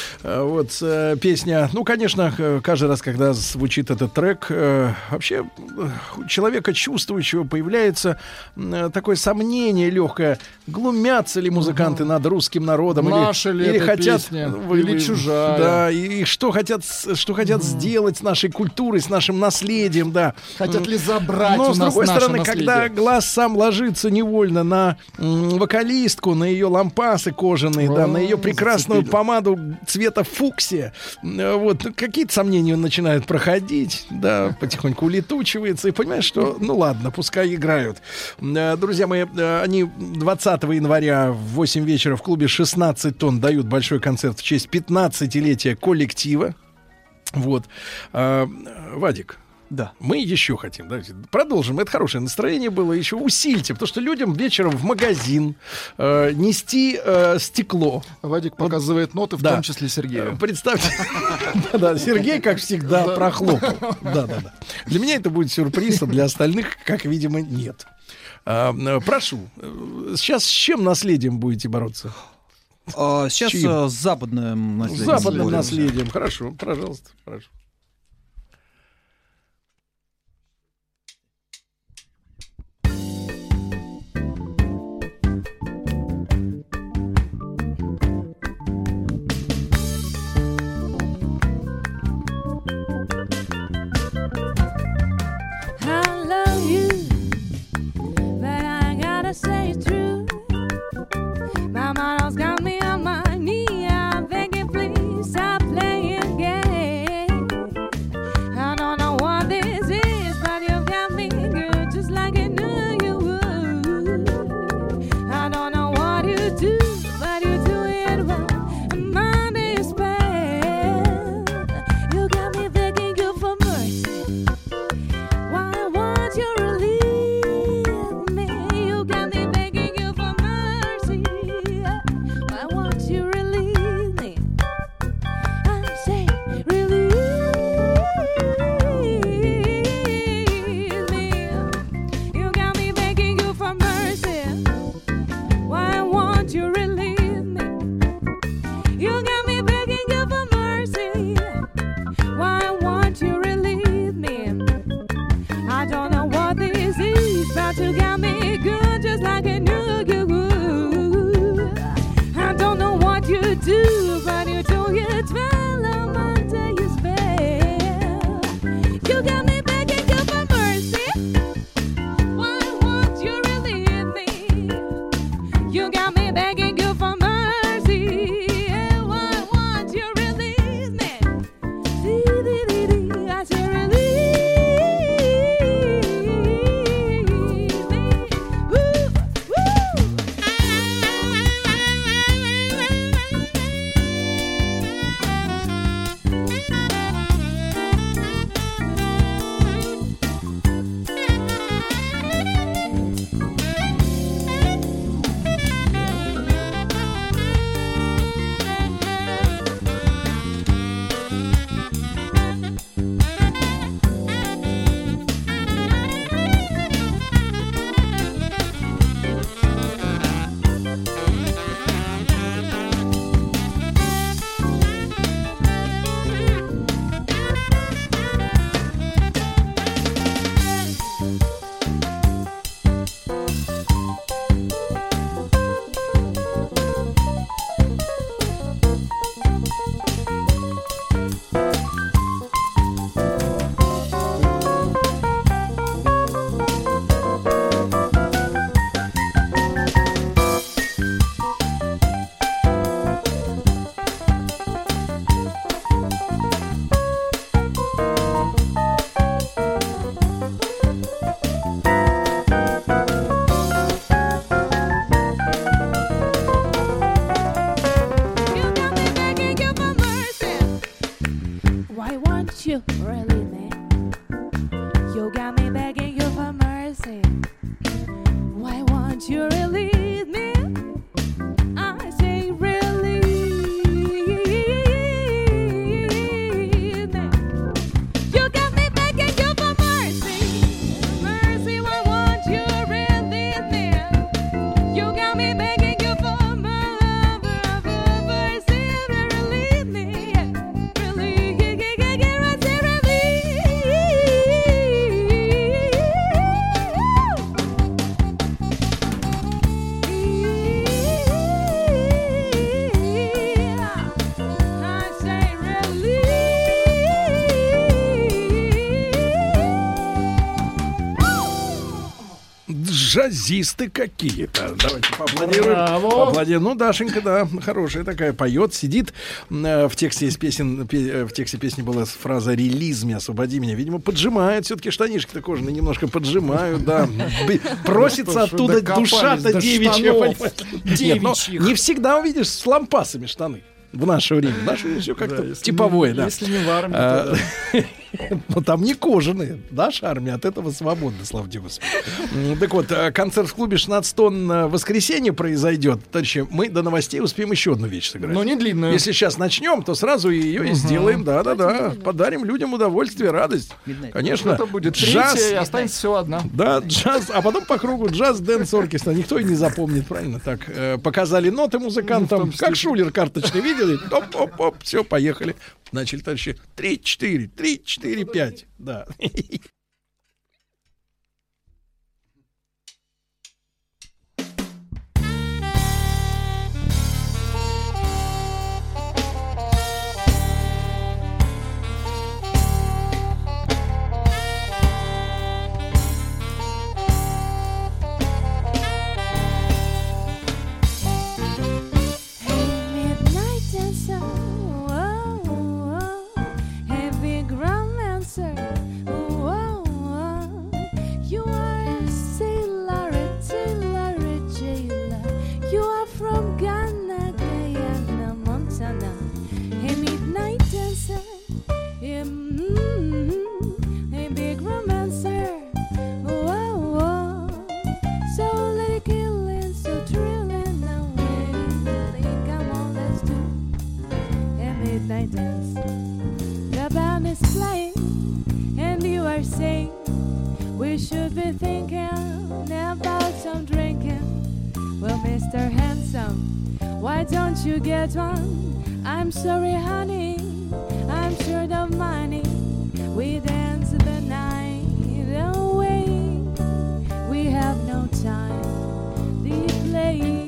Вот песня. Ну, конечно, каждый раз, когда звучит этот трек, вообще у человека чувствующего появляется такое сомнение легкое. Глумятся ли музыканты угу. над русским народом?
Наша
или,
ли
или
эта
хотят,
песня,
вы,
или чужая?
Да, и, и что хотят, что хотят угу. сделать с нашей культурой, с нашим наследием, да.
Хотят ли забрать
Но,
у
с
нас
другой
наше
стороны,
наследие?
когда глаз сам ложится невольно на м, вокалистку, на ее лампасы кожаные, О, да, на ее прекрасную зацепили. помаду цвета фуксия, вот, какие-то сомнения начинают проходить, да, потихоньку улетучивается, и понимаешь, что, ну ладно, пускай играют. Друзья мои, они двадцатого января в восемь вечера в клубе шестнадцать тонн дают большой концерт в честь пятнадцатилетия коллектива. Вот. А, Вадик,
да.
Мы еще хотим, да, продолжим. Это хорошее настроение было. Еще усильте, потому что людям вечером в магазин э, нести э, стекло.
Вадик показывает ноты, в да. том числе Сергею.
Представьте, да, Сергей, как всегда, прохлопал. Да, да, да. Для меня это будет сюрприз, а для остальных, как видимо, нет. Прошу. Сейчас с чем наследием будете бороться?
Сейчас с западным наследием.
С западным наследием. Хорошо, пожалуйста, прошу.
Say it's true. My motto's got me on my knee. I'm begging, please stop playing games. won't you really me? You got me begging you for mercy. Why won't you release me? I say release me. You got me begging you for mercy. Mercy, why won't you release me? You got me begging you for mercy. Release me. Release,
Джазисты какие-то. Давайте поаплодируем.
Браво.
Поаплодируем. Ну, Дашенька, да, хорошая такая, поет, сидит. Э, В тексте из песен, пе- в тексте песни была фраза «релиз меня, освободи меня». Видимо, поджимает. Все-таки штанишки-то кожаные немножко поджимают, да. Б- Просится
Ну что ж,
оттуда
докопались
душа-то
до
девичья.
штанов
понимаете? Нет, но
девичьих.
не всегда увидишь с лампасами штаны. В наше время. В наше время все как-то
Да, если
типовое,
не-
да.
если не в армии, то
А,
да.
Но там не кожаные. Наша армия от этого свободна, слава тебе Господи. М, Так вот, э, концерт в клубе шестнадцать тонн в воскресенье произойдет. Товарищи, мы до новостей успеем еще одну вещь сыграть.
Но не длинную.
Если сейчас начнем, то сразу ее и
Мгм.
сделаем. Да-да-да. Подарим людям удовольствие, радость. Конечно.
Это будет
джаз.
третья, и останется всего одна.
Да, джаз, а потом по кругу джаз, дэнс, оркестр. Никто и не запомнит, правильно? Так, э, показали ноты музыкантам, как шулер карточный, видели? Оп-оп-оп, все, поехали. Начали, товарищи. Три, четыре, три, четыре, пять. Да.
Midnight dancer, whoa, whoa. Heavy romancer, whoa, whoa. You are a sailor, a tailor, a jailer. You are from Ghana, Guyana, Montana. Hey, midnight dancer, yeah, mm-hmm. Hey, big romancer, whoa, whoa. So let it kill it, so thrilling now. Come on, let's do a midnight dance. The band is playing, and you are saying we should be thinking about some drinking. Well, Mister Handsome, why don't you get one? I'm sorry, honey, I'm short of money. We dance the night away. We have no time to play.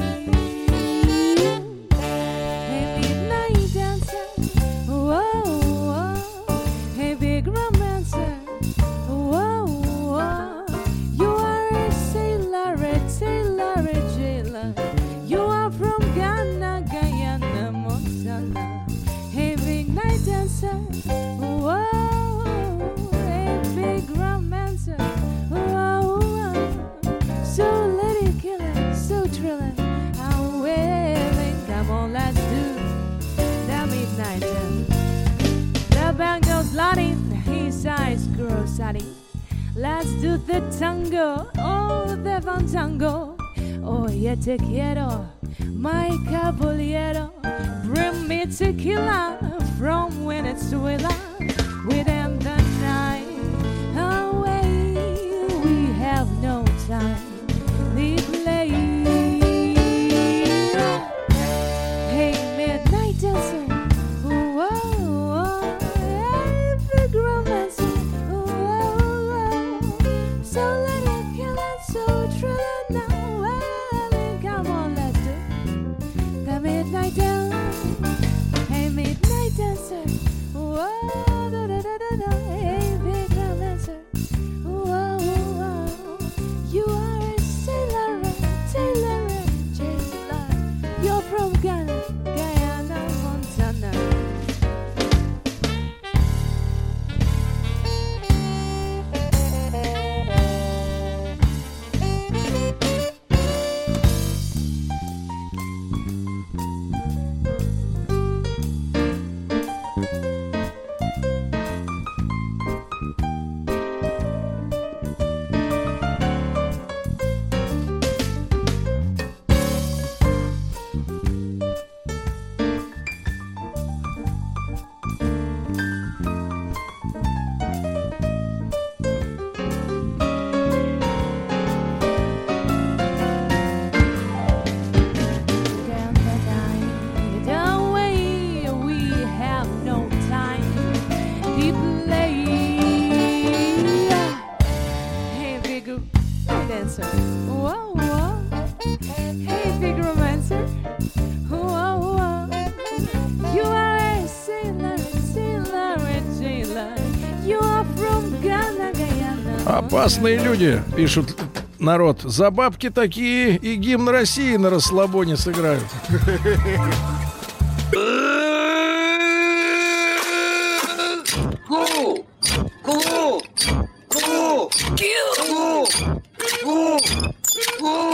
Hey, midnight dancer, whoa, whoa. Hey, big romancer, whoa, whoa. You are a sailor, a tailor, a jailer. You are from Ghana, Guyana, Montana. Hey, big night dancer, whoa. Hey, big romancer, whoa, whoa. So let it kill it, so thrilling. I'm willing. Come on, let's do the midnight dance. The band goes lighting, his eyes grow sunny. Let's do the tango, oh, the fantango. Oh, yeah, te quiero, my caballero. Bring me tequila from Venezuela. Within the night away, we have no time. We play. Hey, midnight dancer, whoa, whoa. Hey, big romancer, whoa, whoa. So let it kill it, so thrilling now. Well, then come on, let's do the midnight dance. Hey, midnight dancer, whoa, da da da da da. Hey, big romancer, whoa, whoa. You are a sailor, a tailor, a jailer. You're from Ghana, Guyana, Montana. he play. Hey, big dancer. Whoa, whoa. Hey, big romancer. Whoa, whoa. You are a sailor, sailor, sailor. You are from Ghana, Guyana.
Опасные люди, пишут народ. За бабки такие и гимн России на расслабоне сыграют.
Ку! Ку! Ку! Ку! Ку! Ку!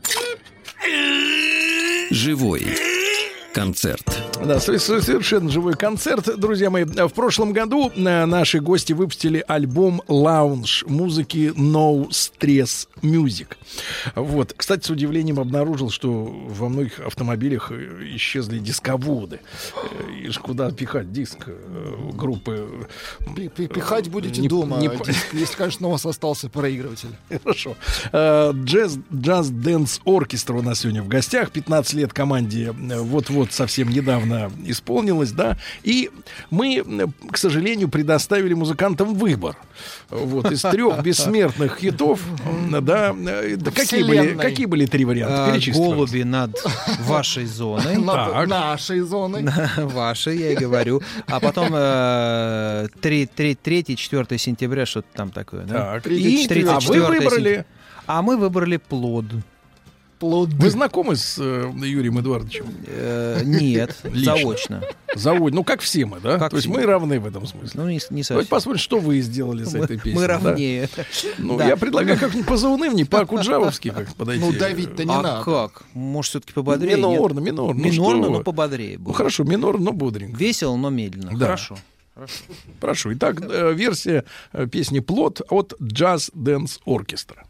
Живой концерт.
Да, совершенно живой концерт, друзья мои. В прошлом году наши гости выпустили альбом «Лаунж» музыки No Stress Music. Вот. Кстати, с удивлением обнаружил, что во многих автомобилях исчезли дисководы. И куда пихать диск группы?
Пихать будете
не,
дома,
не...
диск, если, конечно, у вас остался проигрыватель.
Хорошо. Джаз, Джаз Дэнс Оркестра у нас сегодня в гостях. пятнадцать лет команде вот-вот совсем недавно исполнилось, да. И мы, к сожалению, предоставили музыкантам выбор. Вот, из трех бессмертных хитов, да. Какие были, какие были три варианта?
Перечислим. «Голуби над вашей зоной».
Над нашей зоной.
Вашей, я и говорю. А потом третье, четвёртое сентября, что-то там такое.
Так, и а вы выбрали?
А мы выбрали «Плод».
Плод. Вы знакомы с э, Юрием Эдуардовичем?
Э, нет,
лично.
Заочно.
Заочно. Ну, как все мы, да?
Как
То есть
все.
Мы равны в этом смысле.
Ну, не, не совсем.
Давайте посмотрим, что вы сделали с
мы,
этой песней.
Мы равнее.
Да? Ну,
да.
я предлагаю как-нибудь позаунывней, по-акуджавовски как подойти.
Ну, давить-то не
а
надо.
как? Может, все-таки пободрее?
Минорно, минорно.
Минорно,
ну,
но пободрее.
Ну, хорошо, минорно, но бодренько.
Весело, но медленно.
Да.
Хорошо. Хорошо.
Прошу. Итак, э, версия э, песни «Плод» от Джаз Дэнс Оркестра.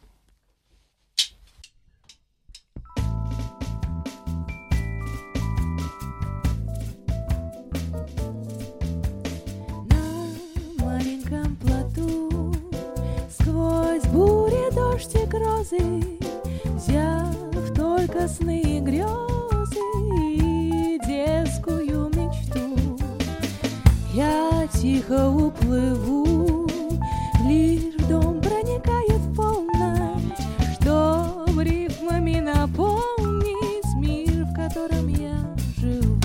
Дождь и грозы, взяв только сны и грезы и детскую мечту, я тихо уплыву, лишь в дом проникает полночь, чтоб рифмами наполнить мир, в котором я живу.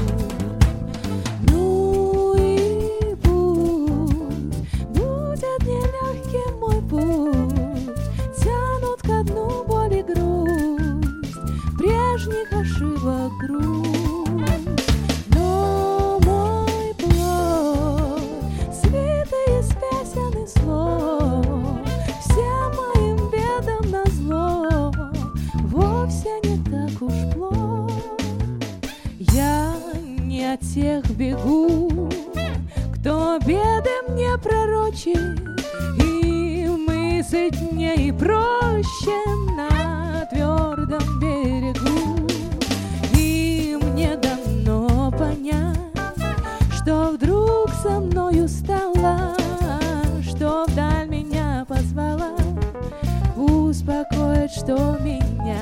Ну и пусть будет нелегким мой путь, тянут ко дну боль и грусть, прежних ошибок грусть. Но мой плод, свитый из песен и слов, всем моим бедам назло, вовсе не так уж плох. Я не от тех бегу, кто беды мне пророчит, и мыслить мне и проще на твердом берегу. И мне дано понять, что вдруг со мною стало, что вдаль меня позвала, успокоит, что меня.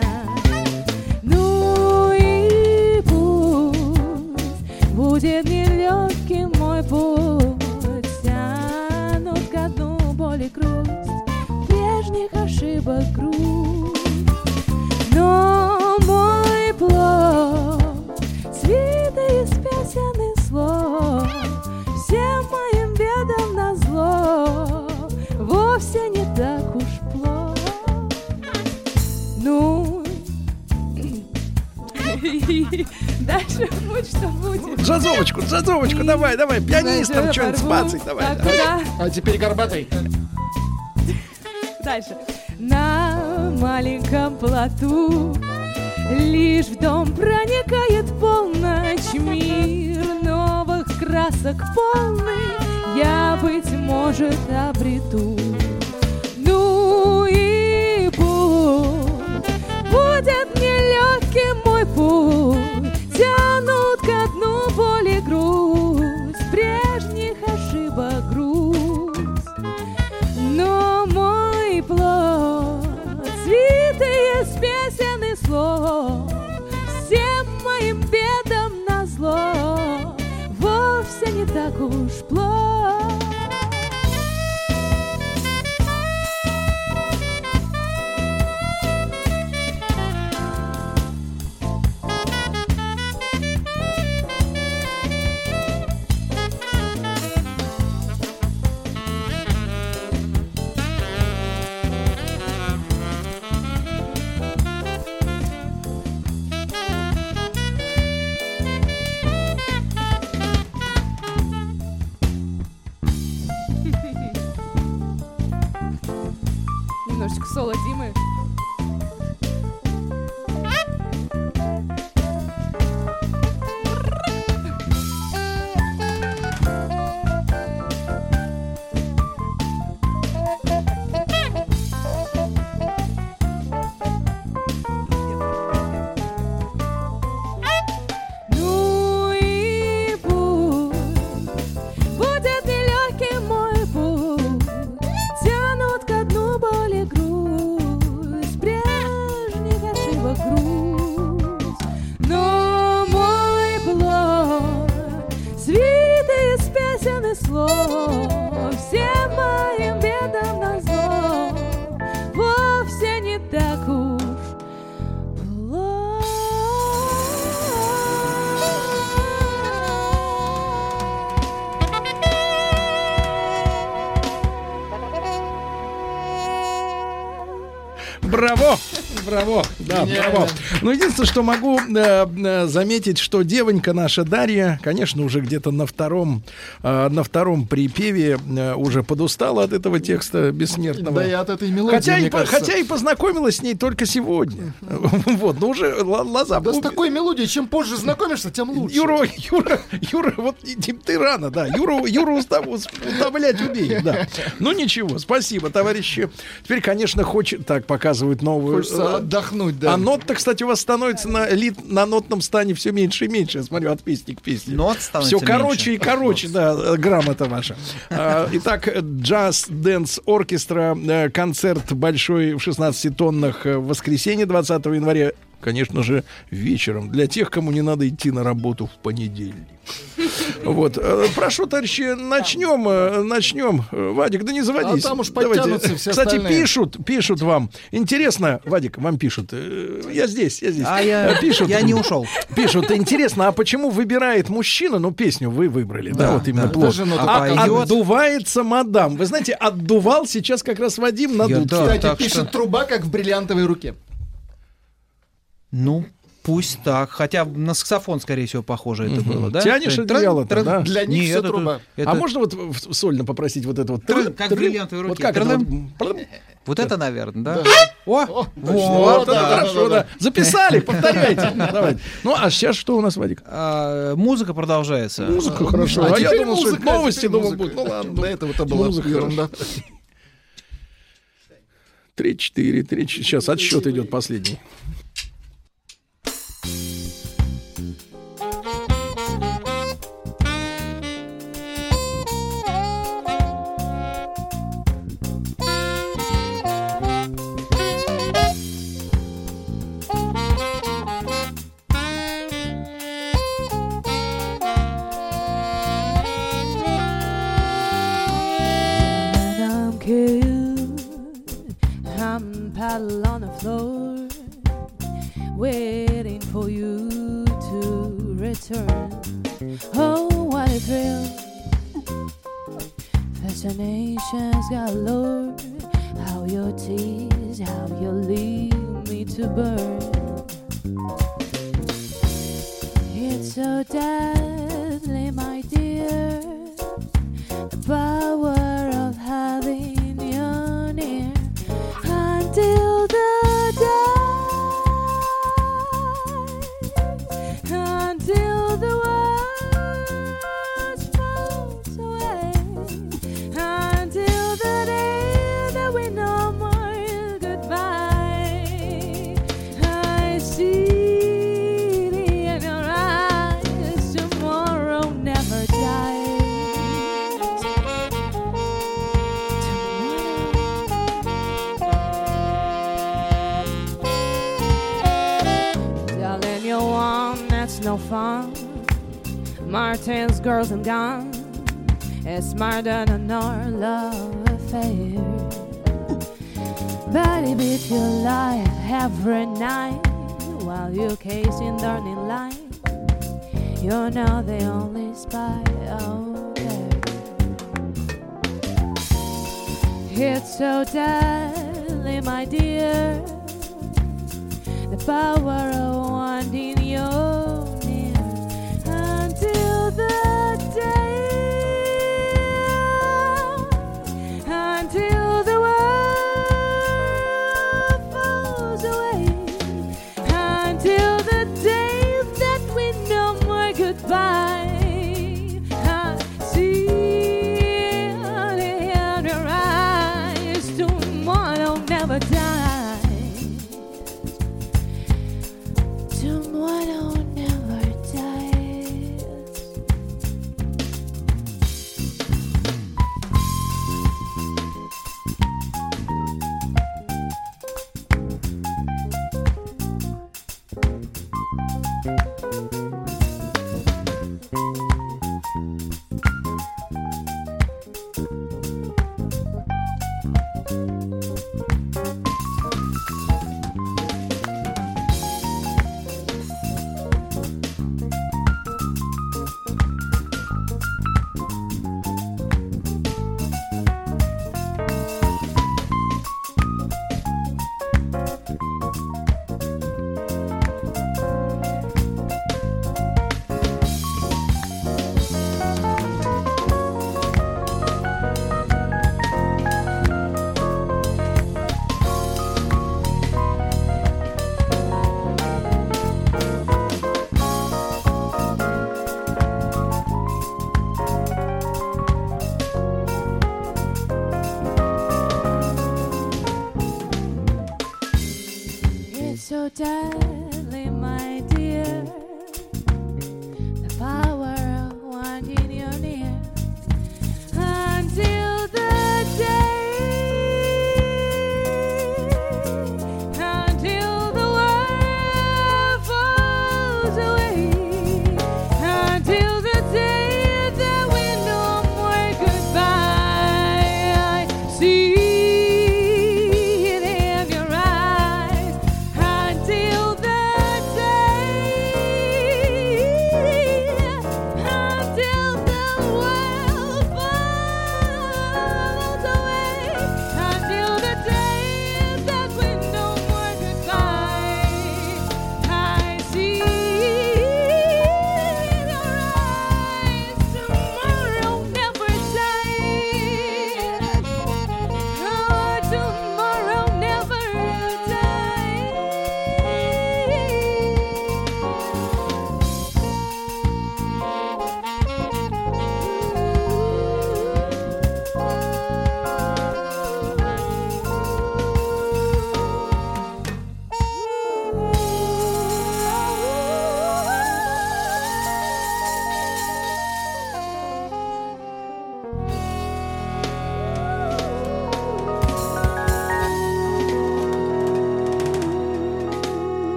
Ну и пусть будет нелегким мой путь, тянут ко дну боль и грусть, прежних ошибок грусть. Но мой плод, свитый из песен и слов, всем моим бедам назло, вовсе не так уж плохо. Ну, дальше будь что будет.
Джазовочку, джазовочку, давай, давай, пианистом что-нибудь спацать, давай.
А теперь горбатой.
Дальше. На маленьком плоту лишь в дом проникает полночь, мир новых красок полный я, быть может, обрету. Ну и пусть будет нелегким мой путь, тянут ко дну боль и грусть, прежних ошибок грусть. Но мой плод, свитый из песен и слов, всем моим бедам назло, вовсе не так уж плохо.
Соло Димы.
Ну и пусть будет нелегкий мой путь, тянут ко дну боли грусть, прежних ошибок грусть. Но мой плод, свитый из песен и слов, всем моим бедам назло, вовсе не так уж
Браво! Браво! Да,
Гениально.
браво! Ну, единственное, что могу э, э, заметить, что девонька наша Дарья, конечно, уже где-то на втором, э, на втором припеве э, уже подустала от этого текста бессмертного.
Да и от этой мелодии,
хотя,
мне
и, по-
кажется.
хотя и познакомилась с ней только сегодня. Вот, но уже л- лоза.
Да с такой мелодией, чем позже знакомишься, тем лучше.
Юра, Юра, Юра, вот и- ты рано, да. Юру, Юру устав- утомлять умеет, да. Ну ничего, спасибо, товарищи. Теперь, конечно, хочет, так показывают новую.
Хочется
э,
отдохнуть, да.
А нот-то, кстати, у вас становится на, лит, на нотном стане все меньше и меньше. Я смотрю, от песни к песне.
Нот становится
Все короче
меньше.
и короче, да, э, грамота ваша. А, Итак, Jazz Dance Оркестра, э, концерт большой в шестнадцати тоннах э, в воскресенье двадцатого января. Конечно же, вечером. Для тех, кому не надо идти на работу в понедельник. Вот. Э, Прошу, товарищи, начнем. э, Начнем. Э, Вадик, да не заводись.
А там уж
Давайте.
подтянутся все
Кстати,
остальные.
пишут, пишут вам. Интересно, Вадик, вам пишут. э, Я здесь, я здесь.
А я-
Э, пишут,
я не ушел.
Пишут, интересно, а почему выбирает мужчина, ну, песню вы выбрали, да,
Да,
вот именно
да.
плод.
Даже нота
А
поет.
отдувается мадам. Вы знаете, отдувал сейчас как раз Вадим на
Я
дудке.
да.
Кстати,
так
пишет
что-
труба, как в бриллиантовой руке.
Ну, пусть так. Хотя на саксофон, скорее всего, похоже это было, да?
Тянешь
Трын-
одеяло-то,
трын-
да?
Для них
Нет,
все
это-
труба.
это-
А можно вот в- сольно попросить вот это вот?
Трын, как в
Трын.
бриллиантовой
Вот
руке.
как это?
Трын.
вот?
Вот это, наверное, да?
Да.
О,
О,
вот,
Вот, это
да.
хорошо, да. Записали, повторяйте. Давайте. Ну, а сейчас что у нас, Вадик?
А, музыка продолжается.
Музыка, хорошо.
А
А я
теперь
думал, что это
музыка,
новости,
теперь
думал,
музыка.
будет. Ну ладно.
До этого это была
Музыка,
ерунда.
Три, четыре, три, четыре. Сейчас отсчет идет последний.
And I'm cute, I'm paddle on the floor, waiting for you to return. Oh, what a thrill! Fascination's galore. How you tease, how you leave me to burn. It's so deadly, my dear. The power of having you near until the day, until the world falls away, until the day that we no more goodbye. I see the in your eyes, tomorrow never dies. Darling, you're one that's no fun. Martin's girls and guns. It's smarter than our love affair. But if it's your life every night while you're casing darling light, you're not the only spy out there. It's so deadly, my dear. The power of wanting you near until the day, until the world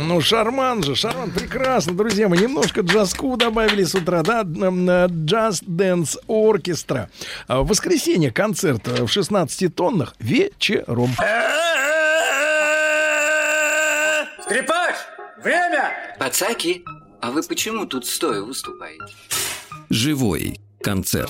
Ну, Шарман же, Шарман, прекрасно, друзья. Мы немножко джазку добавили с утра, да, Jazz Dance Orchestra. В воскресенье концерт в шестнадцати тоннах вечером.
Скрипач, время!
Пацаки, а вы почему тут стоя выступаете?
Живой концерт.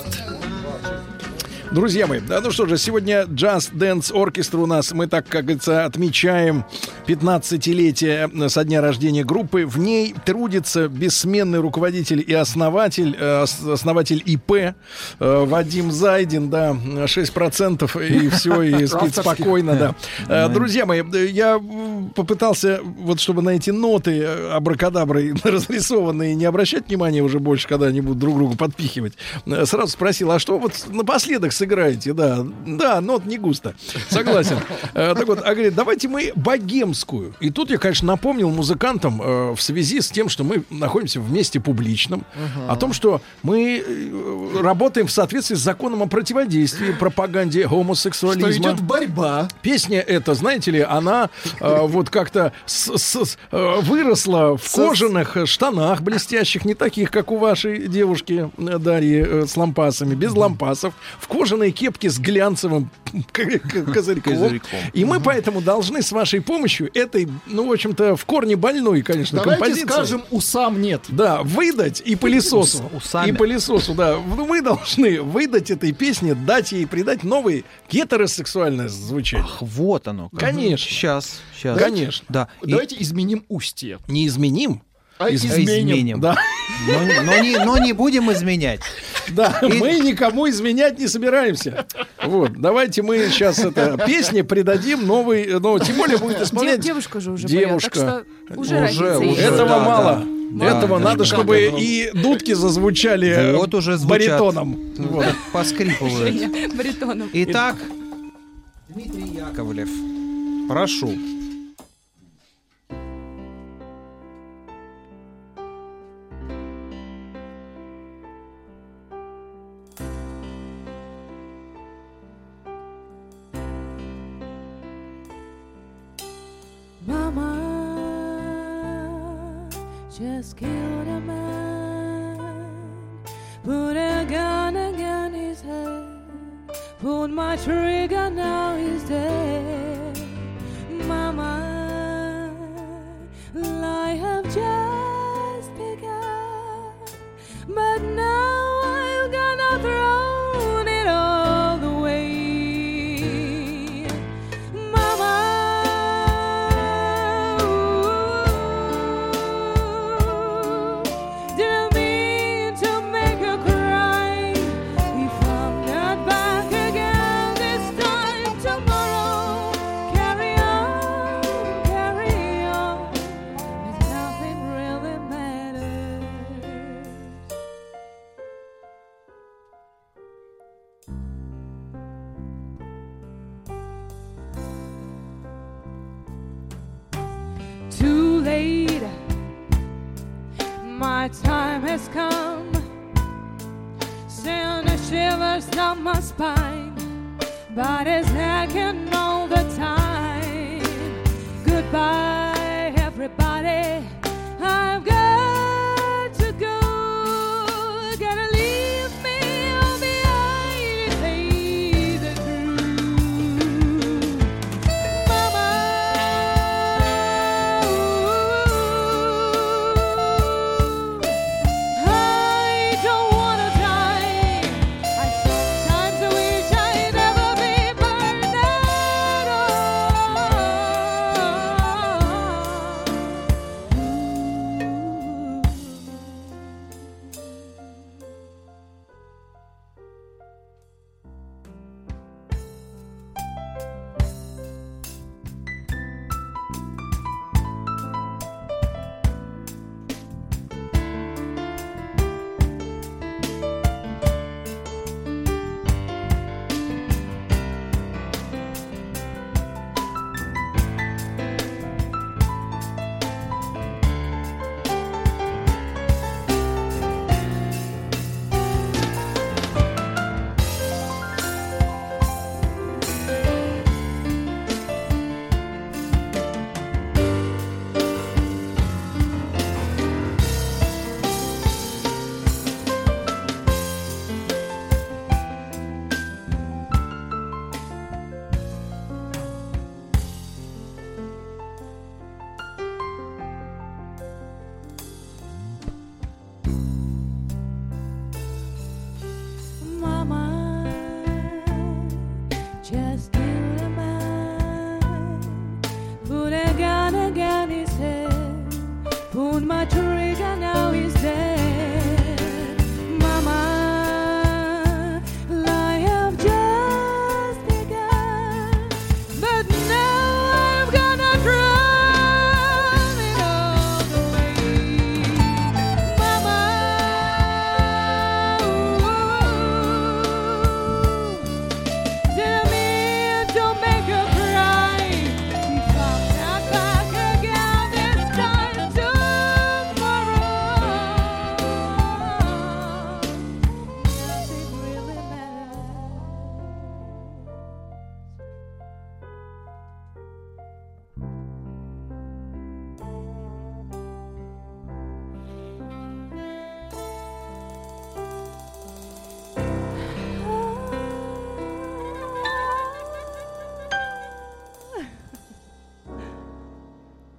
Друзья мои, да, ну что же, сегодня Jazz Dance Orchestra у нас, мы, так, как говорится, отмечаем пятнадцатилетие со дня рождения группы. В ней трудится бессменный руководитель и основатель, э, основатель ИП э, Вадим Зайдин, да, шесть процентов и все, и спит спокойно, да. Друзья мои, я попытался, вот чтобы на эти ноты абракадабры разрисованные не обращать внимания уже больше, когда они будут друг друга подпихивать, сразу спросил, а что вот напоследок сыграете? Да, да, нот не густо. Согласен. Так вот, а говорит, давайте мы богемскую. И тут я, конечно, напомнил музыкантам э, в связи с тем, что мы находимся в месте публичном, uh-huh. о том, что мы э, работаем в соответствии с законом о противодействии пропаганде гомосексуализма.
Что идет борьба.
Песня эта, знаете ли, она э, вот как-то с, с, э, выросла в кожаных штанах блестящих, не таких, как у вашей девушки Дарьи э, с лампасами, без лампасов, в кожаные кепки с глянцевым козырьком. И мы поэтому должны с вашей помощью этой, ну, в общем-то, в корне больной, конечно,
давайте
композиции.
Скажем, усам нет.
Да, выдать и пылесосу.
Усами.
И пылесосу, да. Мы должны выдать этой песне, дать ей придать новый гетеросексуальное звучание.
Ах, вот оно.
Конечно.
Сейчас, сейчас.
Конечно.
Да.
Давайте и... изменим устье.
Не изменим.
А
Из...
изменим.
изменим.
Да.
Но, но, не, но не будем изменять.
Да,
И...
мы никому изменять не собираемся. Вот, давайте мы сейчас это песне придадим новый, ну, тем более будет исполнять...
Девушка же уже
Девушка.
поет, так что уже,
Уже,
разница
уже.
есть.
Этого
Да,
мало.
да.
Этого
Да,
надо,
даже
чтобы
как.
и дудки зазвучали
Вот уже звучат.
баритоном. Вот.
Поскрипывают.
Женя, баритоном.
Итак, Дмитрий Яковлев, прошу.
Just killed a man, put a gun against his head, pulled my trigger, now he's dead. Mama, I have just begun, but now I'm gonna throw it all away. Mama, didn't mean to make her cry. If I'm not back again this time tomorrow, carry on, carry on, 'cause nothing really matters. Too late, my time has come. Send a shivers down my spine, body's aching all the time. Goodbye, everybody. I've got to go. Gotta leave me on behind, say the truth. Mama, I don't wanna die. I sometimes wish I'd never be burned at all.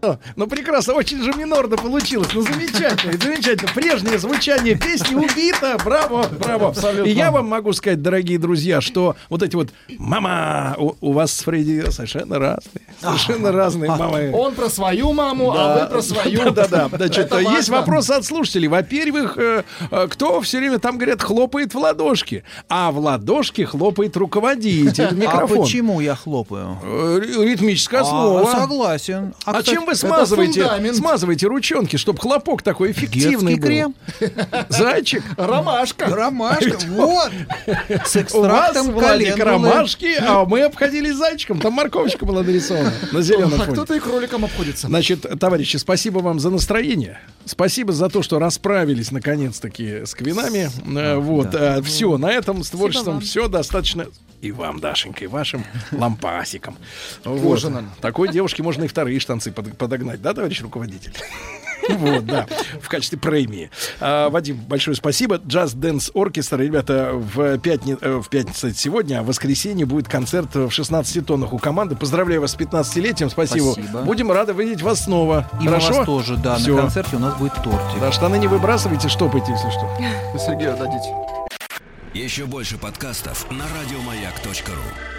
Ну, прекрасно, очень же минорно получилось. Ну, замечательно, замечательно. Прежнее звучание песни убито. Браво, браво.
Абсолютно.
И я вам могу сказать, дорогие друзья, что вот эти вот «мама» у, у вас с Фредди совершенно разные. Совершенно разные мамы.
Он про свою маму, а вы про свою.
Да-да-да. Значит,
Это
есть
важно.
вопросы от слушателей. Во-первых, э, э, кто все время там, говорят, хлопает в ладошки? А в ладошки хлопает руководитель
А
микрофон.
почему я хлопаю?
Э, Ритмическая основа.
А, согласен.
А,
кстати,
чем вы
это
смазываете,
фундамент.
смазываете ручонки, чтобы хлопок такой эффективный
Детский
был?
крем.
Зайчик.
Ромашка.
Ромашка. Вот. С
У вас,
экстрактом
Владик,
календулы.
ромашки, а мы обходились зайчиком. Там морковочка была нарисована на зеленом
А
фоне.
кто-то и кроликом обходится.
Значит, товарищи, спасибо вам за настроение. Спасибо за то, что расправились наконец-таки с квинами. Э, вот, все, на этом с творчеством
вам.
все достаточно. И вам, Дашенька, и вашим лампасикам. Вот.
Тоже нам.
Такой девушке можно и вторые штанцы под- подогнать, да, товарищ руководитель? Вот, да, в качестве премии. А, Вадим, большое спасибо. Jazz Dance Orchestra, ребята, в, пятни... э, в пятницу сегодня, а в воскресенье будет концерт в шестнадцати тоннах у команды. Поздравляю вас с пятнадцатилетием, спасибо.
Спасибо.
Будем рады видеть вас снова.
И
Хорошо?
вас тоже, да.
Всё.
На концерте у нас будет тортик.
Да, штаны не выбрасывайте, штопайте, если что.
Сергею отдадите.
Еще больше подкастов на радиомаяк точка ру.